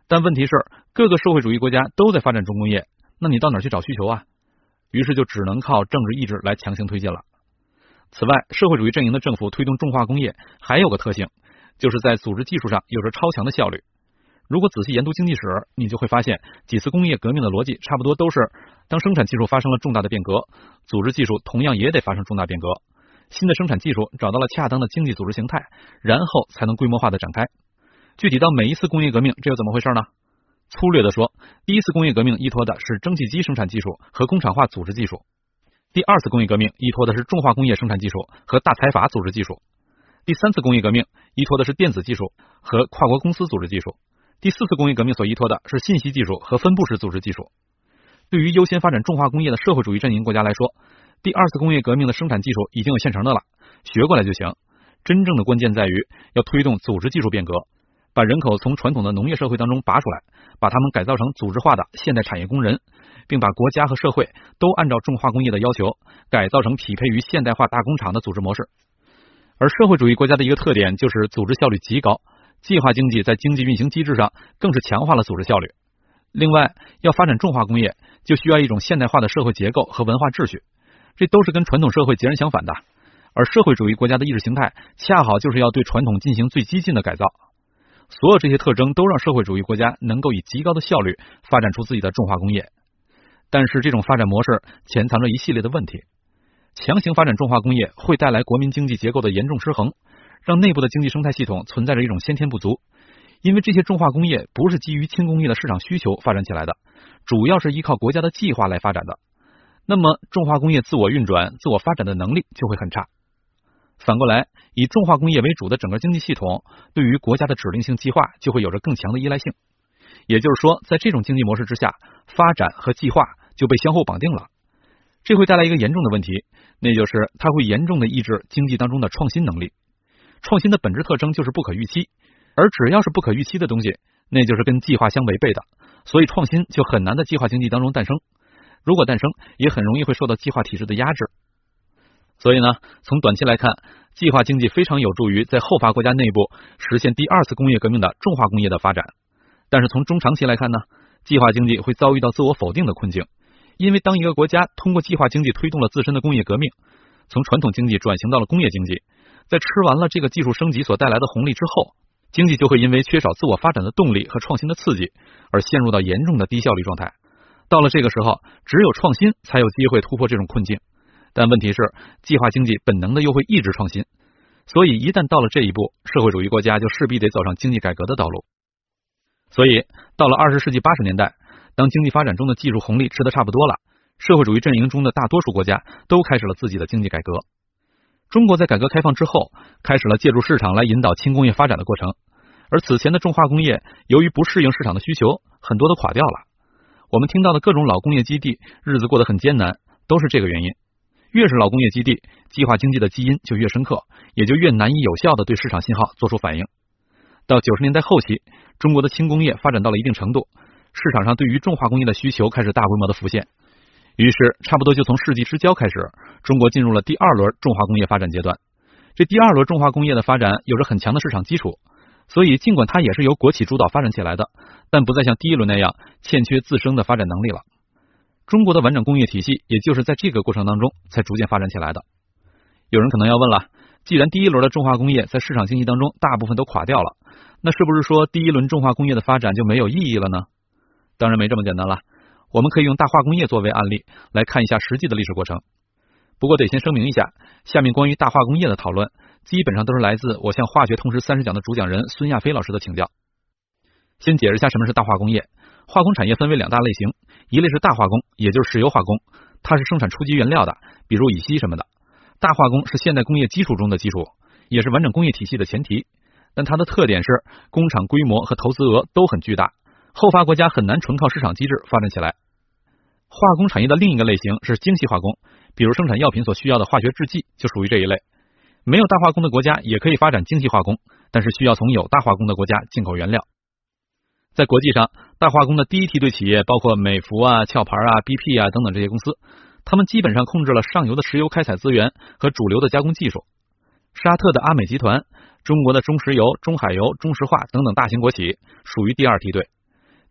但问题是，各个社会主义国家都在发展重工业，那你到哪儿去找需求啊？于是就只能靠政治意志来强行推进了。此外，社会主义阵营的政府推动重化工业还有个特性，就是在组织技术上有着超强的效率。如果仔细研读经济史，你就会发现几次工业革命的逻辑差不多都是，当生产技术发生了重大的变革，组织技术同样也得发生重大变革，新的生产技术找到了恰当的经济组织形态，然后才能规模化的展开。具体到每一次工业革命，这又怎么回事呢？粗略的说，第一次工业革命依托的是蒸汽机生产技术和工厂化组织技术，第二次工业革命依托的是重化工业生产技术和大财阀组织技术，第三次工业革命依托的是电子技术和跨国公司组织技术，第四次工业革命所依托的是信息技术和分布式组织技术。对于优先发展重化工业的社会主义阵营国家来说，第二次工业革命的生产技术已经有现成的了，学过来就行。真正的关键在于要推动组织技术变革，把人口从传统的农业社会当中拔出来，把他们改造成组织化的现代产业工人，并把国家和社会都按照重化工业的要求改造成匹配于现代化大工厂的组织模式。而社会主义国家的一个特点就是组织效率极高，计划经济在经济运行机制上更是强化了组织效率。另外，要发展重化工业，就需要一种现代化的社会结构和文化秩序，这都是跟传统社会截然相反的。而社会主义国家的意识形态恰好就是要对传统进行最激进的改造。所有这些特征都让社会主义国家能够以极高的效率发展出自己的重化工业。但是这种发展模式潜藏着一系列的问题。强行发展重化工业会带来国民经济结构的严重失衡，让内部的经济生态系统存在着一种先天不足。因为这些重化工业不是基于轻工业的市场需求发展起来的，主要是依靠国家的计划来发展的。那么重化工业自我运转、自我发展的能力就会很差。反过来，以重化工业为主的整个经济系统对于国家的指令性计划就会有着更强的依赖性。也就是说，在这种经济模式之下，发展和计划就被相互绑定了。这会带来一个严重的问题，那就是它会严重的抑制经济当中的创新能力。创新的本质特征就是不可预期，而只要是不可预期的东西，那就是跟计划相违背的，所以创新就很难在计划经济当中诞生。如果诞生，也很容易会受到计划体制的压制。所以呢，从短期来看，计划经济非常有助于在后发国家内部实现第二次工业革命的重化工业的发展。但是从中长期来看呢，计划经济会遭遇到自我否定的困境。因为当一个国家通过计划经济推动了自身的工业革命，从传统经济转型到了工业经济，在吃完了这个技术升级所带来的红利之后，经济就会因为缺少自我发展的动力和创新的刺激，而陷入到严重的低效率状态。到了这个时候，只有创新才有机会突破这种困境。但问题是，计划经济本能的又会抑制创新，所以一旦到了这一步，社会主义国家就势必得走上经济改革的道路。所以到了二十世纪八十年代，当经济发展中的技术红利吃得差不多了，社会主义阵营中的大多数国家都开始了自己的经济改革。中国在改革开放之后，开始了借助市场来引导轻工业发展的过程，而此前的重化工业由于不适应市场的需求，很多都垮掉了。我们听到的各种老工业基地日子过得很艰难，都是这个原因。越是老工业基地，计划经济的基因就越深刻，也就越难以有效的对市场信号做出反应。到九十年代后期，中国的轻工业发展到了一定程度，市场上对于重化工业的需求开始大规模的浮现。于是差不多就从世纪之交开始，中国进入了第二轮重化工业发展阶段。这第二轮重化工业的发展有着很强的市场基础，所以尽管它也是由国企主导发展起来的，但不再像第一轮那样欠缺自身的发展能力了。中国的完整工业体系也就是在这个过程当中才逐渐发展起来的。有人可能要问了，既然第一轮的重化工业在市场经济当中大部分都垮掉了，那是不是说第一轮重化工业的发展就没有意义了呢？当然没这么简单了，我们可以用大化工业作为案例来看一下实际的历史过程。不过得先声明一下，下面关于大化工业的讨论基本上都是来自我向化学通识三十讲的主讲人孙亚飞老师的请教。先解释一下什么是大化工业。化工产业分为两大类型，一类是大化工，也就是石油化工，它是生产初级原料的，比如乙烯什么的。大化工是现代工业基础中的基础，也是完整工业体系的前提，但它的特点是工厂规模和投资额都很巨大，后发国家很难纯靠市场机制发展起来。化工产业的另一个类型是精细化工，比如生产药品所需要的化学制剂就属于这一类。没有大化工的国家也可以发展精细化工，但是需要从有大化工的国家进口原料。在国际上，大化工的第一梯队企业包括美孚啊、壳牌啊、B P 啊等等这些公司，他们基本上控制了上游的石油开采资源和主流的加工技术。沙特的阿美集团、中国的中石油、中海油、中石化等等大型国企属于第二梯队。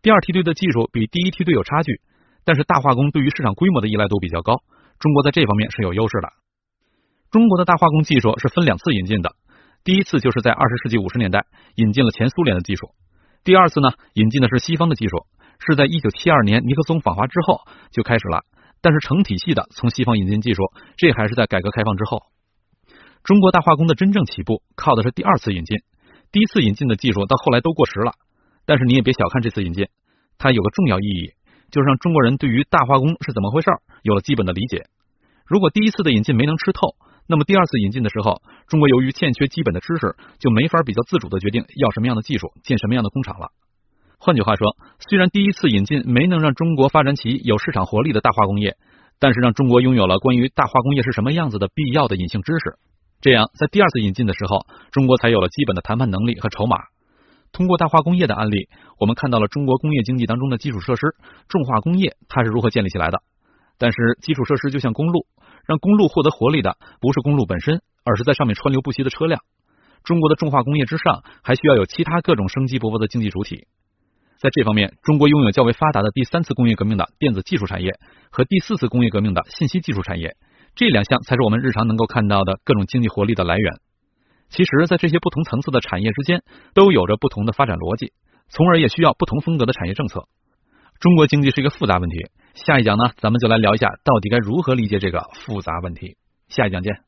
第二梯队的技术比第一梯队有差距，但是大化工对于市场规模的依赖度比较高，中国在这方面是有优势的。中国的大化工技术是分两次引进的，第一次就是在二十世纪五十年代引进了前苏联的技术，第二次呢引进的是西方的技术，是在一九七二年尼克松访华之后就开始了，但是成体系的从西方引进技术，这还是在改革开放之后。中国大化工的真正起步靠的是第二次引进，第一次引进的技术到后来都过时了，但是你也别小看这次引进，它有个重要意义，就是让中国人对于大化工是怎么回事有了基本的理解。如果第一次的引进没能吃透，那么第二次引进的时候，中国由于欠缺基本的知识，就没法比较自主的决定要什么样的技术，建什么样的工厂了。换句话说，虽然第一次引进没能让中国发展起有市场活力的大化工业，但是让中国拥有了关于大化工业是什么样子的必要的隐性知识。这样在第二次引进的时候，中国才有了基本的谈判能力和筹码。通过大化工业的案例，我们看到了中国工业经济当中的基础设施重化工业它是如何建立起来的。但是基础设施就像公路，让公路获得活力的不是公路本身，而是在上面川流不息的车辆。中国的重化工业之上还需要有其他各种生机勃勃的经济主体。在这方面，中国拥有较为发达的第三次工业革命的电子技术产业和第四次工业革命的信息技术产业，这两项才是我们日常能够看到的各种经济活力的来源。其实在这些不同层次的产业之间都有着不同的发展逻辑，从而也需要不同风格的产业政策。中国经济是一个复杂问题，下一讲呢，咱们就来聊一下到底该如何理解这个复杂问题。下一讲见。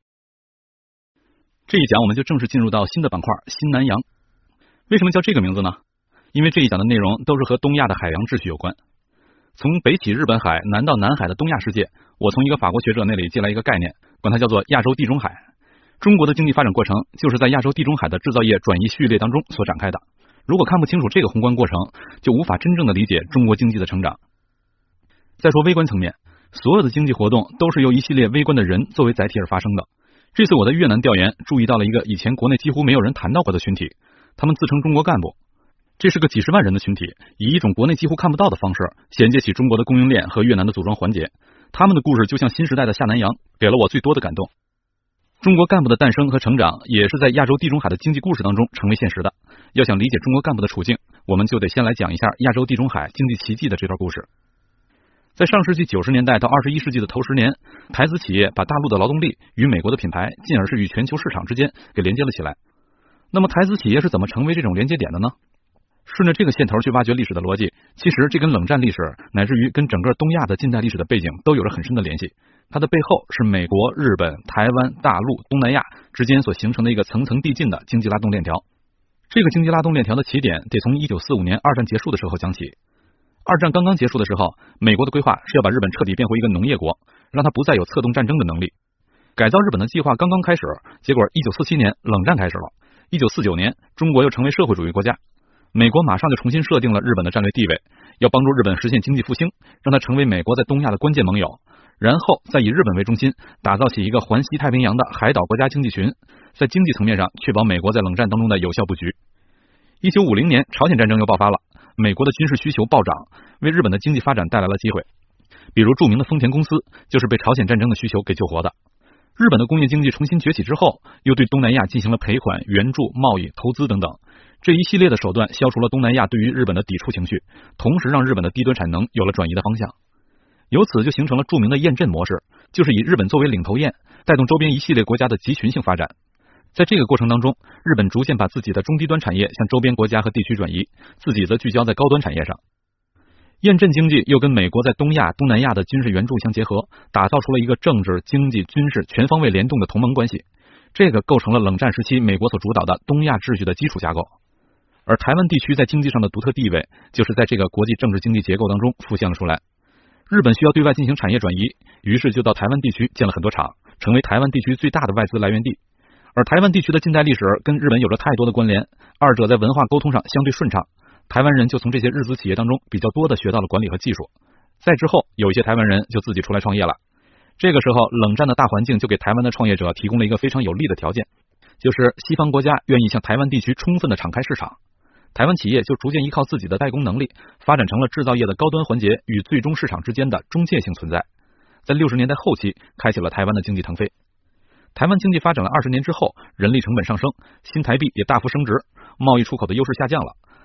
这一讲我们就正式进入到新的板块新南洋。为什么叫这个名字呢？因为这一讲的内容都是和东亚的海洋秩序有关。从北起日本海，南到南海的东亚世界，我从一个法国学者那里借来一个概念，管它叫做亚洲地中海。中国的经济发展过程就是在亚洲地中海的制造业转移序列当中所展开的。如果看不清楚这个宏观过程，就无法真正的理解中国经济的成长。再说微观层面，所有的经济活动都是由一系列微观的人作为载体而发生的。这次我在越南调研注意到了一个以前国内几乎没有人谈到过的群体，他们自称中国干部。这是个几十万人的群体，以一种国内几乎看不到的方式衔接起中国的供应链和越南的组装环节。他们的故事就像新时代的下南洋，给了我最多的感动。中国干部的诞生和成长也是在亚洲地中海的经济故事当中成为现实的。要想理解中国干部的处境，我们就得先来讲一下亚洲地中海经济奇迹的这段故事。在上世纪九十年代到二十一世纪的头十年，台资企业把大陆的劳动力与美国的品牌，进而是与全球市场之间给连接了起来。那么台资企业是怎么成为这种连接点的呢？顺着这个线头去挖掘历史的逻辑，其实这跟冷战历史乃至于跟整个东亚的近代历史的背景都有着很深的联系。它的背后是美国、日本、台湾、大陆、东南亚之间所形成的一个层层递进的经济拉动链条。这个经济拉动链条的起点得从一九四五年二战结束的时候讲起。二战刚刚结束的时候，美国的规划是要把日本彻底变回一个农业国，让它不再有策动战争的能力。改造日本的计划刚刚开始，结果一九四七年冷战开始了。一九四九年中国又成为社会主义国家，美国马上就重新设定了日本的战略地位，要帮助日本实现经济复兴，让它成为美国在东亚的关键盟友，然后再以日本为中心打造起一个环西太平洋的海岛国家经济群，在经济层面上确保美国在冷战当中的有效布局。一九五零年朝鲜战争又爆发了，美国的军事需求暴涨，为日本的经济发展带来了机会。比如著名的丰田公司就是被朝鲜战争的需求给救活的。日本的工业经济重新崛起之后，又对东南亚进行了赔款、援助、贸易、投资等等，这一系列的手段消除了东南亚对于日本的抵触情绪，同时让日本的低端产能有了转移的方向。由此就形成了著名的雁阵模式，就是以日本作为领头雁，带动周边一系列国家的集群性发展。在这个过程当中，日本逐渐把自己的中低端产业向周边国家和地区转移，自己则聚焦在高端产业上。雁阵经济又跟美国在东亚、东南亚的军事援助相结合，打造出了一个政治、经济、军事全方位联动的同盟关系。这个构成了冷战时期美国所主导的东亚秩序的基础架构。而台湾地区在经济上的独特地位，就是在这个国际政治经济结构当中浮现了出来。日本需要对外进行产业转移，于是就到台湾地区建了很多厂，成为台湾地区最大的外资来源地。而台湾地区的近代历史跟日本有着太多的关联，二者在文化沟通上相对顺畅，台湾人就从这些日资企业当中比较多的学到了管理和技术。再之后，有一些台湾人就自己出来创业了。这个时候，冷战的大环境就给台湾的创业者提供了一个非常有利的条件，就是西方国家愿意向台湾地区充分的敞开市场。台湾企业就逐渐依靠自己的代工能力，发展成了制造业的高端环节与最终市场之间的中介性存在。在六十年代后期，开启了台湾的经济腾飞。台湾经济发展了二十年之后，人力成本上升，新台币也大幅升值，贸易出口的优势下降了。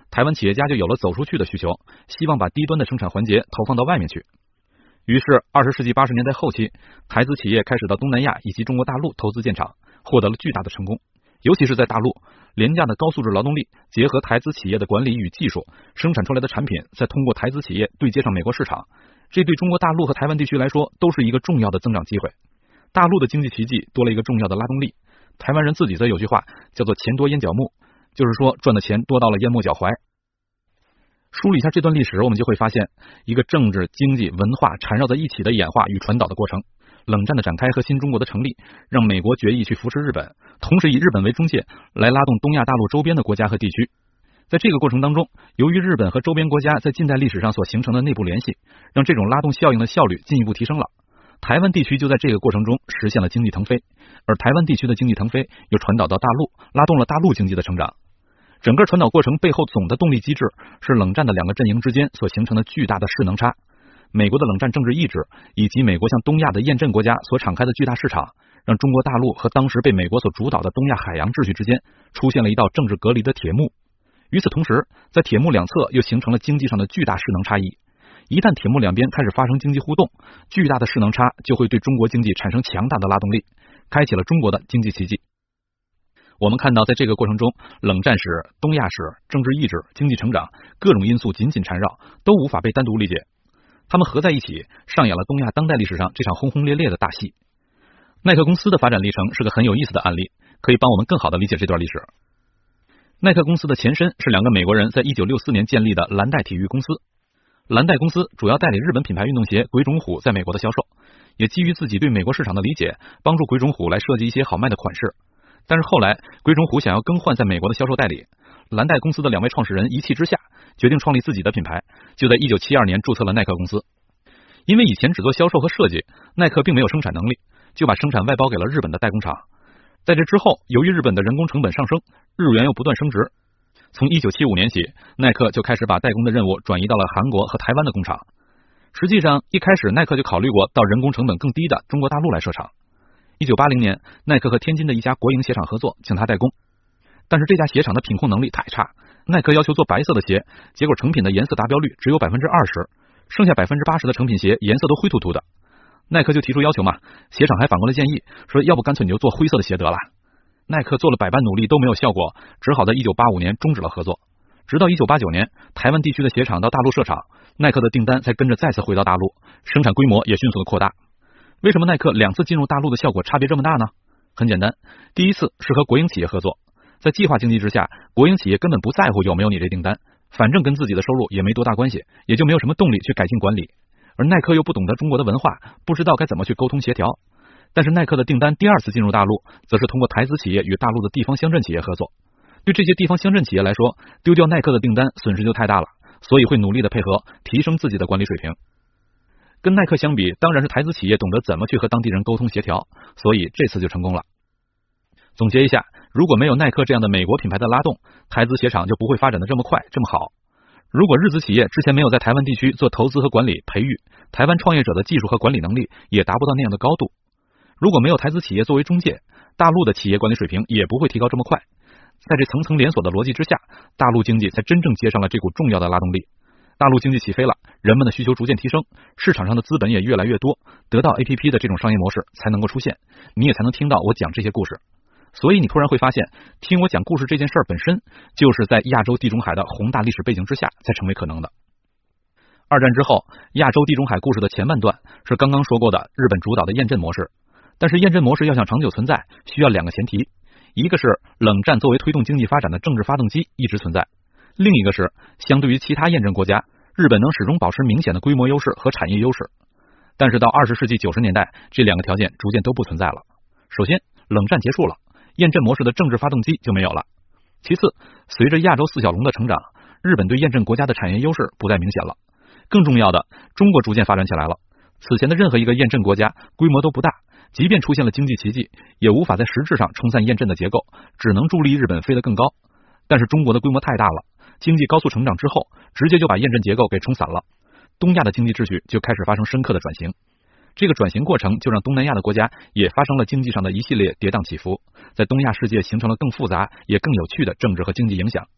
台湾企业家就有了走出去的需求，希望把低端的生产环节投放到外面去。于是二十世纪八十年代后期，台资企业开始到东南亚以及中国大陆投资建厂，获得了巨大的成功。尤其是在大陆，廉价的高素质劳动力结合台资企业的管理与技术，生产出来的产品再通过台资企业对接上美国市场，这对中国大陆和台湾地区来说都是一个重要的增长机会。大陆的经济奇迹多了一个重要的拉动力，台湾人自己则有句话叫做钱多淹脚目，就是说赚的钱多到了淹没脚踝。梳理一下这段历史，我们就会发现一个政治、经济、文化缠绕在一起的演化与传导的过程。冷战的展开和新中国的成立，让美国决意去扶持日本，同时以日本为中介来拉动东亚大陆周边的国家和地区。在这个过程当中，由于日本和周边国家在近代历史上所形成的内部联系，让这种拉动效应的效率进一步提升了。台湾地区就在这个过程中实现了经济腾飞，而台湾地区的经济腾飞又传导到大陆，拉动了大陆经济的成长。整个传导过程背后总的动力机制是冷战的两个阵营之间所形成的巨大的势能差。美国的冷战政治意志以及美国向东亚的验证国家所敞开的巨大市场，让中国大陆和当时被美国所主导的东亚海洋秩序之间出现了一道政治隔离的铁幕。与此同时，在铁幕两侧又形成了经济上的巨大势能差异。一旦铁幕两边开始发生经济互动，巨大的势能差就会对中国经济产生强大的拉动力，开启了中国的经济奇迹。我们看到在这个过程中，冷战史、东亚史、政治意志、经济成长各种因素紧紧缠绕，都无法被单独理解。他们合在一起，上演了东亚当代历史上这场轰轰烈烈的大戏。耐克公司的发展历程是个很有意思的案例，可以帮我们更好的理解这段历史。耐克公司的前身是两个美国人在一九六四年建立的蓝带体育公司。蓝带公司主要代理日本品牌运动鞋鬼冢虎在美国的销售，也基于自己对美国市场的理解，帮助鬼冢虎来设计一些好卖的款式。但是后来鬼冢虎想要更换在美国的销售代理，蓝带公司的两位创始人一气之下决定创立自己的品牌，就在一九七二年注册了耐克公司。因为以前只做销售和设计，耐克并没有生产能力，就把生产外包给了日本的代工厂。在这之后，由于日本的人工成本上升，日元又不断升值，从一九七五年起，耐克就开始把代工的任务转移到了韩国和台湾的工厂。实际上一开始耐克就考虑过到人工成本更低的中国大陆来设厂。一九八零年，耐克和天津的一家国营鞋厂合作，请他代工。但是这家鞋厂的品控能力太差，耐克要求做白色的鞋，结果成品的颜色达标率只有百分之二十，剩下百分之八十的成品鞋颜色都灰秃秃的。耐克就提出要求嘛，鞋厂还反过来建议说，要不干脆你就做灰色的鞋得了。耐克做了百般努力都没有效果，只好在一九八五年终止了合作。直到一九八九年，台湾地区的鞋厂到大陆设厂，耐克的订单才跟着再次回到大陆，生产规模也迅速的扩大。为什么耐克两次进入大陆的效果差别这么大呢？很简单，第一次是和国营企业合作，在计划经济之下，国营企业根本不在乎有没有你这订单，反正跟自己的收入也没多大关系，也就没有什么动力去改进管理。而耐克又不懂得中国的文化，不知道该怎么去沟通协调。但是耐克的订单第二次进入大陆，则是通过台资企业与大陆的地方乡镇企业合作。对这些地方乡镇企业来说，丢掉耐克的订单损失就太大了，所以会努力的配合，提升自己的管理水平。跟耐克相比，当然是台资企业懂得怎么去和当地人沟通协调，所以这次就成功了。总结一下，如果没有耐克这样的美国品牌的拉动，台资鞋厂就不会发展的这么快这么好。如果日资企业之前没有在台湾地区做投资和管理培育，台湾创业者的技术和管理能力也达不到那样的高度。如果没有台资企业作为中介，大陆的企业管理水平也不会提高这么快。在这层层连锁的逻辑之下，大陆经济才真正接上了这股重要的拉动力。大陆经济起飞了，人们的需求逐渐提升，市场上的资本也越来越多，得到 A P P 的这种商业模式才能够出现，你也才能听到我讲这些故事。所以你突然会发现，听我讲故事这件事儿本身就是在亚洲地中海的宏大历史背景之下才成为可能的。二战之后，亚洲地中海故事的前半段是刚刚说过的日本主导的验证模式，但是验证模式要想长久存在，需要两个前提，一个是冷战作为推动经济发展的政治发动机一直存在，另一个是相对于其他验证国家，日本能始终保持明显的规模优势和产业优势。但是到二十世纪九十年代，这两个条件逐渐都不存在了。首先，冷战结束了，验证模式的政治发动机就没有了。其次，随着亚洲四小龙的成长，日本对验证国家的产业优势不再明显了。更重要的，中国逐渐发展起来了。此前的任何一个验证国家规模都不大，即便出现了经济奇迹，也无法在实质上冲散验证的结构，只能助力日本飞得更高。但是中国的规模太大了，经济高速成长之后，直接就把验证结构给冲散了。东亚的经济秩序就开始发生深刻的转型。这个转型过程就让东南亚的国家也发生了经济上的一系列跌宕起伏，在东亚世界形成了更复杂也更有趣的政治和经济影响。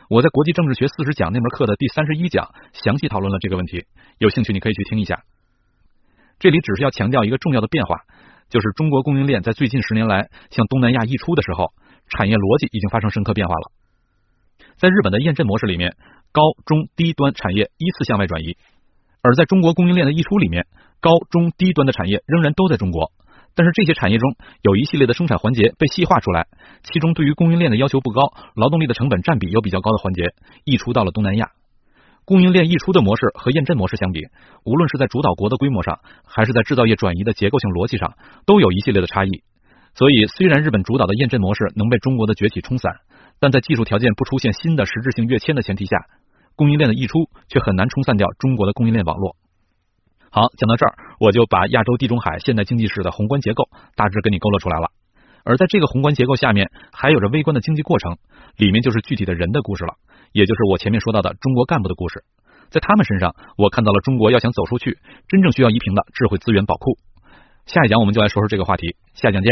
我在国际政治学四十讲那门课的第三十一讲详细讨论了这个问题，有兴趣你可以去听一下。这里只是要强调一个重要的变化，就是中国供应链在最近十年来向东南亚溢出的时候，产业逻辑已经发生深刻变化了。在日本的验证模式里面，高中低端产业依次向外转移，而在中国供应链的溢出里面，高中低端的产业仍然都在中国，但是这些产业中有一系列的生产环节被细化出来，其中对于供应链的要求不高，劳动力的成本占比又比较高的环节溢出到了东南亚。供应链溢出的模式和验证模式相比，无论是在主导国的规模上，还是在制造业转移的结构性逻辑上，都有一系列的差异。所以虽然日本主导的验证模式能被中国的崛起冲散，但在技术条件不出现新的实质性跃迁的前提下，供应链的溢出却很难冲散掉中国的供应链网络。好，讲到这儿，我就把亚洲地中海现代经济史的宏观结构大致给你勾勒出来了。而在这个宏观结构下面，还有着微观的经济过程，里面就是具体的人的故事了，也就是我前面说到的中国干部的故事。在他们身上，我看到了中国要想走出去，真正需要依凭的智慧资源宝库。下一讲我们就来说说这个话题，下一讲见。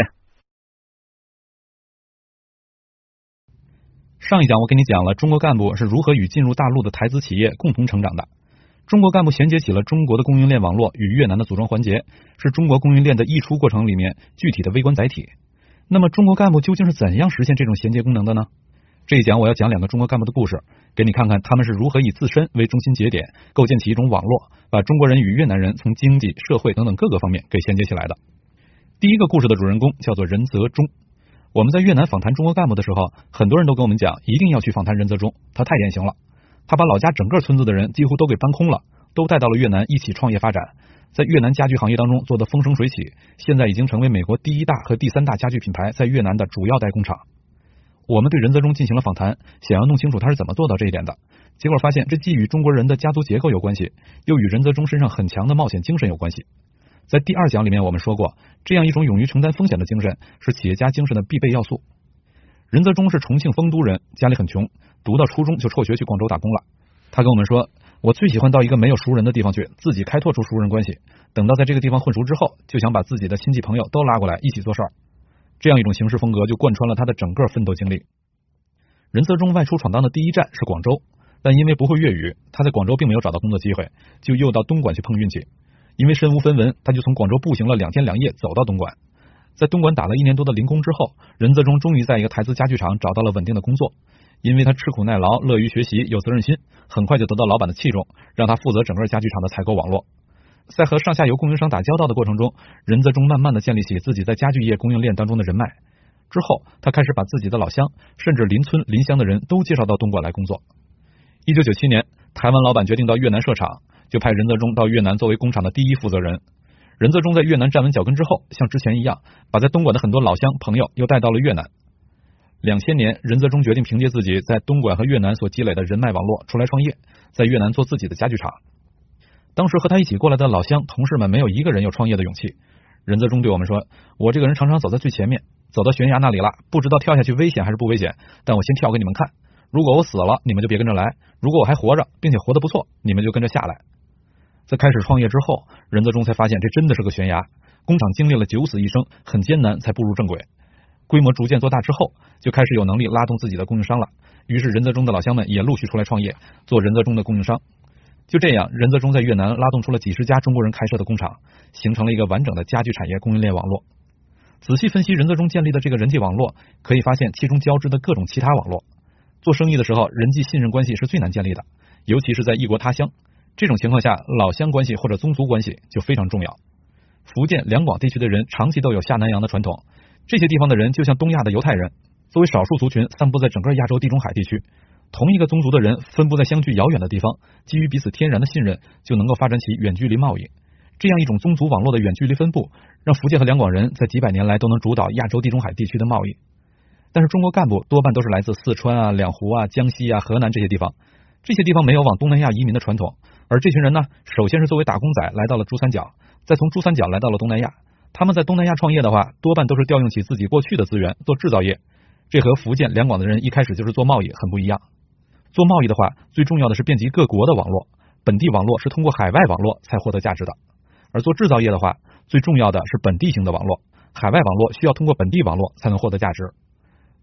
上一讲我给你讲了中国干部是如何与进入大陆的台资企业共同成长的。中国干部衔接起了中国的供应链网络与越南的组装环节，是中国供应链的溢出过程里面具体的微观载体。那么中国干部究竟是怎样实现这种衔接功能的呢？这一讲我要讲两个中国干部的故事，给你看看他们是如何以自身为中心节点，构建起一种网络，把中国人与越南人从经济、社会等等各个方面给衔接起来的。第一个故事的主人公叫做任泽忠。我们在越南访谈中国干部的时候，很多人都跟我们讲一定要去访谈任泽忠，他太典型了。他把老家整个村子的人几乎都给搬空了，都带到了越南一起创业发展，在越南家具行业当中做得风生水起，现在已经成为美国第一大和第三大家具品牌在越南的主要代工厂。我们对任泽忠进行了访谈，想要弄清楚他是怎么做到这一点的，结果发现这既与中国人的家族结构有关系，又与任泽忠身上很强的冒险精神有关系。在第二讲里面我们说过，这样一种勇于承担风险的精神是企业家精神的必备要素。任泽忠是重庆丰都人，家里很穷，读到初中就辍学去广州打工了。他跟我们说，我最喜欢到一个没有熟人的地方去，自己开拓出熟人关系，等到在这个地方混熟之后，就想把自己的亲戚朋友都拉过来一起做事儿。这样一种行事风格就贯穿了他的整个奋斗经历。任泽忠外出闯荡的第一站是广州，但因为不会粤语，他在广州并没有找到工作机会，就又到东莞去碰运气。因为身无分文，他就从广州步行了两天两夜走到东莞。在东莞打了一年多的零工之后，任泽忠终于在一个台资家具厂找到了稳定的工作。因为他吃苦耐劳，乐于学习，有责任心，很快就得到老板的器重，让他负责整个家具厂的采购网络。在和上下游供应商打交道的过程中，任泽忠慢慢的建立起自己在家具业供应链当中的人脉。之后他开始把自己的老乡，甚至邻村邻乡的人都介绍到东莞来工作。一九九七年，台湾老板决定到越南设厂，就派任泽忠到越南作为工厂的第一负责人。任泽忠在越南站稳脚跟之后，像之前一样，把在东莞的很多老乡朋友又带到了越南。两千年，任泽忠决定凭借自己在东莞和越南所积累的人脉网络出来创业，在越南做自己的家具厂。当时和他一起过来的老乡同事们没有一个人有创业的勇气。任泽忠对我们说，我这个人常常走在最前面，走到悬崖那里了，不知道跳下去危险还是不危险，但我先跳给你们看，如果我死了，你们就别跟着来，如果我还活着并且活得不错，你们就跟着下来。在开始创业之后，任泽忠才发现这真的是个悬崖，工厂经历了九死一生，很艰难才步入正轨。规模逐渐做大之后，就开始有能力拉动自己的供应商了，于是任泽忠的老乡们也陆续出来创业，做任泽忠的供应商。就这样，任泽忠在越南拉动出了几十家中国人开设的工厂，形成了一个完整的家具产业供应链网络。仔细分析任泽忠建立的这个人际网络，可以发现其中交织的各种其他网络。做生意的时候，人际信任关系是最难建立的，尤其是在异国他乡，这种情况下，老乡关系或者宗族关系就非常重要。福建、两广地区的人长期都有下南洋的传统，这些地方的人就像东亚的犹太人，作为少数族群散布在整个亚洲地中海地区。同一个宗族的人分布在相距遥远的地方，基于彼此天然的信任，就能够发展起远距离贸易。这样一种宗族网络的远距离分布，让福建和两广人在几百年来都能主导亚洲地中海地区的贸易。但是中国干部多半都是来自四川啊、两湖啊、江西啊、河南这些地方，这些地方没有往东南亚移民的传统，而这群人呢，首先是作为打工仔来到了珠三角，再从珠三角来到了东南亚。他们在东南亚创业的话，多半都是调用起自己过去的资源做制造业，这和福建、两广的人一开始就是做贸易很不一样。做贸易的话，最重要的是遍及各国的网络，本地网络是通过海外网络才获得价值的。而做制造业的话，最重要的是本地性的网络，海外网络需要通过本地网络才能获得价值。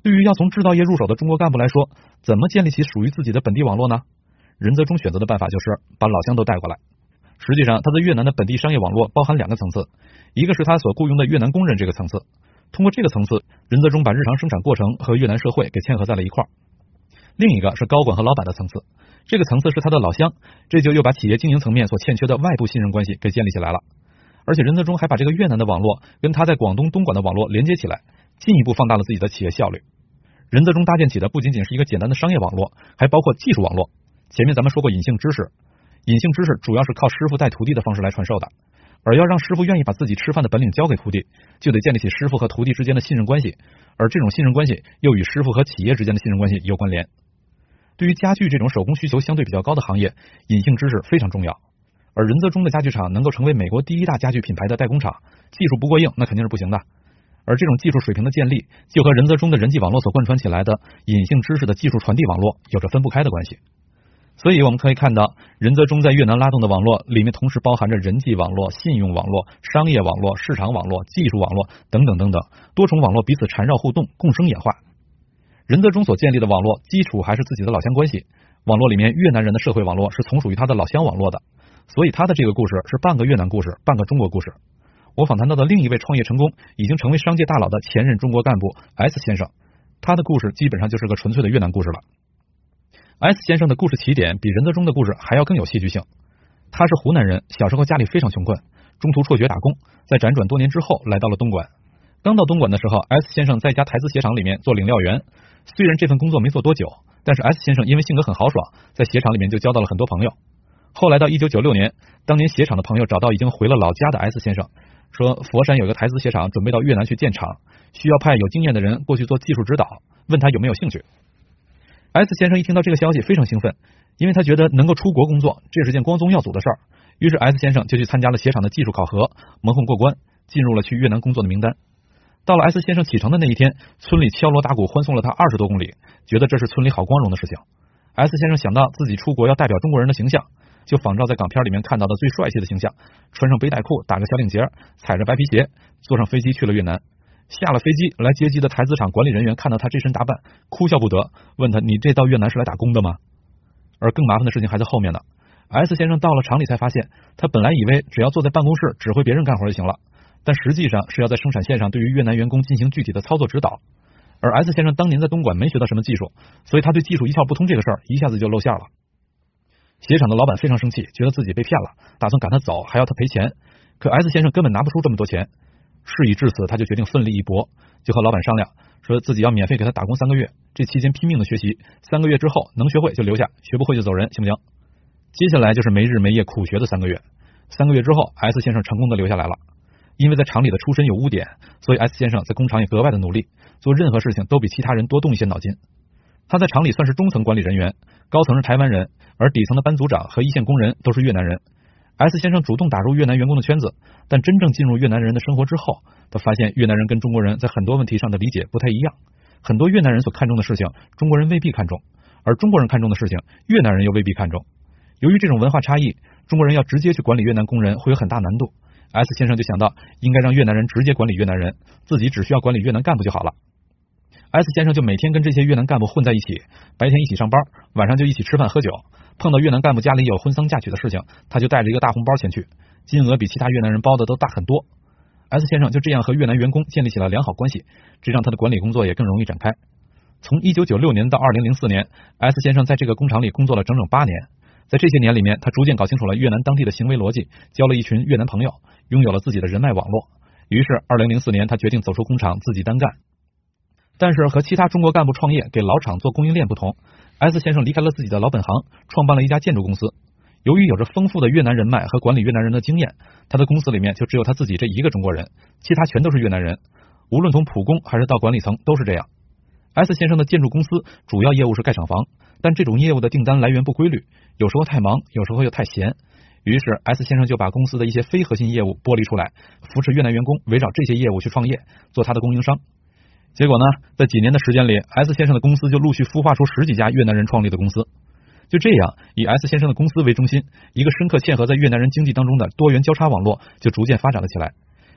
对于要从制造业入手的中国干部来说，怎么建立起属于自己的本地网络呢？任泽忠选择的办法就是把老乡都带过来。实际上，他在越南的本地商业网络包含两个层次，一个是他所雇佣的越南工人这个层次，通过这个层次，任泽忠把日常生产过程和越南社会给嵌合在了一块儿。另一个是高管和老板的层次，这个层次是他的老乡，这就又把企业经营层面所欠缺的外部信任关系给建立起来了。而且任泽忠还把这个越南的网络跟他在广东东莞的网络连接起来，进一步放大了自己的企业效率。任泽忠搭建起的不仅仅是一个简单的商业网络，还包括技术网络。前面咱们说过隐性知识，隐性知识主要是靠师傅带徒弟的方式来传授的，而要让师傅愿意把自己吃饭的本领交给徒弟，就得建立起师傅和徒弟之间的信任关系，而这种信任关系又与师傅和企业之间的信任关系有关联。对于家具这种手工需求相对比较高的行业，隐性知识非常重要。而任泽忠的家具厂能够成为美国第一大家具品牌的代工厂，技术不过硬那肯定是不行的。而这种技术水平的建立，就和任泽忠的人际网络所贯穿起来的隐性知识的技术传递网络有着分不开的关系。所以我们可以看到，任泽忠在越南拉动的网络里面同时包含着人际网络、信用网络、商业网络、市场网络、技术网络等等等等多重网络彼此缠绕互动，共生演化。任泽忠所建立的网络基础还是自己的老乡关系，网络里面越南人的社会网络是从属于他的老乡网络的，所以他的这个故事是半个越南故事，半个中国故事。我访谈到的另一位创业成功、已经成为商界大佬的前任中国干部 S 先生，他的故事基本上就是个纯粹的越南故事了。S 先生的故事起点比任泽忠的故事还要更有戏剧性。他是湖南人，小时候家里非常穷困，中途辍学打工，在辗转多年之后来到了东莞。刚到东莞的时候 ，S 先生在一家台资鞋厂里面做领料员，虽然这份工作没做多久，但是 S 先生因为性格很豪爽，在鞋厂里面就交到了很多朋友。后来到一九九六年，当年鞋厂的朋友找到已经回了老家的 S 先生，说佛山有个台资鞋厂准备到越南去建厂，需要派有经验的人过去做技术指导，问他有没有兴趣。S 先生一听到这个消息非常兴奋，因为他觉得能够出国工作，这是件光宗耀祖的事儿。于是 S 先生就去参加了鞋厂的技术考核，蒙混过关，进入了去越南工作的名单。到了 S 先生启程的那一天，村里敲锣打鼓欢送了他二十多公里，觉得这是村里好光荣的事情。S 先生想到自己出国要代表中国人的形象，就仿照在港片里面看到的最帅气的形象，穿上背带裤，打个小领结，踩着白皮鞋，坐上飞机去了越南。下了飞机，来接机的台资厂管理人员看到他这身打扮，哭笑不得，问他你这到越南是来打工的吗？而更麻烦的事情还在后面呢。S 先生到了厂里才发现，他本来以为只要坐在办公室指挥别人干活就行了，但实际上是要在生产线上对于越南员工进行具体的操作指导。而 S 先生当年在东莞没学到什么技术，所以他对技术一窍不通这个事儿一下子就露馅了。鞋厂的老板非常生气，觉得自己被骗了，打算赶他走，还要他赔钱。可 S 先生根本拿不出这么多钱，事已至此，他就决定奋力一搏，就和老板商量，说自己要免费给他打工三个月，这期间拼命的学习，三个月之后能学会就留下，学不会就走人，行不行？接下来就是没日没夜苦学的三个月。三个月之后 ，S 先生成功的留下来了。因为在厂里的出身有污点，所以 S 先生在工厂也格外的努力，做任何事情都比其他人多动一些脑筋。他在厂里算是中层管理人员，高层是台湾人，而底层的班组长和一线工人都是越南人。S 先生主动打入越南员工的圈子，但真正进入越南人的生活之后，他发现越南人跟中国人在很多问题上的理解不太一样，很多越南人所看重的事情，中国人未必看重，而中国人看重的事情，越南人又未必看重。由于这种文化差异，中国人要直接去管理越南工人会有很大难度。S 先生就想到应该让越南人直接管理越南人，自己只需要管理越南干部就好了。S 先生就每天跟这些越南干部混在一起，白天一起上班，晚上就一起吃饭喝酒。碰到越南干部家里有婚丧嫁娶的事情，他就带着一个大红包前去，金额比其他越南人包的都大很多。S 先生就这样和越南员工建立起了良好关系，这让他的管理工作也更容易展开。从一九九六年到二零零四年 ，S 先生在这个工厂里工作了整整八年。在这些年里面，他逐渐搞清楚了越南当地的行为逻辑，交了一群越南朋友，拥有了自己的人脉网络。于是二零零四年他决定走出工厂自己单干。但是和其他中国干部创业给老厂做供应链不同， S 先生离开了自己的老本行，创办了一家建筑公司。由于有着丰富的越南人脉和管理越南人的经验，他的公司里面就只有他自己这一个中国人，其他全都是越南人，无论从普工还是到管理层都是这样。S 先生的建筑公司主要业务是盖厂房，但这种业务的订单来源不规律，有时候太忙，有时候又太闲。于是 S 先生就把公司的一些非核心业务剥离出来，扶持越南员工围绕这些业务去创业，做他的供应商。结果呢，在几年的时间里 ，S 先生的公司就陆续孵化出十几家越南人创立的公司。就这样，以 S 先生的公司为中心，一个深刻嵌合在越南人经济当中的多元交叉网络就逐渐发展了起来。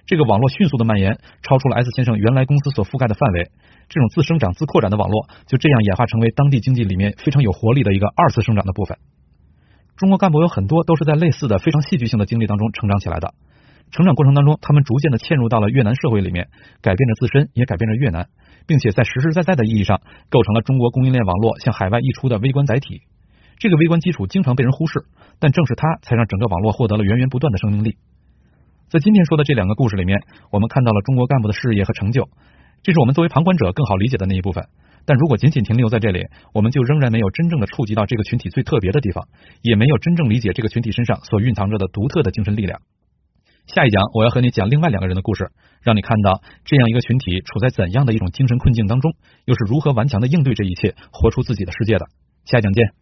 这个网络迅速的蔓延，超出了 S 先生原来公司所覆盖的范围。这种自生长自扩展的网络就这样演化成为当地经济里面非常有活力的一个二次生长的部分。中国干部有很多都是在类似的非常戏剧性的经历当中成长起来的。成长过程当中，他们逐渐的嵌入到了越南社会里面，改变着自身，也改变着越南，并且在实实在在的意义上构成了中国供应链网络向海外溢出的微观载体。这个微观基础经常被人忽视，但正是它才让整个网络获得了源源不断的生命力。在今天说的这两个故事里面，我们看到了中国干部的事业和成就，这是我们作为旁观者更好理解的那一部分。但如果仅仅停留在这里，我们就仍然没有真正的触及到这个群体最特别的地方，也没有真正理解这个群体身上所蕴藏着的独特的精神力量。下一讲我要和你讲另外两个人的故事，让你看到这样一个群体处在怎样的一种精神困境当中，又是如何顽强的应对这一切，活出自己的世界的。下一讲见。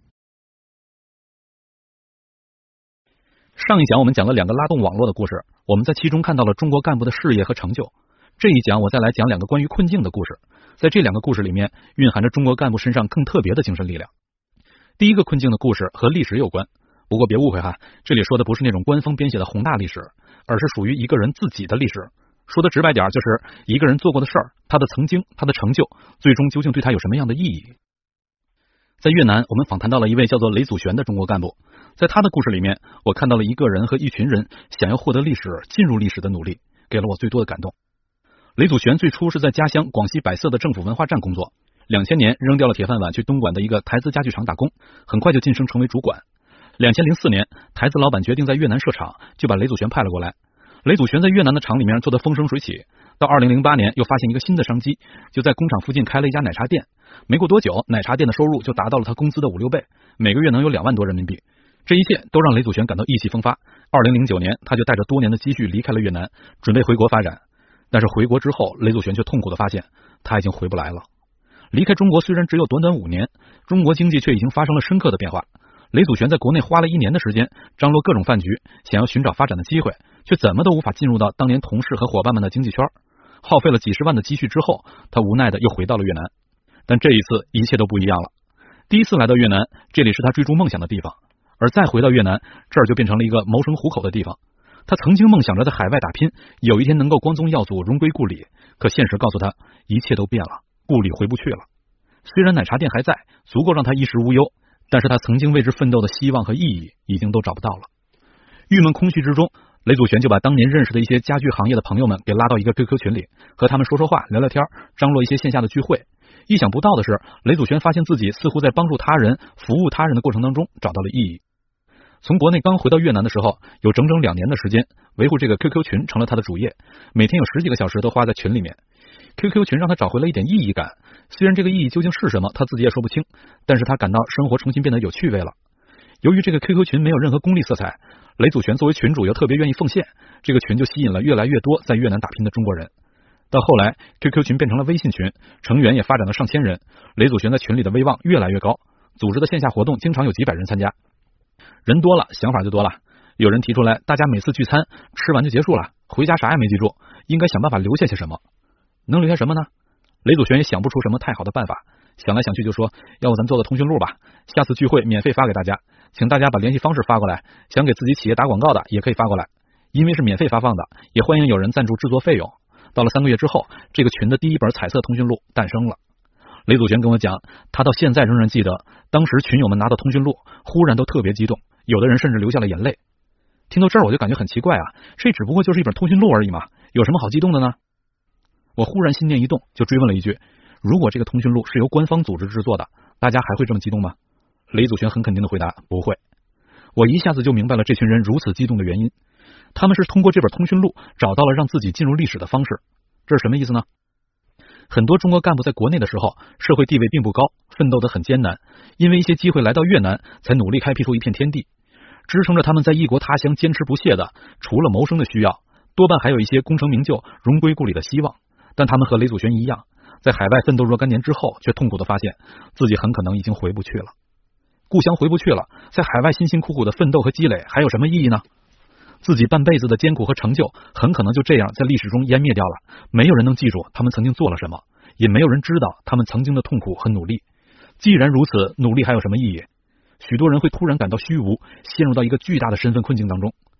上一讲我们讲了两个拉动网络的故事，我们在其中看到了中国干部的事业和成就。这一讲我再来讲两个关于困境的故事，在这两个故事里面蕴含着中国干部身上更特别的精神力量。第一个困境的故事和历史有关，不过别误会哈，这里说的不是那种官方编写的宏大历史，而是属于一个人自己的历史。说的直白点，就是一个人做过的事儿，他的曾经，他的成就，最终究竟对他有什么样的意义。在越南，我们访谈到了一位叫做雷祖璇的中国干部，在他的故事里面，我看到了一个人和一群人想要获得历史、进入历史的努力，给了我最多的感动。雷祖璇最初是在家乡广西百色的政府文化站工作，两千年扔掉了铁饭碗，去东莞的一个台资家具厂打工，很快就晋升成为主管。两千零四年，台资老板决定在越南设厂，就把雷祖璇派了过来。雷祖璇在越南的厂里面做得风生水起，到二零零八年又发现一个新的商机，就在工厂附近开了一家奶茶店。没过多久，奶茶店的收入就达到了他工资的五六倍，每个月能有两万多人民币。这一切都让雷祖璇感到意气风发。二零零九年，他就带着多年的积蓄离开了越南，准备回国发展。但是回国之后，雷祖璇却痛苦的发现，他已经回不来了。离开中国虽然只有短短五年，中国经济却已经发生了深刻的变化。雷祖璇在国内花了一年的时间，张罗各种饭局，想要寻找发展的机会，却怎么都无法进入到当年同事和伙伴们的经济圈。耗费了几十万的积蓄之后，他无奈的又回到了越南。但这一次一切都不一样了。第一次来到越南，这里是他追逐梦想的地方，而再回到越南，这儿就变成了一个谋生糊口的地方。他曾经梦想着在海外打拼，有一天能够光宗耀祖，荣归故里，可现实告诉他，一切都变了，故里回不去了。虽然奶茶店还在，足够让他衣食无忧，但是他曾经为之奋斗的希望和意义已经都找不到了。郁闷空虚之中，雷祖璇就把当年认识的一些家居行业的朋友们给拉到一个 Q Q 群里，和他们说说话，聊聊天，张罗一些线下的聚会。意想不到的是，雷祖璇发现自己似乎在帮助他人、服务他人的过程当中找到了意义。从国内刚回到越南的时候，有整整两年的时间，维护这个 Q Q 群成了他的主业，每天有十几个小时都花在群里面。Q Q 群让他找回了一点意义感，虽然这个意义究竟是什么，他自己也说不清，但是他感到生活重新变得有趣味了。由于这个 Q Q 群没有任何功利色彩，雷祖璇作为群主又特别愿意奉献，这个群就吸引了越来越多在越南打拼的中国人。到后来 Q Q 群变成了微信群，成员也发展到上千人，雷祖璇在群里的威望越来越高，组织的线下活动经常有几百人参加。人多了，想法就多了。有人提出来，大家每次聚餐吃完就结束了，回家啥也没记住，应该想办法留下些什么。能留下什么呢？雷祖璇也想不出什么太好的办法，想来想去就说，要不咱做个通讯录吧，下次聚会免费发给大家，请大家把联系方式发过来，想给自己企业打广告的也可以发过来，因为是免费发放的，也欢迎有人赞助制作费用。到了三个月之后，这个群的第一本彩色通讯录诞生了。雷祖璇跟我讲，他到现在仍然记得当时群友们拿到通讯录，忽然都特别激动，有的人甚至流下了眼泪。听到这儿我就感觉很奇怪啊，这只不过就是一本通讯录而已嘛，有什么好激动的呢？我忽然心念一动，就追问了一句，如果这个通讯录是由官方组织制作的，大家还会这么激动吗？雷祖璇很肯定的回答，不会。我一下子就明白了这群人如此激动的原因，他们是通过这本通讯录找到了让自己进入历史的方式。这是什么意思呢？很多中国干部在国内的时候，社会地位并不高，奋斗得很艰难，因为一些机会来到越南，才努力开辟出一片天地。支撑着他们在异国他乡坚持不懈的，除了谋生的需要，多半还有一些功成名就、荣归故里的希望。但他们和雷祖璇一样，在海外奋斗若干年之后，却痛苦的发现自己很可能已经回不去了。故乡回不去了，在海外辛辛苦苦的奋斗和积累还有什么意义呢？自己半辈子的艰苦和成就很可能就这样在历史中湮灭掉了，没有人能记住他们曾经做了什么，也没有人知道他们曾经的痛苦和努力。既然如此，努力还有什么意义？许多人会突然感到虚无，陷入到一个巨大的身份困境当中。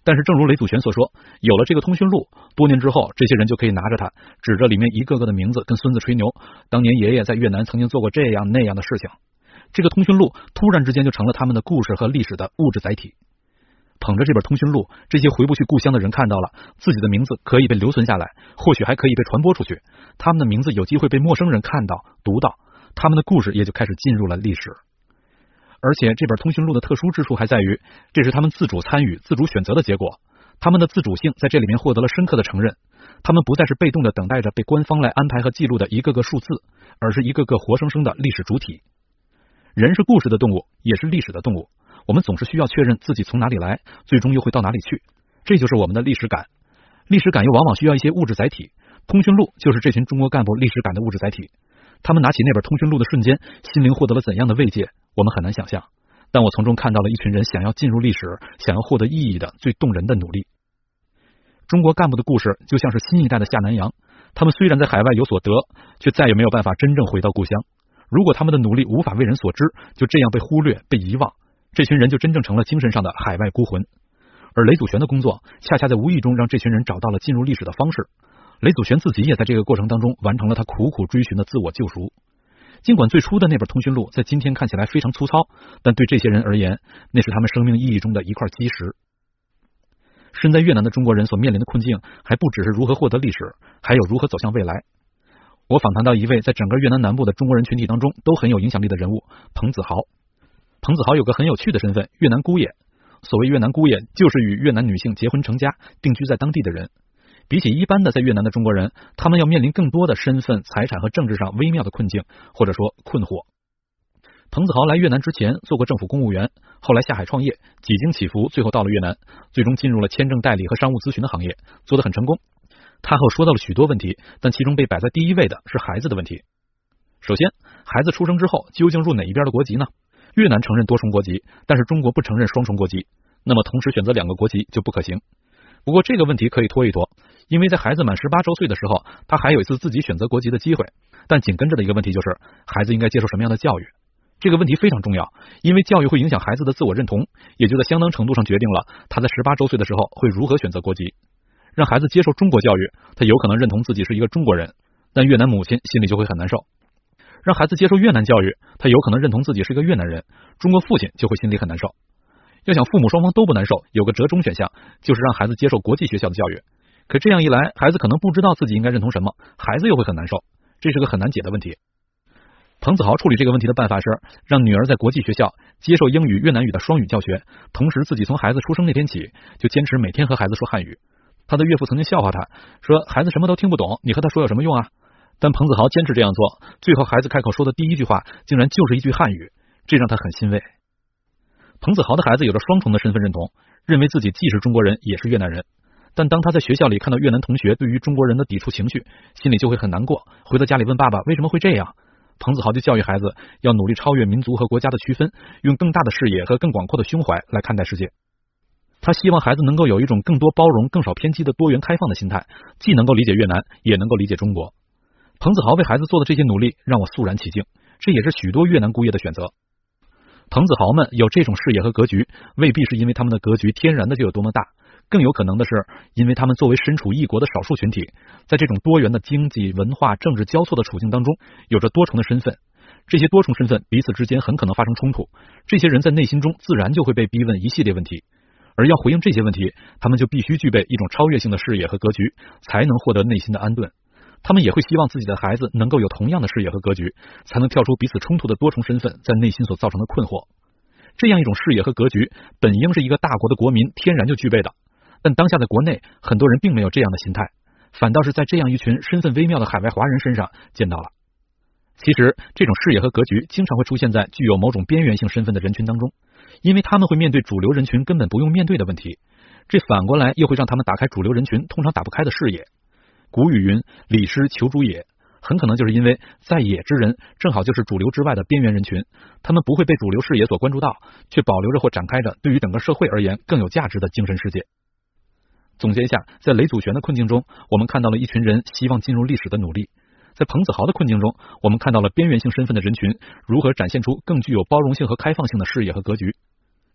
但是正如雷祖玄所说，有了这个通讯录，多年之后，这些人就可以拿着它，指着里面一个个的名字跟孙子吹牛，当年爷爷在越南曾经做过这样那样的事情。这个通讯录突然之间就成了他们的故事和历史的物质载体。捧着这本通讯录，这些回不去故乡的人看到了自己的名字可以被留存下来，或许还可以被传播出去，他们的名字有机会被陌生人看到读到，他们的故事也就开始进入了历史。而且这本通讯录的特殊之处还在于，这是他们自主参与自主选择的结果，他们的自主性在这里面获得了深刻的承认，他们不再是被动的等待着被官方来安排和记录的一个个数字，而是一个个活生生的历史主体。人是故事的动物，也是历史的动物，我们总是需要确认自己从哪里来，最终又会到哪里去，这就是我们的历史感。历史感又往往需要一些物质载体，通讯录就是这群中国干部历史感的物质载体。他们拿起那本通讯录的瞬间，心灵获得了怎样的慰藉，我们很难想象。但我从中看到了一群人想要进入历史，想要获得意义的最动人的努力。中国干部的故事就像是新一代的下南洋，他们虽然在海外有所得，却再也没有办法真正回到故乡。如果他们的努力无法为人所知，就这样被忽略被遗忘，这群人就真正成了精神上的海外孤魂。而雷祖玄的工作恰恰在无意中让这群人找到了进入历史的方式。雷祖玄自己也在这个过程当中完成了他苦苦追寻的自我救赎。尽管最初的那本通讯录在今天看起来非常粗糙，但对这些人而言，那是他们生命意义中的一块基石。身在越南的中国人所面临的困境还不只是如何获得历史，还有如何走向未来。我访谈到一位在整个越南南部的中国人群体当中都很有影响力的人物，彭子豪。彭子豪有个很有趣的身份，越南姑爷。所谓越南姑爷，就是与越南女性结婚成家，定居在当地的人。比起一般的在越南的中国人，他们要面临更多的身份、财产和政治上微妙的困境，或者说困惑。彭子豪来越南之前做过政府公务员，后来下海创业，几经起伏，最后到了越南，最终进入了签证代理和商务咨询的行业，做得很成功。他后说到了许多问题，但其中被摆在第一位的是孩子的问题。首先，孩子出生之后究竟入哪一边的国籍呢？越南承认多重国籍，但是中国不承认双重国籍，那么同时选择两个国籍就不可行。不过这个问题可以拖一拖，因为在孩子满十八周岁的时候，他还有一次自己选择国籍的机会。但紧跟着的一个问题就是，孩子应该接受什么样的教育？这个问题非常重要，因为教育会影响孩子的自我认同，也就在相当程度上决定了他在十八周岁的时候会如何选择国籍。让孩子接受中国教育，他有可能认同自己是一个中国人，但越南母亲心里就会很难受。让孩子接受越南教育，他有可能认同自己是一个越南人，中国父亲就会心里很难受。要想父母双方都不难受，有个折中选项，就是让孩子接受国际学校的教育。可这样一来，孩子可能不知道自己应该认同什么，孩子又会很难受，这是个很难解的问题。彭子豪处理这个问题的办法是，让女儿在国际学校接受英语、越南语的双语教学，同时自己从孩子出生那天起，就坚持每天和孩子说汉语。他的岳父曾经笑话他，说孩子什么都听不懂，你和他说有什么用啊？但彭子豪坚持这样做，最后孩子开口说的第一句话竟然就是一句汉语，这让他很欣慰。彭子豪的孩子有着双重的身份认同，认为自己既是中国人也是越南人，但当他在学校里看到越南同学对于中国人的抵触情绪，心里就会很难过，回到家里问爸爸为什么会这样。彭子豪就教育孩子要努力超越民族和国家的区分，用更大的视野和更广阔的胸怀来看待世界。他希望孩子能够有一种更多包容、更少偏激的多元开放的心态，既能够理解越南，也能够理解中国。彭子豪为孩子做的这些努力让我肃然起敬，这也是许多越南姑爷的选择。彭子豪们有这种视野和格局，未必是因为他们的格局天然的就有多么大，更有可能的是因为他们作为身处异国的少数群体，在这种多元的经济、文化、政治交错的处境当中，有着多重的身份。这些多重身份彼此之间很可能发生冲突，这些人在内心中自然就会被逼问一系列问题，而要回应这些问题，他们就必须具备一种超越性的视野和格局，才能获得内心的安顿。他们也会希望自己的孩子能够有同样的视野和格局，才能跳出彼此冲突的多重身份在内心所造成的困惑。这样一种视野和格局本应是一个大国的国民天然就具备的，但当下在国内很多人并没有这样的心态，反倒是在这样一群身份微妙的海外华人身上见到了。其实这种视野和格局经常会出现在具有某种边缘性身份的人群当中，因为他们会面对主流人群根本不用面对的问题，这反过来又会让他们打开主流人群通常打不开的视野。古语云礼失求诸野，很可能就是因为在野之人正好就是主流之外的边缘人群，他们不会被主流视野所关注到，却保留着或展开着对于整个社会而言更有价值的精神世界。总结一下，在雷祖玄的困境中，我们看到了一群人希望进入历史的努力；在彭子豪的困境中，我们看到了边缘性身份的人群如何展现出更具有包容性和开放性的视野和格局。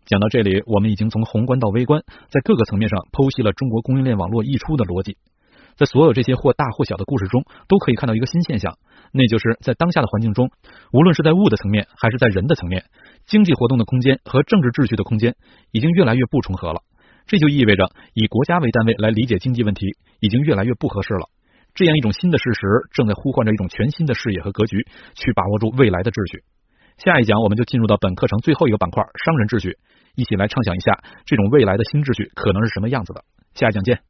讲到这里，我们已经从宏观到微观，在各个层面上剖析了中国供应链网络溢出的逻辑。在所有这些或大或小的故事中，都可以看到一个新现象，那就是在当下的环境中，无论是在物的层面还是在人的层面，经济活动的空间和政治秩序的空间已经越来越不重合了。这就意味着以国家为单位来理解经济问题已经越来越不合适了。这样一种新的事实正在呼唤着一种全新的视野和格局，去把握住未来的秩序。下一讲我们就进入到本课程最后一个板块——商人秩序，一起来畅想一下这种未来的新秩序可能是什么样子的。下一讲见。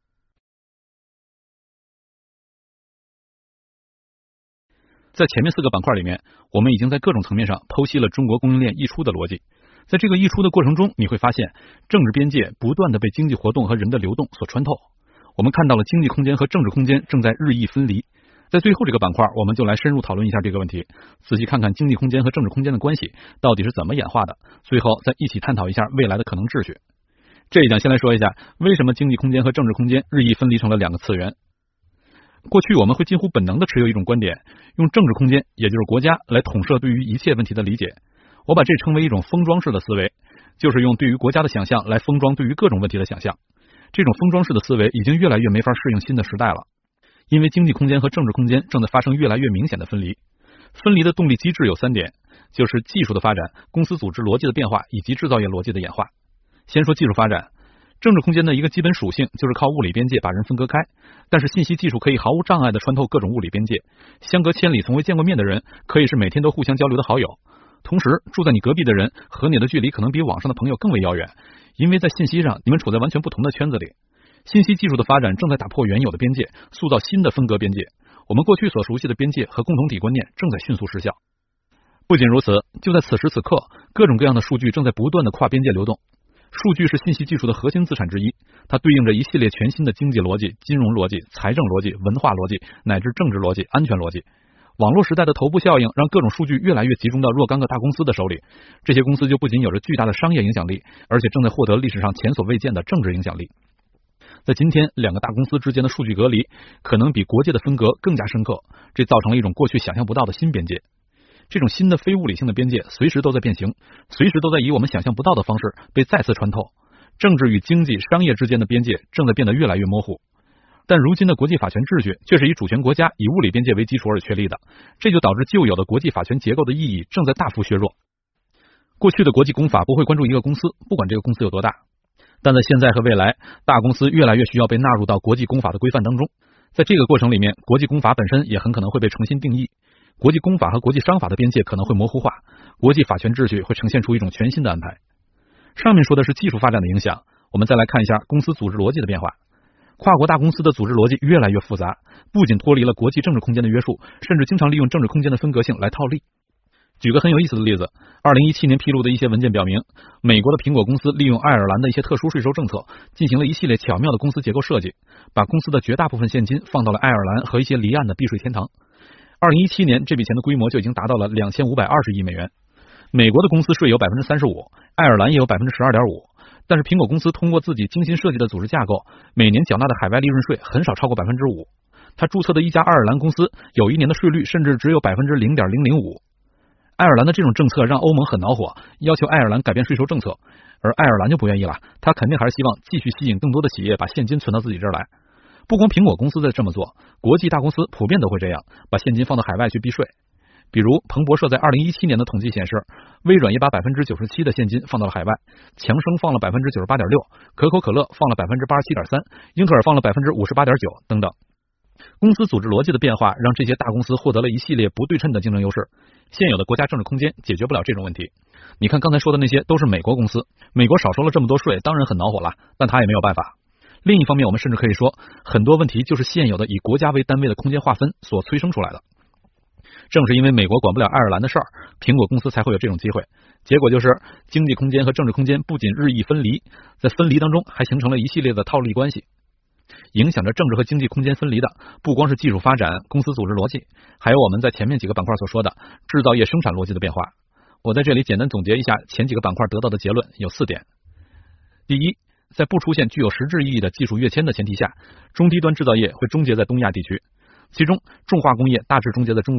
在前面四个板块里面，我们已经在各种层面上剖析了中国供应链溢出的逻辑。在这个溢出的过程中，你会发现政治边界不断的被经济活动和人的流动所穿透。我们看到了经济空间和政治空间正在日益分离。在最后这个板块，我们就来深入讨论一下这个问题，仔细看看经济空间和政治空间的关系到底是怎么演化的，最后再一起探讨一下未来的可能秩序。这一讲先来说一下为什么经济空间和政治空间日益分离成了两个次元。过去我们会近乎本能的持有一种观点，用政治空间，也就是国家来统摄对于一切问题的理解。我把这称为一种封装式的思维，就是用对于国家的想象来封装对于各种问题的想象。这种封装式的思维已经越来越没法适应新的时代了，因为经济空间和政治空间正在发生越来越明显的分离。分离的动力机制有三点，就是技术的发展、公司组织逻辑的变化以及制造业逻辑的演化。先说技术发展，政治空间的一个基本属性就是靠物理边界把人分割开，但是信息技术可以毫无障碍的穿透各种物理边界，相隔千里从未见过面的人可以是每天都互相交流的好友，同时住在你隔壁的人和你的距离可能比网上的朋友更为遥远，因为在信息上你们处在完全不同的圈子里。信息技术的发展正在打破原有的边界，塑造新的分隔边界，我们过去所熟悉的边界和共同体观念正在迅速失效。不仅如此，就在此时此刻，各种各样的数据正在不断的跨边界流动。数据是信息技术的核心资产之一，它对应着一系列全新的经济逻辑、金融逻辑、财政逻辑、文化逻辑乃至政治逻辑、安全逻辑。网络时代的头部效应让各种数据越来越集中到若干个大公司的手里，这些公司就不仅有着巨大的商业影响力，而且正在获得历史上前所未见的政治影响力。在今天，两个大公司之间的数据隔离可能比国界的分隔更加深刻，这造成了一种过去想象不到的新边界。这种新的非物理性的边界随时都在变形，随时都在以我们想象不到的方式被再次穿透。政治与经济、商业之间的边界正在变得越来越模糊。但如今的国际法权秩序却是以主权国家以物理边界为基础而确立的，这就导致旧有的国际法权结构的意义正在大幅削弱。过去的国际公法不会关注一个公司，不管这个公司有多大，但在现在和未来，大公司越来越需要被纳入到国际公法的规范当中。在这个过程里面，国际公法本身也很可能会被重新定义，国际公法和国际商法的边界可能会模糊化，国际法权秩序会呈现出一种全新的安排。上面说的是技术发展的影响，我们再来看一下公司组织逻辑的变化。跨国大公司的组织逻辑越来越复杂，不仅脱离了国际政治空间的约束，甚至经常利用政治空间的分隔性来套利。举个很有意思的例子，二零一七年披露的一些文件表明，美国的苹果公司利用爱尔兰的一些特殊税收政策，进行了一系列巧妙的公司结构设计，把公司的绝大部分现金放到了爱尔兰和一些离岸的避税天堂。二零一七年这笔钱的规模就已经达到了两千五百二十亿美元。美国的公司税有 百分之三十五， 爱尔兰也有 百分之十二点五， 但是苹果公司通过自己精心设计的组织架构，每年缴纳的海外利润税很少超过 百分之五。 他注册的一家爱尔兰公司有一年的税率甚至只有 百分之零点零零五。 爱尔兰的这种政策让欧盟很恼火，要求爱尔兰改变税收政策，而爱尔兰就不愿意了，他肯定还是希望继续吸引更多的企业把现金存到自己这儿来。不光苹果公司在这么做，国际大公司普遍都会这样，把现金放到海外去避税。比如彭博社在二零一七年的统计显示，微软也把 百分之九十七 的现金放到了海外，强生放了 百分之九十八点六， 可口可乐放了 百分之八十七点三， 英特尔放了 百分之五十八点九 等等。公司组织逻辑的变化让这些大公司获得了一系列不对称的竞争优势，现有的国家政治空间解决不了这种问题。你看刚才说的那些都是美国公司，美国少收了这么多税，当然很恼火了，但他也没有办法。另一方面，我们甚至可以说，很多问题就是现有的以国家为单位的空间划分所催生出来的。正是因为美国管不了爱尔兰的事儿，苹果公司才会有这种机会。结果就是经济空间和政治空间不仅日益分离，在分离当中还形成了一系列的套利关系。影响着政治和经济空间分离的不光是技术发展、公司组织逻辑，还有我们在前面几个板块所说的制造业生产逻辑的变化。我在这里简单总结一下前几个板块得到的结论，有四点。第一，在不出现具有实质意义的技术跃迁的前提下，中低端制造业会终结在东亚地区，其中重化工业大致终结在中国，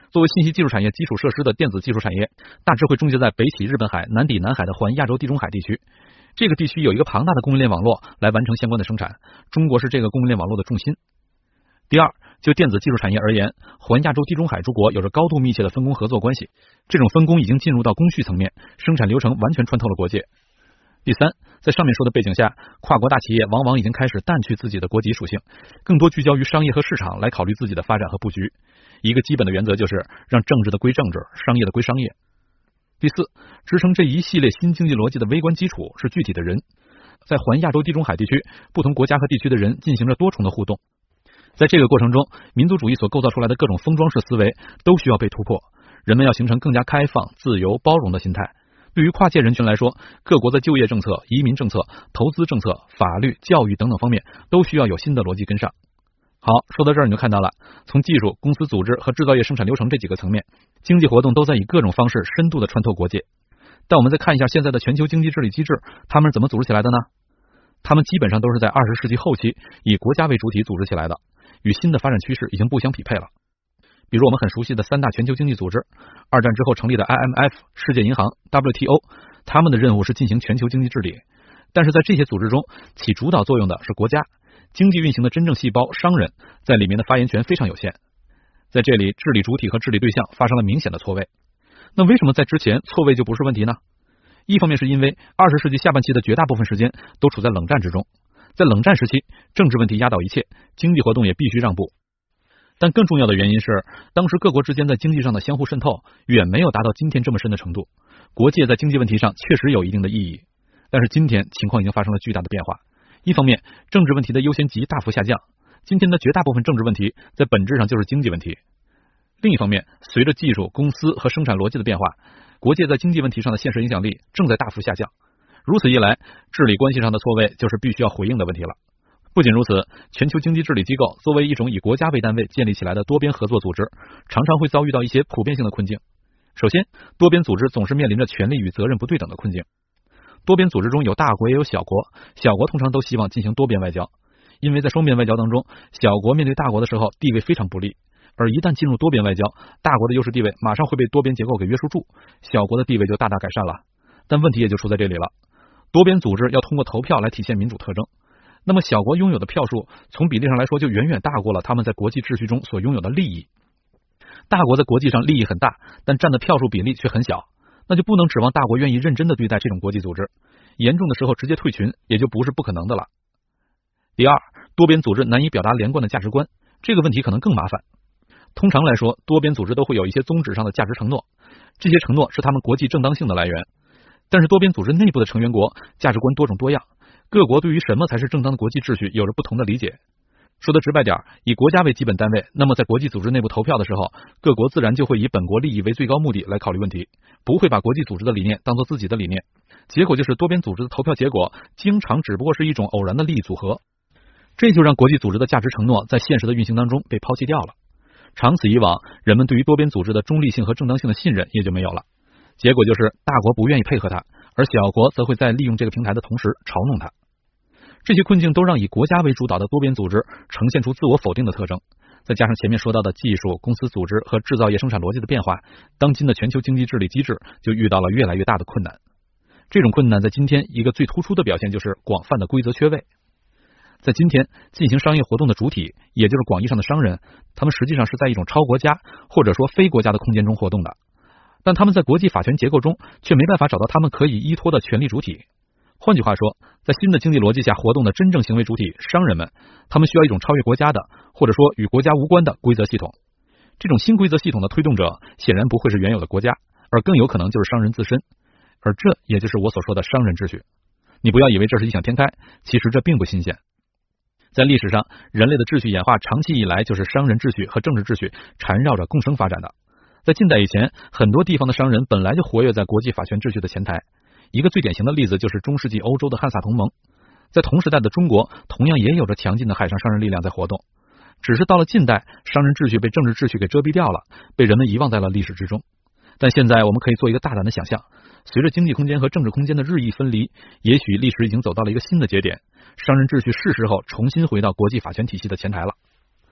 作为信息技术产业基础设施的电子技术产业，大致会终结在北起日本海、南抵南海的环亚洲地中海地区。这个地区有一个庞大的供应链网络来完成相关的生产，中国是这个供应链网络的重心。第二，就电子技术产业而言，环亚洲地中海诸国有着高度密切的分工合作关系，这种分工已经进入到工序层面，生产流程完全穿透了国界。第三，在上面说的背景下，跨国大企业往往已经开始淡去自己的国籍属性，更多聚焦于商业和市场来考虑自己的发展和布局。一个基本的原则就是让政治的归政治，商业的归商业。第四，支撑这一系列新经济逻辑的微观基础是具体的人。在环亚洲地中海地区，不同国家和地区的人进行着多重的互动，在这个过程中，民族主义所构造出来的各种封装式思维都需要被突破，人们要形成更加开放、自由、包容的心态。对于跨界人群来说，各国的就业政策、移民政策、投资政策、法律、教育等等方面都需要有新的逻辑跟上。好，说到这儿你就看到了，从技术、公司组织和制造业生产流程这几个层面，经济活动都在以各种方式深度的穿透国界。但我们再看一下现在的全球经济治理机制，他们是怎么组织起来的呢？他们基本上都是在二十世纪后期以国家为主体组织起来的，与新的发展趋势已经不相匹配了。比如我们很熟悉的三大全球经济组织，二战之后成立的 I M F、世界银行、W T O， 他们的任务是进行全球经济治理。但是在这些组织中，起主导作用的是国家，经济运行的真正细胞商人在里面的发言权非常有限。在这里，治理主体和治理对象发生了明显的错位。那为什么在之前错位就不是问题呢？一方面是因为二十世纪下半期的绝大部分时间都处在冷战之中，在冷战时期，政治问题压倒一切，经济活动也必须让步。但更重要的原因是，当时各国之间在经济上的相互渗透远没有达到今天这么深的程度。国界在经济问题上确实有一定的意义，但是今天情况已经发生了巨大的变化。一方面，政治问题的优先级大幅下降，今天的绝大部分政治问题在本质上就是经济问题。另一方面，随着技术、公司和生产逻辑的变化，国界在经济问题上的现实影响力正在大幅下降。如此一来，治理关系上的错位就是必须要回应的问题了。不仅如此，全球经济治理机构作为一种以国家为单位建立起来的多边合作组织，常常会遭遇到一些普遍性的困境。首先，多边组织总是面临着权力与责任不对等的困境。多边组织中有大国也有小国，小国通常都希望进行多边外交，因为在双边外交当中，小国面对大国的时候地位非常不利，而一旦进入多边外交，大国的优势地位马上会被多边结构给约束住，小国的地位就大大改善了。但问题也就出在这里了，多边组织要通过投票来体现民主特征，那么小国拥有的票数从比例上来说就远远大过了他们在国际秩序中所拥有的利益。大国在国际上利益很大，但占的票数比例却很小，那就不能指望大国愿意认真的对待这种国际组织，严重的时候直接退群也就不是不可能的了。第二，多边组织难以表达连贯的价值观，这个问题可能更麻烦。通常来说，多边组织都会有一些宗旨上的价值承诺，这些承诺是他们国际正当性的来源。但是多边组织内部的成员国价值观多种多样，各国对于什么才是正当的国际秩序有着不同的理解。说的直白点，以国家为基本单位，那么在国际组织内部投票的时候，各国自然就会以本国利益为最高目的来考虑问题，不会把国际组织的理念当做自己的理念。结果就是多边组织的投票结果经常只不过是一种偶然的利益组合，这就让国际组织的价值承诺在现实的运行当中被抛弃掉了。长此以往，人们对于多边组织的中立性和正当性的信任也就没有了。结果就是大国不愿意配合它，而小国则会在利用这个平台的同时嘲弄它。这些困境都让以国家为主导的多边组织呈现出自我否定的特征，再加上前面说到的技术、公司组织和制造业生产逻辑的变化，当今的全球经济治理机制就遇到了越来越大的困难。这种困难在今天一个最突出的表现就是广泛的规则缺位。在今天进行商业活动的主体，也就是广义上的商人，他们实际上是在一种超国家或者说非国家的空间中活动的，但他们在国际法权结构中却没办法找到他们可以依托的权力主体。换句话说，在新的经济逻辑下活动的真正行为主体商人们，他们需要一种超越国家的或者说与国家无关的规则系统。这种新规则系统的推动者显然不会是原有的国家，而更有可能就是商人自身，而这也就是我所说的商人秩序。你不要以为这是异想天开，其实这并不新鲜。在历史上，人类的秩序演化长期以来就是商人秩序和政治秩序缠绕着共生发展的。在近代以前，很多地方的商人本来就活跃在国际法权秩序的前台。一个最典型的例子就是中世纪欧洲的汉萨同盟，在同时代的中国同样也有着强劲的海上商人力量在活动，只是到了近代，商人秩序被政治秩序给遮蔽掉了，被人们遗忘在了历史之中。但现在我们可以做一个大胆的想象，随着经济空间和政治空间的日益分离，也许历史已经走到了一个新的节点，商人秩序是时候重新回到国际法权体系的前台了。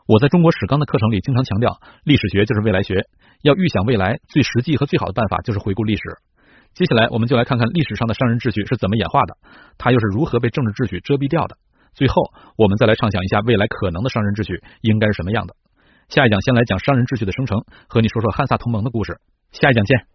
我在中国史纲的课程里经常强调，历史学就是未来学，要预想未来，最实际和最好的办法就是回顾历史。接下来我们就来看看历史上的商人秩序是怎么演化的，它又是如何被政治秩序遮蔽掉的。最后我们再来畅想一下未来可能的商人秩序应该是什么样的。下一讲先来讲商人秩序的生成，和你说说汉萨同盟的故事。下一讲见。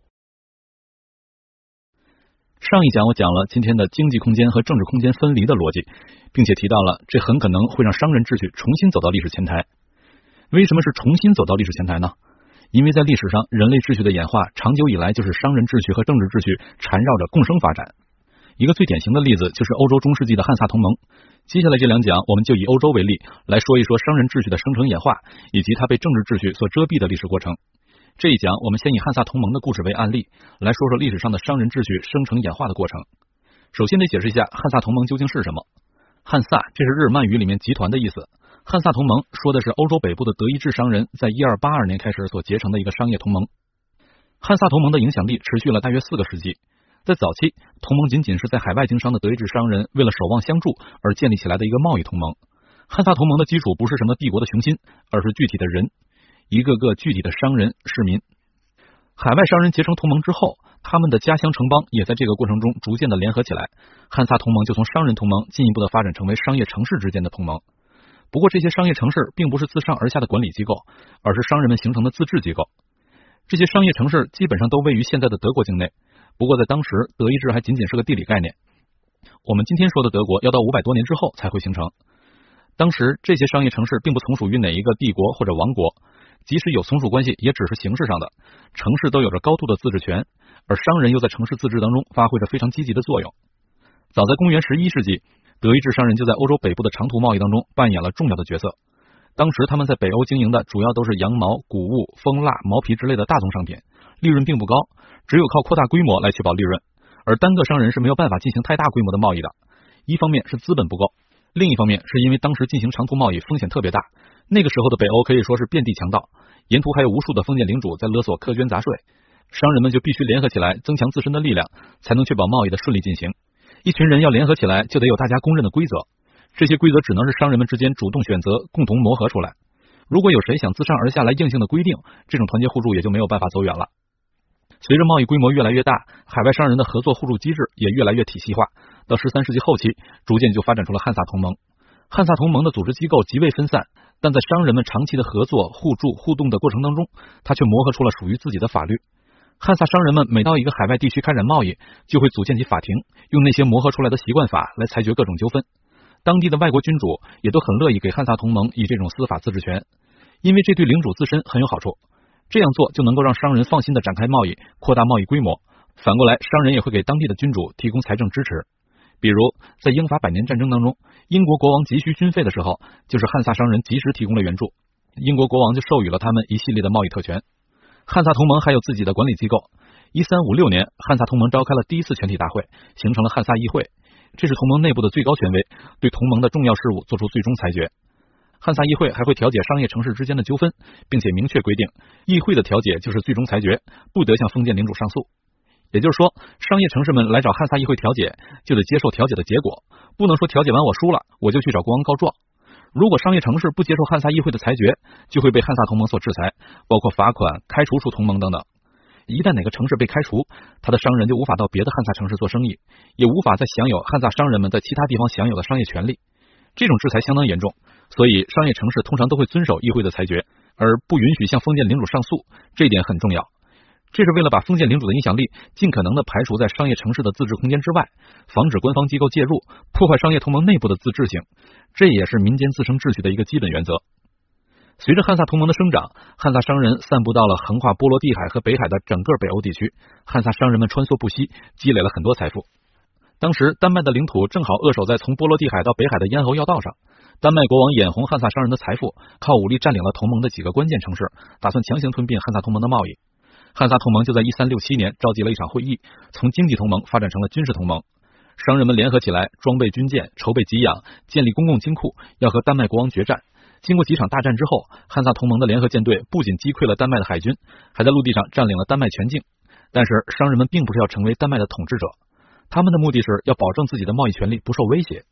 上一讲我讲了今天的经济空间和政治空间分离的逻辑，并且提到了这很可能会让商人秩序重新走到历史前台。为什么是重新走到历史前台呢？因为在历史上，人类秩序的演化长久以来就是商人秩序和政治秩序缠绕着共生发展。一个最典型的例子就是欧洲中世纪的汉萨同盟。接下来这两讲我们就以欧洲为例来说一说商人秩序的生成演化，以及它被政治秩序所遮蔽的历史过程。这一讲我们先以汉萨同盟的故事为案例，来说说历史上的商人秩序生成演化的过程。首先得解释一下汉萨同盟究竟是什么。汉萨这是日耳曼语里面集团的意思。汉萨同盟说的是欧洲北部的德意志商人在一二八二年开始所结成的一个商业同盟。汉萨同盟的影响力持续了大约四个世纪。在早期，同盟仅仅是在海外经商的德意志商人为了守望相助而建立起来的一个贸易同盟。汉萨同盟的基础不是什么帝国的雄心，而是具体的人，一个个具体的商人市民。海外商人结成同盟之后，他们的家乡城邦也在这个过程中逐渐的联合起来，汉萨同盟就从商人同盟进一步的发展成为商业城市之间的同盟。不过这些商业城市并不是自上而下的管理机构，而是商人们形成的自治机构。这些商业城市基本上都位于现在的德国境内，不过在当时德意志还仅仅是个地理概念。我们今天说的德国要到五百多年之后才会形成。当时这些商业城市并不从属于哪一个帝国或者王国，即使有从属关系也只是形式上的，城市都有着高度的自治权，而商人又在城市自治当中发挥着非常积极的作用。早在公元十一世纪，德意志商人就在欧洲北部的长途贸易当中扮演了重要的角色。当时他们在北欧经营的主要都是羊毛、谷物、蜂蜡、毛皮之类的大宗商品，利润并不高，只有靠扩大规模来确保利润，而单个商人是没有办法进行太大规模的贸易的。一方面是资本不够，另一方面是因为当时进行长途贸易风险特别大，那个时候的北欧可以说是遍地强盗，沿途还有无数的封建领主在勒索苛捐杂税，商人们就必须联合起来增强自身的力量，才能确保贸易的顺利进行。一群人要联合起来，就得有大家公认的规则，这些规则只能是商人们之间主动选择，共同磨合出来。如果有谁想自上而下来硬性的规定，这种团结互助也就没有办法走远了。随着贸易规模越来越大，海外商人的合作互助机制也越来越体系化，到十三世纪后期，逐渐就发展出了汉萨同盟。汉萨同盟的组织机构极为分散，但在商人们长期的合作、互助、互动的过程当中，它却磨合出了属于自己的法律。汉萨商人们每到一个海外地区开展贸易，就会组建起法庭，用那些磨合出来的习惯法来裁决各种纠纷。当地的外国君主也都很乐意给汉萨同盟以这种司法自治权，因为这对领主自身很有好处。这样做就能够让商人放心的展开贸易，扩大贸易规模。反过来，商人也会给当地的君主提供财政支持。比如在英法百年战争当中，英国国王急需军费的时候，就是汉萨商人及时提供了援助，英国国王就授予了他们一系列的贸易特权。汉萨同盟还有自己的管理机构。一三五六年，汉萨同盟召开了第一次全体大会，形成了汉萨议会，这是同盟内部的最高权威，对同盟的重要事务做出最终裁决。汉萨议会还会调解商业城市之间的纠纷，并且明确规定，议会的调解就是最终裁决，不得向封建领主上诉。也就是说，商业城市们来找汉萨议会调解，就得接受调解的结果，不能说调解完我输了，我就去找国王告状。如果商业城市不接受汉萨议会的裁决，就会被汉萨同盟所制裁，包括罚款、开除出同盟等等。一旦哪个城市被开除，他的商人就无法到别的汉萨城市做生意，也无法再享有汉萨商人们在其他地方享有的商业权利。这种制裁相当严重，所以商业城市通常都会遵守议会的裁决，而不允许向封建领主上诉，这一点很重要。这是为了把封建领主的影响力尽可能的排除在商业城市的自治空间之外，防止官方机构介入，破坏商业同盟内部的自治性，这也是民间自生秩序的一个基本原则。随着汉萨同盟的生长，汉萨商人散布到了横跨波罗的海和北海的整个北欧地区，汉萨商人们穿梭不息，积累了很多财富。当时丹麦的领土正好扼守在从波罗的海到北海的咽喉要道上，丹麦国王眼红汉萨商人的财富，靠武力占领了同盟的几个关键城市，打算强行吞并汉萨同盟的贸易。汉萨同盟就在一三六七年召集了一场会议，从经济同盟发展成了军事同盟。商人们联合起来，装备军舰，筹备给养，建立公共金库，要和丹麦国王决战。经过几场大战之后，汉萨同盟的联合舰队不仅击溃了丹麦的海军，还在陆地上占领了丹麦全境。但是商人们并不是要成为丹麦的统治者，他们的目的是要保证自己的贸易权利不受威胁。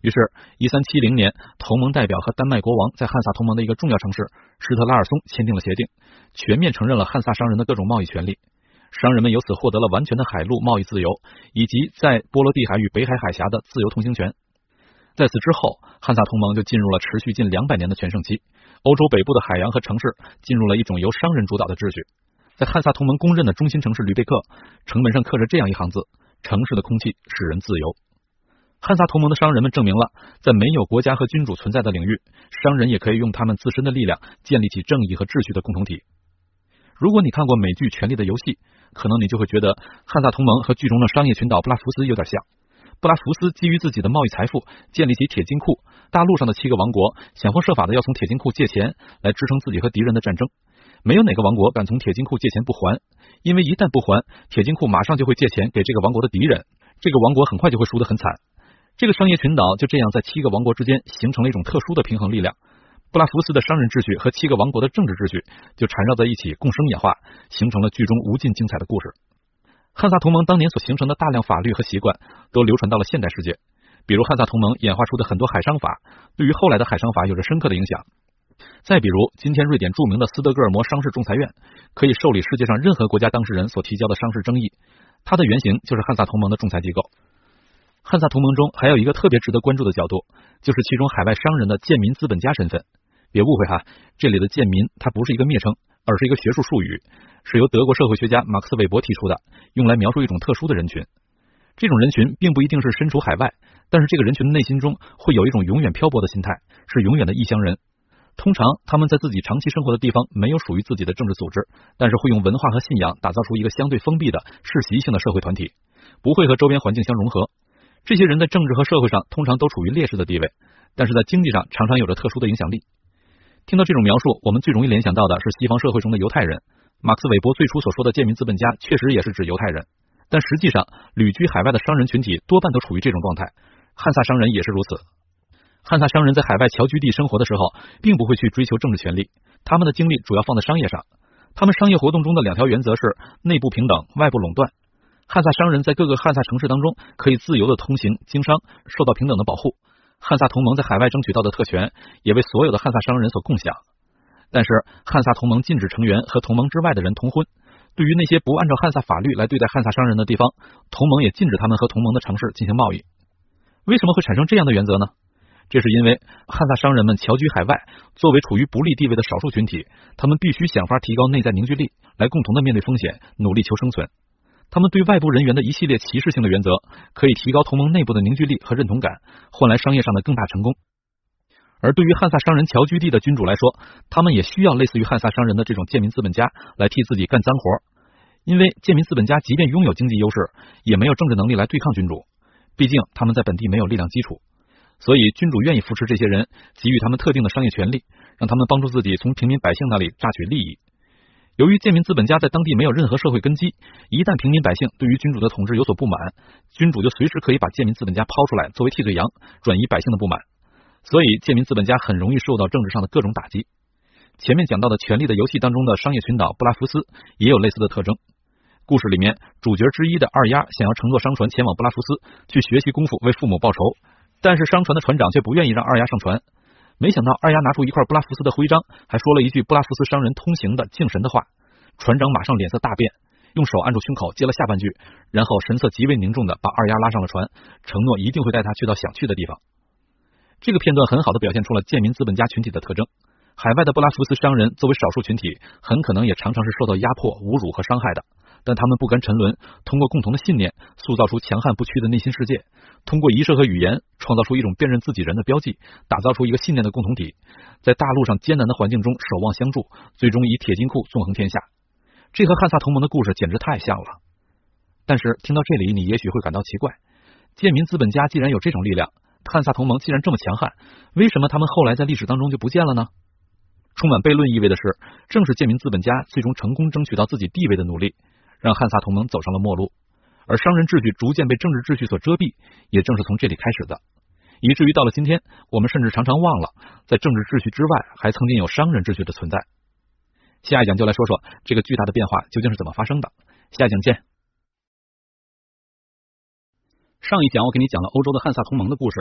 于是一三七零年，同盟代表和丹麦国王在汉萨同盟的一个重要城市施特拉尔松签订了协定，全面承认了汉萨商人的各种贸易权利。商人们由此获得了完全的海陆贸易自由，以及在波罗的海与北海海峡的自由通行权。在此之后，汉萨同盟就进入了持续近两百年的全盛期。欧洲北部的海洋和城市进入了一种由商人主导的秩序。在汉萨同盟公认的中心城市吕贝克，城门上刻着这样一行字：城市的空气使人自由。汉萨同盟的商人们证明了，在没有国家和君主存在的领域，商人也可以用他们自身的力量建立起正义和秩序的共同体。如果你看过美剧《权力的游戏》，可能你就会觉得汉萨同盟和剧中的商业群岛布拉福斯有点像。布拉福斯基于自己的贸易财富，建立起铁金库，大陆上的七个王国想方设法的要从铁金库借钱来支撑自己和敌人的战争。没有哪个王国敢从铁金库借钱不还，因为一旦不还，铁金库马上就会借钱给这个王国的敌人，这个王国很快就会输得很惨。这个商业群岛就这样在七个王国之间形成了一种特殊的平衡力量。布拉福斯的商人秩序和七个王国的政治秩序就缠绕在一起，共生演化，形成了剧中无尽精彩的故事。汉萨同盟当年所形成的大量法律和习惯都流传到了现代世界，比如汉萨同盟演化出的很多海商法，对于后来的海商法有着深刻的影响。再比如今天瑞典著名的斯德哥尔摩商事仲裁院，可以受理世界上任何国家当事人所提交的商事争议，它的原型就是汉萨同盟的仲裁机构。汉萨同盟中还有一个特别值得关注的角度，就是其中海外商人的贱民资本家身份。别误会哈，这里的贱民它不是一个蔑称，而是一个学术术语，是由德国社会学家马克思韦伯提出的，用来描述一种特殊的人群。这种人群并不一定是身处海外，但是这个人群的内心中会有一种永远漂泊的心态，是永远的异乡人。通常他们在自己长期生活的地方没有属于自己的政治组织，但是会用文化和信仰打造出一个相对封闭的世袭性的社会团体，不会和周边环境相融合。这些人在政治和社会上通常都处于劣势的地位，但是在经济上常常有着特殊的影响力。听到这种描述，我们最容易联想到的是西方社会中的犹太人。马克思韦伯最初所说的贱民资本家确实也是指犹太人，但实际上旅居海外的商人群体多半都处于这种状态，汉萨商人也是如此。汉萨商人在海外侨居地生活的时候，并不会去追求政治权利，他们的精力主要放在商业上。他们商业活动中的两条原则是内部平等，外部垄断。汉萨商人在各个汉萨城市当中可以自由的通行经商，受到平等的保护。汉萨同盟在海外争取到的特权也为所有的汉萨商人所共享。但是汉萨同盟禁止成员和同盟之外的人同婚，对于那些不按照汉萨法律来对待汉萨商人的地方，同盟也禁止他们和同盟的城市进行贸易。为什么会产生这样的原则呢？这是因为汉萨商人们侨居海外，作为处于不利地位的少数群体，他们必须想法提高内在凝聚力，来共同的面对风险，努力求生存。他们对外部人员的一系列歧视性的原则，可以提高同盟内部的凝聚力和认同感，换来商业上的更大成功。而对于汉萨商人侨居地的君主来说，他们也需要类似于汉萨商人的这种贱民资本家来替自己干脏活，因为贱民资本家即便拥有经济优势，也没有政治能力来对抗君主，毕竟他们在本地没有力量基础。所以君主愿意扶持这些人，给予他们特定的商业权利，让他们帮助自己从平民百姓那里榨取利益。由于贱民资本家在当地没有任何社会根基，一旦平民百姓对于君主的统治有所不满，君主就随时可以把贱民资本家抛出来作为替罪羊，转移百姓的不满。所以贱民资本家很容易受到政治上的各种打击。前面讲到的《权力的游戏》当中的商业群岛布拉福斯也有类似的特征。故事里面主角之一的二丫想要乘坐商船前往布拉福斯去学习功夫，为父母报仇，但是商船的船长却不愿意让二丫上船。没想到二丫拿出一块布拉福斯的徽章，还说了一句布拉福斯商人通行的敬神的话。船长马上脸色大变，用手按住胸口接了下半句，然后神色极为凝重的把二丫拉上了船，承诺一定会带她去到想去的地方。这个片段很好的表现出了贱民资本家群体的特征。海外的布拉福斯商人作为少数群体，很可能也常常是受到压迫、侮辱和伤害的，但他们不甘沉沦，通过共同的信念塑造出强悍不屈的内心世界，通过仪式和语言创造出一种辨认自己人的标记，打造出一个信念的共同体，在大陆上艰难的环境中守望相助，最终以铁金库纵横天下。这和汉萨同盟的故事简直太像了。但是听到这里，你也许会感到奇怪，贱民资本家既然有这种力量，汉萨同盟既然这么强悍，为什么他们后来在历史当中就不见了呢？充满悖论意味的是，正是贱民资本家最终成功争取到自己地位的努力，让汉萨同盟走上了末路，而商人秩序逐渐被政治秩序所遮蔽，也正是从这里开始的，以至于到了今天，我们甚至常常忘了，在政治秩序之外，还曾经有商人秩序的存在。下一讲就来说说这个巨大的变化究竟是怎么发生的。下一讲见。上一讲我给你讲了欧洲的汉萨同盟的故事，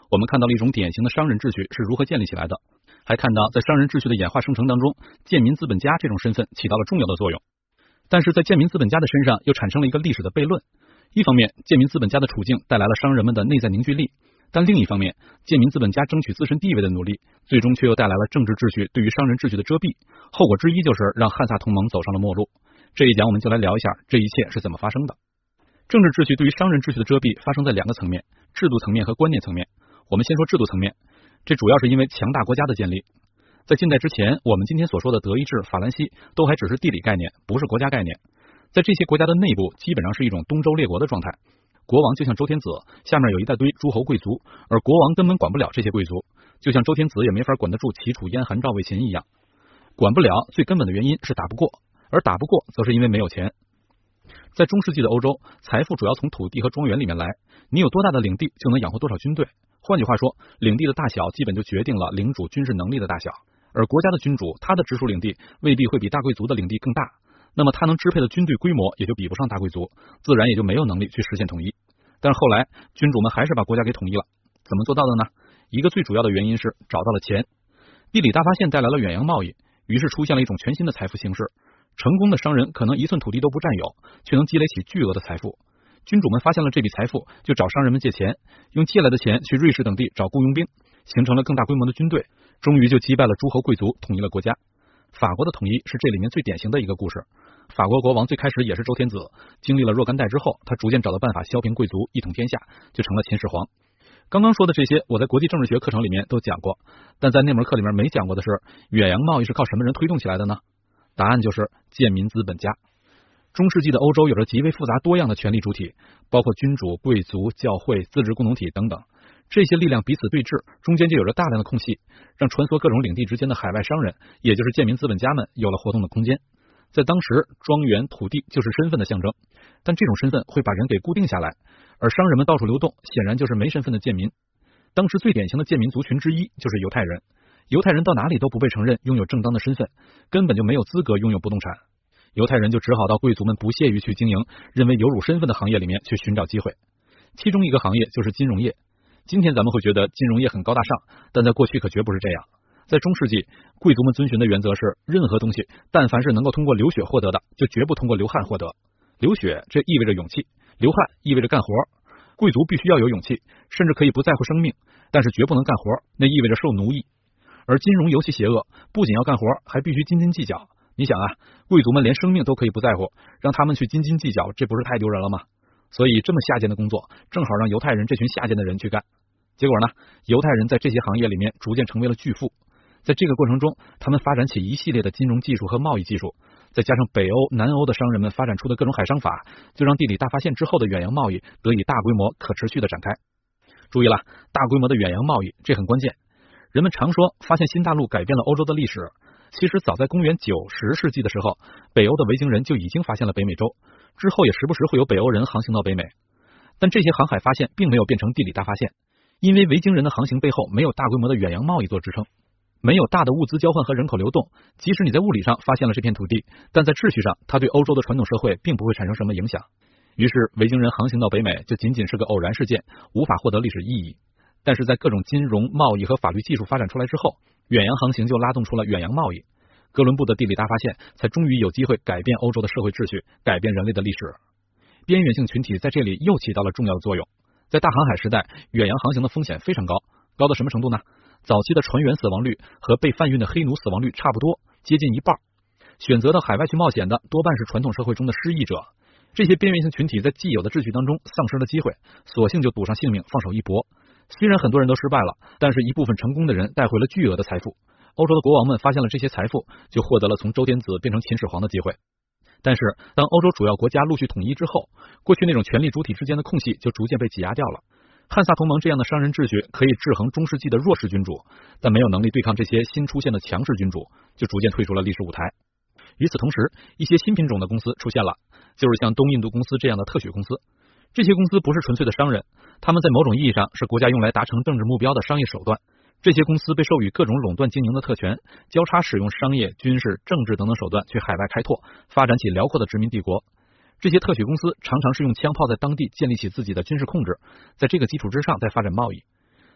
我们看到了一种典型的商人秩序是如何建立起来的，还看到在商人秩序的演化生成当中，贱民资本家这种身份起到了重要的作用。但是在贱民资本家的身上又产生了一个历史的悖论，一方面贱民资本家的处境带来了商人们的内在凝聚力，但另一方面贱民资本家争取自身地位的努力最终却又带来了政治秩序对于商人秩序的遮蔽，后果之一就是让汉萨同盟走上了末路。这一讲我们就来聊一下这一切是怎么发生的。政治秩序对于商人秩序的遮蔽发生在两个层面，制度层面和观念层面。我们先说制度层面，这主要是因为强大国家的建立。在近代之前，我们今天所说的德意志、法兰西都还只是地理概念，不是国家概念。在这些国家的内部基本上是一种东周列国的状态，国王就像周天子，下面有一大堆诸侯贵族，而国王根本管不了这些贵族，就像周天子也没法管得住齐楚燕韩赵魏秦一样。管不了最根本的原因是打不过，而打不过则是因为没有钱。在中世纪的欧洲，财富主要从土地和庄园里面来，你有多大的领地就能养活多少军队。换句话说，领地的大小基本就决定了领主军事能力的大小，而国家的君主他的直属领地未必会比大贵族的领地更大，那么他能支配的军队规模也就比不上大贵族，自然也就没有能力去实现统一。但是后来君主们还是把国家给统一了，怎么做到的呢？一个最主要的原因是找到了钱。地理大发现带来了远洋贸易，于是出现了一种全新的财富形式。成功的商人可能一寸土地都不占有，却能积累起巨额的财富。君主们发现了这笔财富，就找商人们借钱，用借来的钱去瑞士等地找雇佣兵，形成了更大规模的军队，终于就击败了诸侯贵族，统一了国家。法国的统一是这里面最典型的一个故事。法国国王最开始也是周天子，经历了若干代之后，他逐渐找到办法削平贵族，一统天下，就成了秦始皇。刚刚说的这些我在国际政治学课程里面都讲过，但在那门课里面没讲过的是，远洋贸易是靠什么人推动起来的呢？答案就是贱民资本家。中世纪的欧洲有着极为复杂多样的权力主体，包括君主、贵族、教会、自治共同体等等，这些力量彼此对峙，中间就有着大量的空隙，让穿梭各种领地之间的海外商人，也就是贱民资本家们有了活动的空间。在当时，庄园、土地就是身份的象征，但这种身份会把人给固定下来，而商人们到处流动，显然就是没身份的贱民。当时最典型的贱民族群之一就是犹太人，犹太人到哪里都不被承认拥有正当的身份，根本就没有资格拥有不动产。犹太人就只好到贵族们不屑于去经营、认为有辱身份的行业里面去寻找机会。其中一个行业就是金融业。今天咱们会觉得金融业很高大上，但在过去可绝不是这样。在中世纪，贵族们遵循的原则是，任何东西但凡是能够通过流血获得的，就绝不通过流汗获得。流血这意味着勇气，流汗意味着干活。贵族必须要有勇气，甚至可以不在乎生命，但是绝不能干活，那意味着受奴役。而金融尤其邪恶，不仅要干活，还必须斤斤计较。你想啊，贵族们连生命都可以不在乎，让他们去斤斤计较，这不是太丢人了吗？所以这么下贱的工作，正好让犹太人这群下贱的人去干。结果呢，犹太人在这些行业里面逐渐成为了巨富。在这个过程中，他们发展起一系列的金融技术和贸易技术，再加上北欧、南欧的商人们发展出的各种海商法，就让地理大发现之后的远洋贸易得以大规模、可持续的展开。注意了，大规模的远洋贸易，这很关键。人们常说发现新大陆改变了欧洲的历史，其实早在公元九十世纪的时候，北欧的维京人就已经发现了北美洲，之后也时不时会有北欧人航行到北美。但这些航海发现并没有变成地理大发现，因为维京人的航行背后没有大规模的远洋贸易做支撑，没有大的物资交换和人口流动，即使你在物理上发现了这片土地，但在秩序上它对欧洲的传统社会并不会产生什么影响。于是维京人航行到北美就仅仅是个偶然事件，无法获得历史意义。但是在各种金融、贸易和法律技术发展出来之后，远洋航行就拉动出了远洋贸易。哥伦布的地理大发现才终于有机会改变欧洲的社会秩序，改变人类的历史。边缘性群体在这里又起到了重要的作用。在大航海时代，远洋航行的风险非常高，高到什么程度呢？早期的船员死亡率和被贩运的黑奴死亡率差不多，接近一半。选择到海外去冒险的多半是传统社会中的失意者。这些边缘性群体在既有的秩序当中丧失了机会，索性就赌上性命放手一搏。虽然很多人都失败了，但是一部分成功的人带回了巨额的财富。欧洲的国王们发现了这些财富，就获得了从周天子变成秦始皇的机会。但是当欧洲主要国家陆续统一之后，过去那种权力主体之间的空隙就逐渐被挤压掉了。汉萨同盟这样的商人秩序可以制衡中世纪的弱势君主，但没有能力对抗这些新出现的强势君主，就逐渐退出了历史舞台。与此同时，一些新品种的公司出现了，就是像东印度公司这样的特许公司。这些公司不是纯粹的商人，他们在某种意义上是国家用来达成政治目标的商业手段。这些公司被授予各种垄断经营的特权，交叉使用商业、军事、政治等等手段去海外开拓，发展起辽阔的殖民帝国。这些特许公司常常是用枪炮在当地建立起自己的军事控制，在这个基础之上再发展贸易。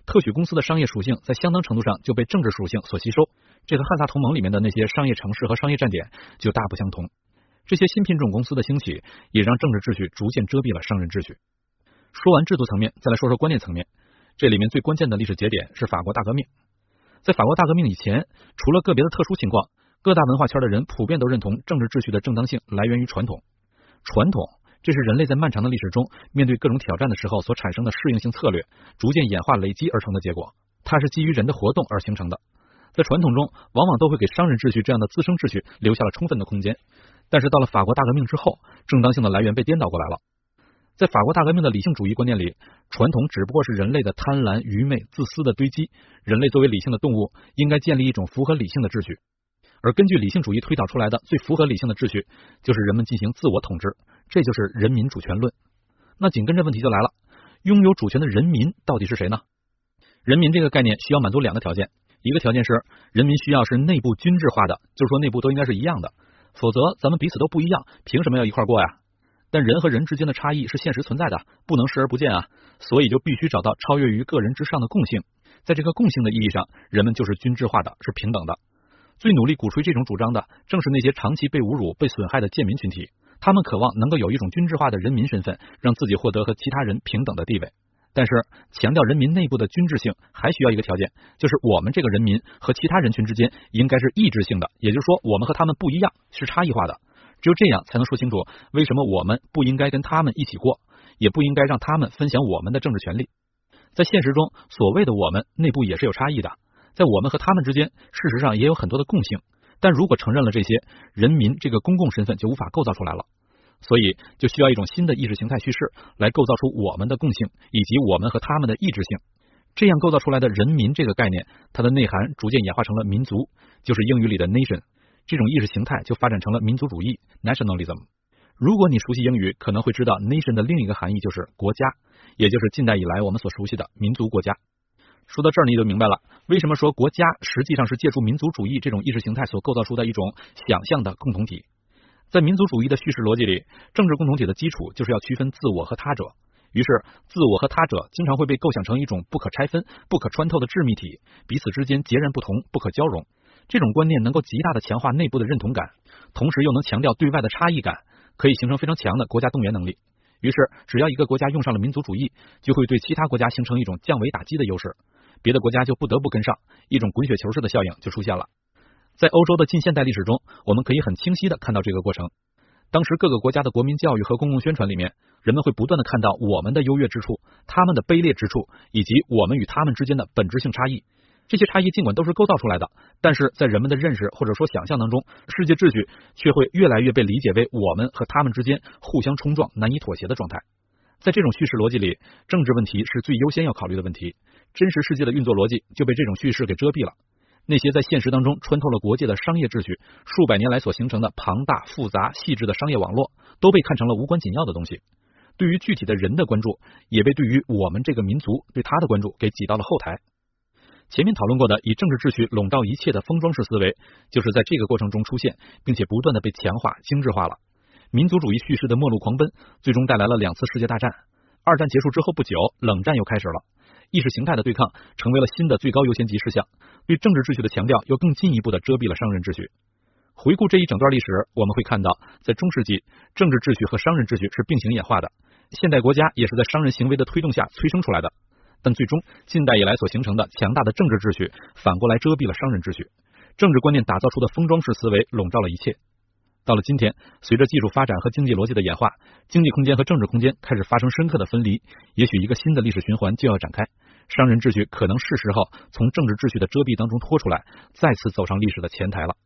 特许公司的商业属性在相当程度上就被政治属性所吸收，这和汉萨同盟里面的那些商业城市和商业站点就大不相同。这些新品种公司的兴起，也让政治秩序逐渐遮蔽了商人秩序。说完制度层面，再来说说观念层面。这里面最关键的历史节点是法国大革命。在法国大革命以前，除了个别的特殊情况，各大文化圈的人普遍都认同政治秩序的正当性来源于传统。传统，这是人类在漫长的历史中面对各种挑战的时候所产生的适应性策略，逐渐演化累积而成的结果。它是基于人的活动而形成的。在传统中，往往都会给商人秩序这样的滋生秩序留下了充分的空间。但是到了法国大革命之后，正当性的来源被颠倒过来了。在法国大革命的理性主义观念里，传统只不过是人类的贪婪、愚昧、自私的堆积。人类作为理性的动物，应该建立一种符合理性的秩序。而根据理性主义推导出来的最符合理性的秩序，就是人们进行自我统治，这就是人民主权论。那紧跟着问题就来了，拥有主权的人民到底是谁呢？人民这个概念需要满足两个条件，一个条件是人民需要是内部均质化的，就是说内部都应该是一样的，否则咱们彼此都不一样，凭什么要一块过呀？但人和人之间的差异是现实存在的，不能视而不见啊，所以就必须找到超越于个人之上的共性。在这个共性的意义上，人们就是均质化的，是平等的。最努力鼓吹这种主张的，正是那些长期被侮辱、被损害的贱民群体。他们渴望能够有一种均质化的人民身份，让自己获得和其他人平等的地位。但是强调人民内部的均质性，还需要一个条件，就是我们这个人民和其他人群之间应该是异质性的，也就是说我们和他们不一样，是差异化的。只有这样才能说清楚为什么我们不应该跟他们一起过，也不应该让他们分享我们的政治权利。在现实中，所谓的我们内部也是有差异的，在我们和他们之间事实上也有很多的共性，但如果承认了这些，人民这个公共身份就无法构造出来了。所以就需要一种新的意识形态叙事来构造出我们的共性以及我们和他们的异质性。这样构造出来的人民这个概念，它的内涵逐渐演化成了民族，就是英语里的 nation。这种意识形态就发展成了民族主义 nationalism。 如果你熟悉英语，可能会知道 nation 的另一个含义就是国家，也就是近代以来我们所熟悉的民族国家。说到这儿你就明白了，为什么说国家实际上是借助民族主义这种意识形态所构造出的一种想象的共同体。在民族主义的叙事逻辑里，政治共同体的基础就是要区分自我和他者，于是自我和他者经常会被构想成一种不可拆分、不可穿透的致密体，彼此之间截然不同，不可交融。这种观念能够极大的强化内部的认同感，同时又能强调对外的差异感，可以形成非常强的国家动员能力。于是只要一个国家用上了民族主义，就会对其他国家形成一种降维打击的优势，别的国家就不得不跟上，一种滚雪球式的效应就出现了。在欧洲的近现代历史中，我们可以很清晰的看到这个过程。当时各个国家的国民教育和公共宣传里面，人们会不断的看到我们的优越之处，他们的卑劣之处，以及我们与他们之间的本质性差异。这些差异尽管都是构造出来的，但是在人们的认识或者说想象当中，世界秩序却会越来越被理解为我们和他们之间互相冲撞、难以妥协的状态。在这种叙事逻辑里，政治问题是最优先要考虑的问题，真实世界的运作逻辑就被这种叙事给遮蔽了。那些在现实当中穿透了国界的商业秩序，数百年来所形成的庞大、复杂、细致的商业网络，都被看成了无关紧要的东西。对于具体的人的关注，也被对于我们这个民族对他的关注给挤到了后台。前面讨论过的以政治秩序笼罩一切的封装式思维，就是在这个过程中出现，并且不断的被强化、精致化了。民族主义叙事的末路狂奔，最终带来了两次世界大战。二战结束之后不久，冷战又开始了。意识形态的对抗成为了新的最高优先级事项，对政治秩序的强调又更进一步的遮蔽了商人秩序。回顾这一整段历史，我们会看到，在中世纪，政治秩序和商人秩序是并行演化的，现代国家也是在商人行为的推动下催生出来的。但最终，近代以来所形成的强大的政治秩序，反过来遮蔽了商人秩序。政治观念打造出的封装式思维笼罩了一切。到了今天，随着技术发展和经济逻辑的演化，经济空间和政治空间开始发生深刻的分离，也许一个新的历史循环就要展开。商人秩序可能是时候从政治秩序的遮蔽当中脱出来，再次走上历史的前台了。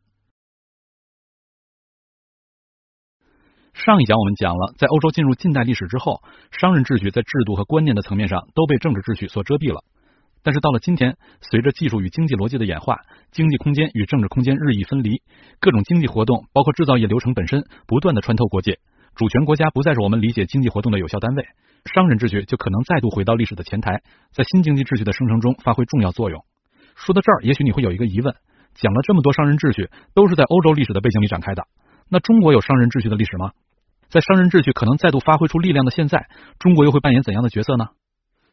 上一讲我们讲了，在欧洲进入近代历史之后，商人秩序在制度和观念的层面上都被政治秩序所遮蔽了。但是到了今天，随着技术与经济逻辑的演化，经济空间与政治空间日益分离，各种经济活动，包括制造业流程本身，不断的穿透国界，主权国家不再是我们理解经济活动的有效单位，商人秩序就可能再度回到历史的前台，在新经济秩序的生成中发挥重要作用。说到这儿，也许你会有一个疑问，讲了这么多商人秩序，都是在欧洲历史的背景里展开的，那中国有商人秩序的历史吗？在商人秩序可能再度发挥出力量的现在，中国又会扮演怎样的角色呢？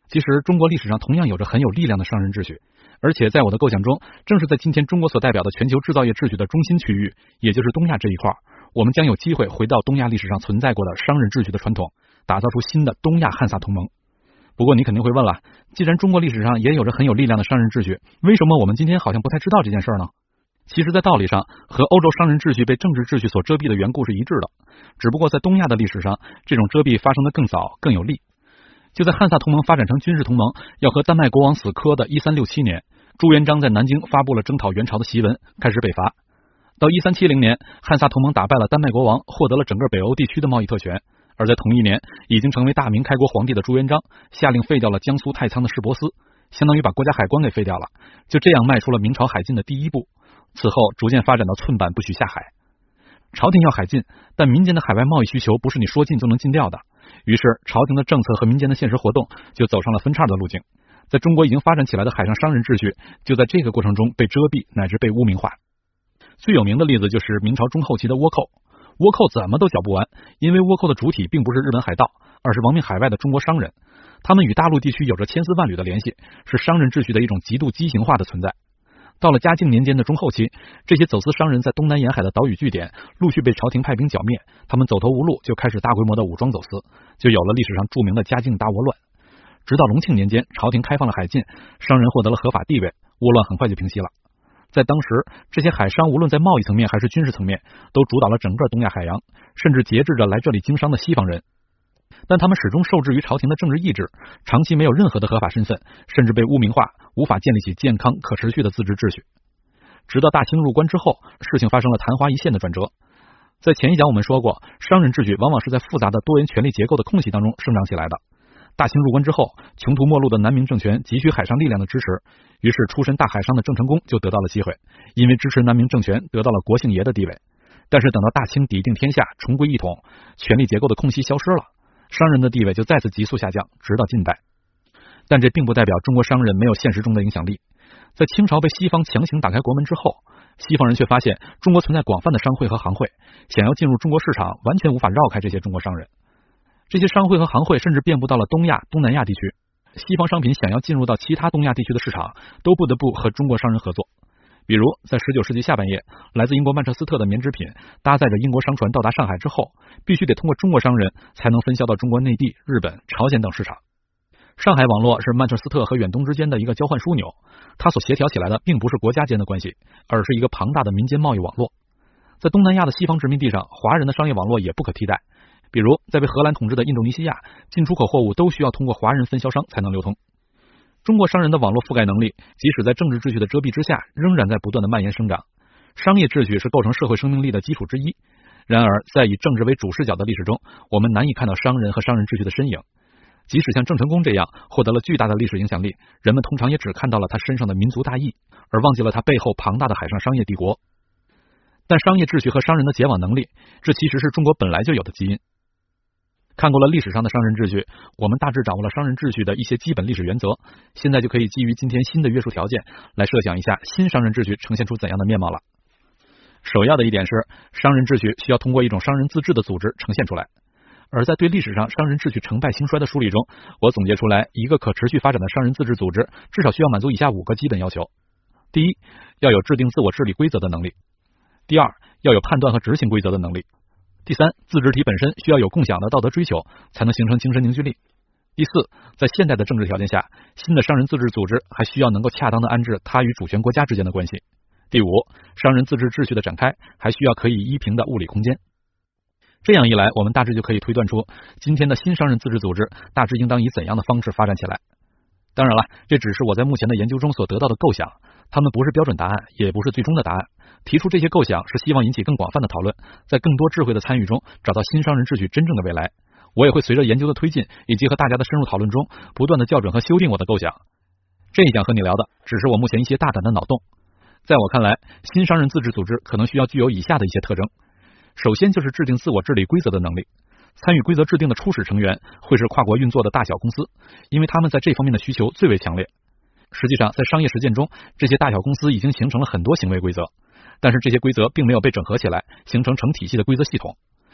其实中国历史上同样有着很有力量的商人秩序，而且在我的构想中，正是在今天中国所代表的全球制造业秩序的中心区域，也就是东亚这一块，我们将有机会回到东亚历史上存在过的商人秩序的传统，打造出新的东亚汉萨同盟。不过你肯定会问了，既然中国历史上也有着很有力量的商人秩序，为什么我们今天好像不太知道这件事呢？其实在道理上和欧洲商人秩序被政治秩序所遮蔽的缘故是一致的，只不过在东亚的历史上，这种遮蔽发生的更早更有力。就在汉萨同盟发展成军事同盟，要和丹麦国王死磕的一三六七年，朱元璋在南京发布了征讨元朝的檄文，开始北伐。到一三七零年，汉萨同盟打败了丹麦国王，获得了整个北欧地区的贸易特权。而在同一年，已经成为大明开国皇帝的朱元璋下令废掉了江苏太仓的市舶司，相当于把国家海关给废掉了，就这样迈出了明朝海禁的第一步。此后逐渐发展到寸板不许下海。朝廷要海禁，但民间的海外贸易需求不是你说禁就能禁掉的，于是朝廷的政策和民间的现实活动就走上了分叉的路径。在中国已经发展起来的海上商人秩序，就在这个过程中被遮蔽乃至被污名化。最有名的例子就是明朝中后期的倭寇。倭寇怎么都剿不完，因为倭寇的主体并不是日本海盗，而是亡命海外的中国商人。他们与大陆地区有着千丝万缕的联系，是商人秩序的一种极度畸形化的存在。到了嘉靖年间的中后期，这些走私商人在东南沿海的岛屿据点陆续被朝廷派兵剿灭，他们走投无路，就开始大规模的武装走私，就有了历史上著名的嘉靖大倭乱。直到隆庆年间，朝廷开放了海禁，商人获得了合法地位，倭乱很快就平息了。在当时，这些海商无论在贸易层面还是军事层面，都主导了整个东亚海洋，甚至节制着来这里经商的西方人。但他们始终受制于朝廷的政治意志，长期没有任何的合法身份，甚至被污名化，无法建立起健康可持续的自治秩序。直到大清入关之后，事情发生了昙花一现的转折。在前一讲我们说过，商人秩序往往是在复杂的多元权力结构的空隙当中生长起来的。大清入关之后，穷途末路的南明政权急需海上力量的支持，于是出身大海商的郑成功就得到了机会，因为支持南明政权得到了国姓爷的地位。但是等到大清抵定天下，重归一统，权力结构的空隙消失了，商人的地位就再次急速下降，直到近代。但这并不代表中国商人没有现实中的影响力。在清朝被西方强行打开国门之后，西方人却发现中国存在广泛的商会和行会，想要进入中国市场完全无法绕开这些中国商人。这些商会和行会甚至遍布到了东亚、东南亚地区，西方商品想要进入到其他东亚地区的市场，都不得不和中国商人合作。比如在十九世纪下半叶，来自英国曼彻斯特的棉织品搭载着英国商船到达上海之后，必须得通过中国商人才能分销到中国内地、日本、朝鲜等市场。上海网络是曼彻斯特和远东之间的一个交换枢纽，它所协调起来的并不是国家间的关系，而是一个庞大的民间贸易网络。在东南亚的西方殖民地上，华人的商业网络也不可替代。比如在被荷兰统治的印度尼西亚，进出口货物都需要通过华人分销商才能流通。中国商人的网络覆盖能力，即使在政治秩序的遮蔽之下，仍然在不断的蔓延生长。商业秩序是构成社会生命力的基础之一。然而在以政治为主视角的历史中，我们难以看到商人和商人秩序的身影。即使像郑成功这样获得了巨大的历史影响力，人们通常也只看到了他身上的民族大义，而忘记了他背后庞大的海上商业帝国。但商业秩序和商人的结网能力，这其实是中国本来就有的基因。看过了历史上的商人秩序，我们大致掌握了商人秩序的一些基本历史原则，现在就可以基于今天新的约束条件来设想一下新商人秩序呈现出怎样的面貌了。首要的一点是，商人秩序需要通过一种商人自治的组织呈现出来。而在对历史上商人秩序成败兴衰的梳理中，我总结出来，一个可持续发展的商人自治组织至少需要满足以下五个基本要求。第一，要有制定自我治理规则的能力。第二，要有判断和执行规则的能力。第三，自治体本身需要有共享的道德追求，才能形成精神凝聚力。第四，在现代的政治条件下，新的商人自治组织还需要能够恰当的安置它与主权国家之间的关系。第五，商人自治秩序的展开还需要可以依凭的物理空间。这样一来，我们大致就可以推断出今天的新商人自治组织大致应当以怎样的方式发展起来。当然了，这只是我在目前的研究中所得到的构想，它们不是标准答案，也不是最终的答案。提出这些构想是希望引起更广泛的讨论，在更多智慧的参与中找到新商人秩序真正的未来。我也会随着研究的推进以及和大家的深入讨论中，不断的校准和修订我的构想。这一讲和你聊的只是我目前一些大胆的脑洞。在我看来，新商人自治组织可能需要具有以下的一些特征。首先就是制定自我治理规则的能力。参与规则制定的初始成员会是跨国运作的大小公司，因为他们在这方面的需求最为强烈。实际上在商业实践中，这些大小公司已经形成了很多行为规则，但是这些规则并没有被整合起来形成成体系的规则系统。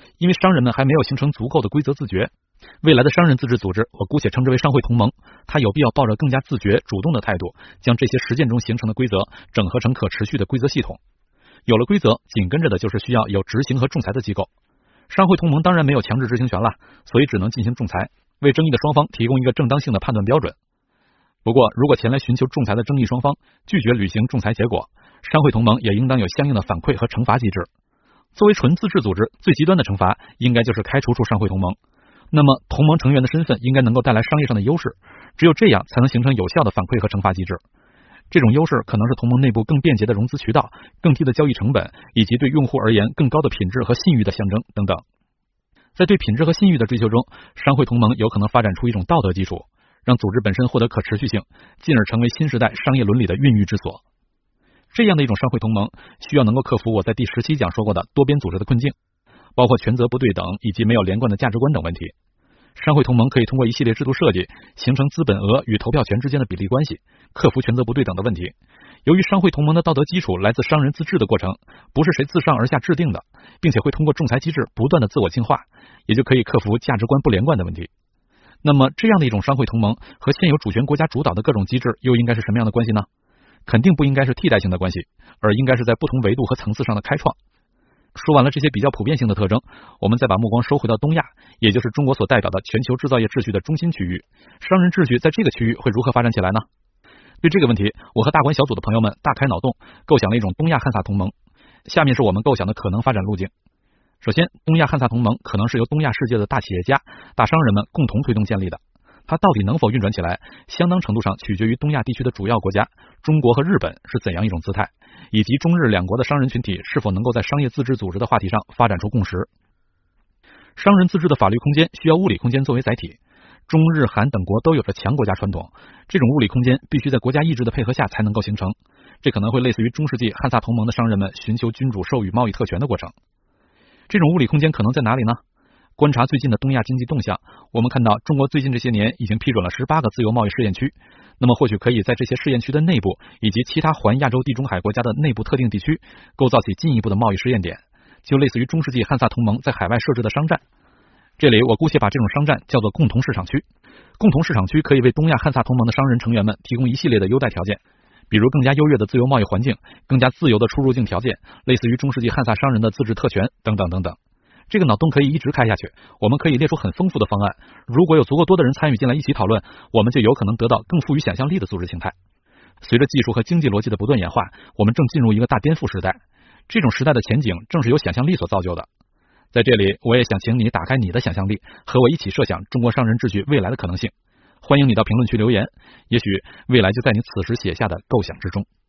因为商人们还没有形成足够的规则自觉。未来的商人自治组织，我姑且称之为商会同盟，它有必要抱着更加自觉、主动的态度，将这些实践中形成的规则整合成可持续的规则系统。有了规则，紧跟着的就是需要有执行和仲裁的机构。商会同盟当然没有强制执行权了，所以只能进行仲裁，为争议的双方提供一个正当性的判断标准。不过，如果前来寻求仲裁的争议双方拒绝履行仲裁结果，商会同盟也应当有相应的反馈和惩罚机制。作为纯自治组织，最极端的惩罚应该就是开除出商会同盟。那么，同盟成员的身份应该能够带来商业上的优势，只有这样才能形成有效的反馈和惩罚机制。这种优势可能是同盟内部更便捷的融资渠道、更低的交易成本，以及对用户而言更高的品质和信誉的象征等等。在对品质和信誉的追求中，商会同盟有可能发展出一种道德基础，让组织本身获得可持续性，进而成为新时代商业伦理的孕育之所。这样的一种商会同盟需要能够克服我在第十七讲说过的多边组织的困境，包括权责不对等以及没有连贯的价值观等问题。商会同盟可以通过一系列制度设计，形成资本额与投票权之间的比例关系，克服权责不对等的问题。由于商会同盟的道德基础来自商人自治的过程，不是谁自上而下制定的，并且会通过仲裁机制不断的自我净化，也就可以克服价值观不连贯的问题。那么这样的一种商会同盟和现有主权国家主导的各种机制又应该是什么样的关系呢？肯定不应该是替代性的关系，而应该是在不同维度和层次上的开创。说完了这些比较普遍性的特征，我们再把目光收回到东亚，也就是中国所代表的全球制造业秩序的中心区域，商人秩序在这个区域会如何发展起来呢？对这个问题，我和大观小组的朋友们大开脑洞，构想了一种东亚汉萨同盟。下面是我们构想的可能发展路径。首先，东亚汉萨同盟可能是由东亚世界的大企业家、大商人们共同推动建立的。它到底能否运转起来，相当程度上取决于东亚地区的主要国家中国和日本是怎样一种姿态，以及中日两国的商人群体是否能够在商业自治组织的话题上发展出共识。商人自治的法律空间需要物理空间作为载体，中日韩等国都有着强国家传统，这种物理空间必须在国家意志的配合下才能够形成，这可能会类似于中世纪汉萨同盟的商人们寻求君主授予贸易特权的过程。这种物理空间可能在哪里呢？观察最近的东亚经济动向，我们看到中国最近这些年已经批准了十八个自由贸易试验区，那么或许可以在这些试验区的内部以及其他环亚洲地中海国家的内部特定地区构造起进一步的贸易试验点，就类似于中世纪汉萨同盟在海外设置的商站。这里我姑且把这种商站叫做共同市场区。共同市场区可以为东亚汉萨同盟的商人成员们提供一系列的优待条件，比如更加优越的自由贸易环境、更加自由的出入境条件，类似于中世纪汉萨商人的自治特权等等等等。这个脑洞可以一直开下去，我们可以列出很丰富的方案，如果有足够多的人参与进来一起讨论，我们就有可能得到更富于想象力的组织形态。随着技术和经济逻辑的不断演化，我们正进入一个大颠覆时代，这种时代的前景正是由想象力所造就的。在这里，我也想请你打开你的想象力，和我一起设想中国商人秩序未来的可能性。欢迎你到评论区留言，也许未来就在你此时写下的构想之中。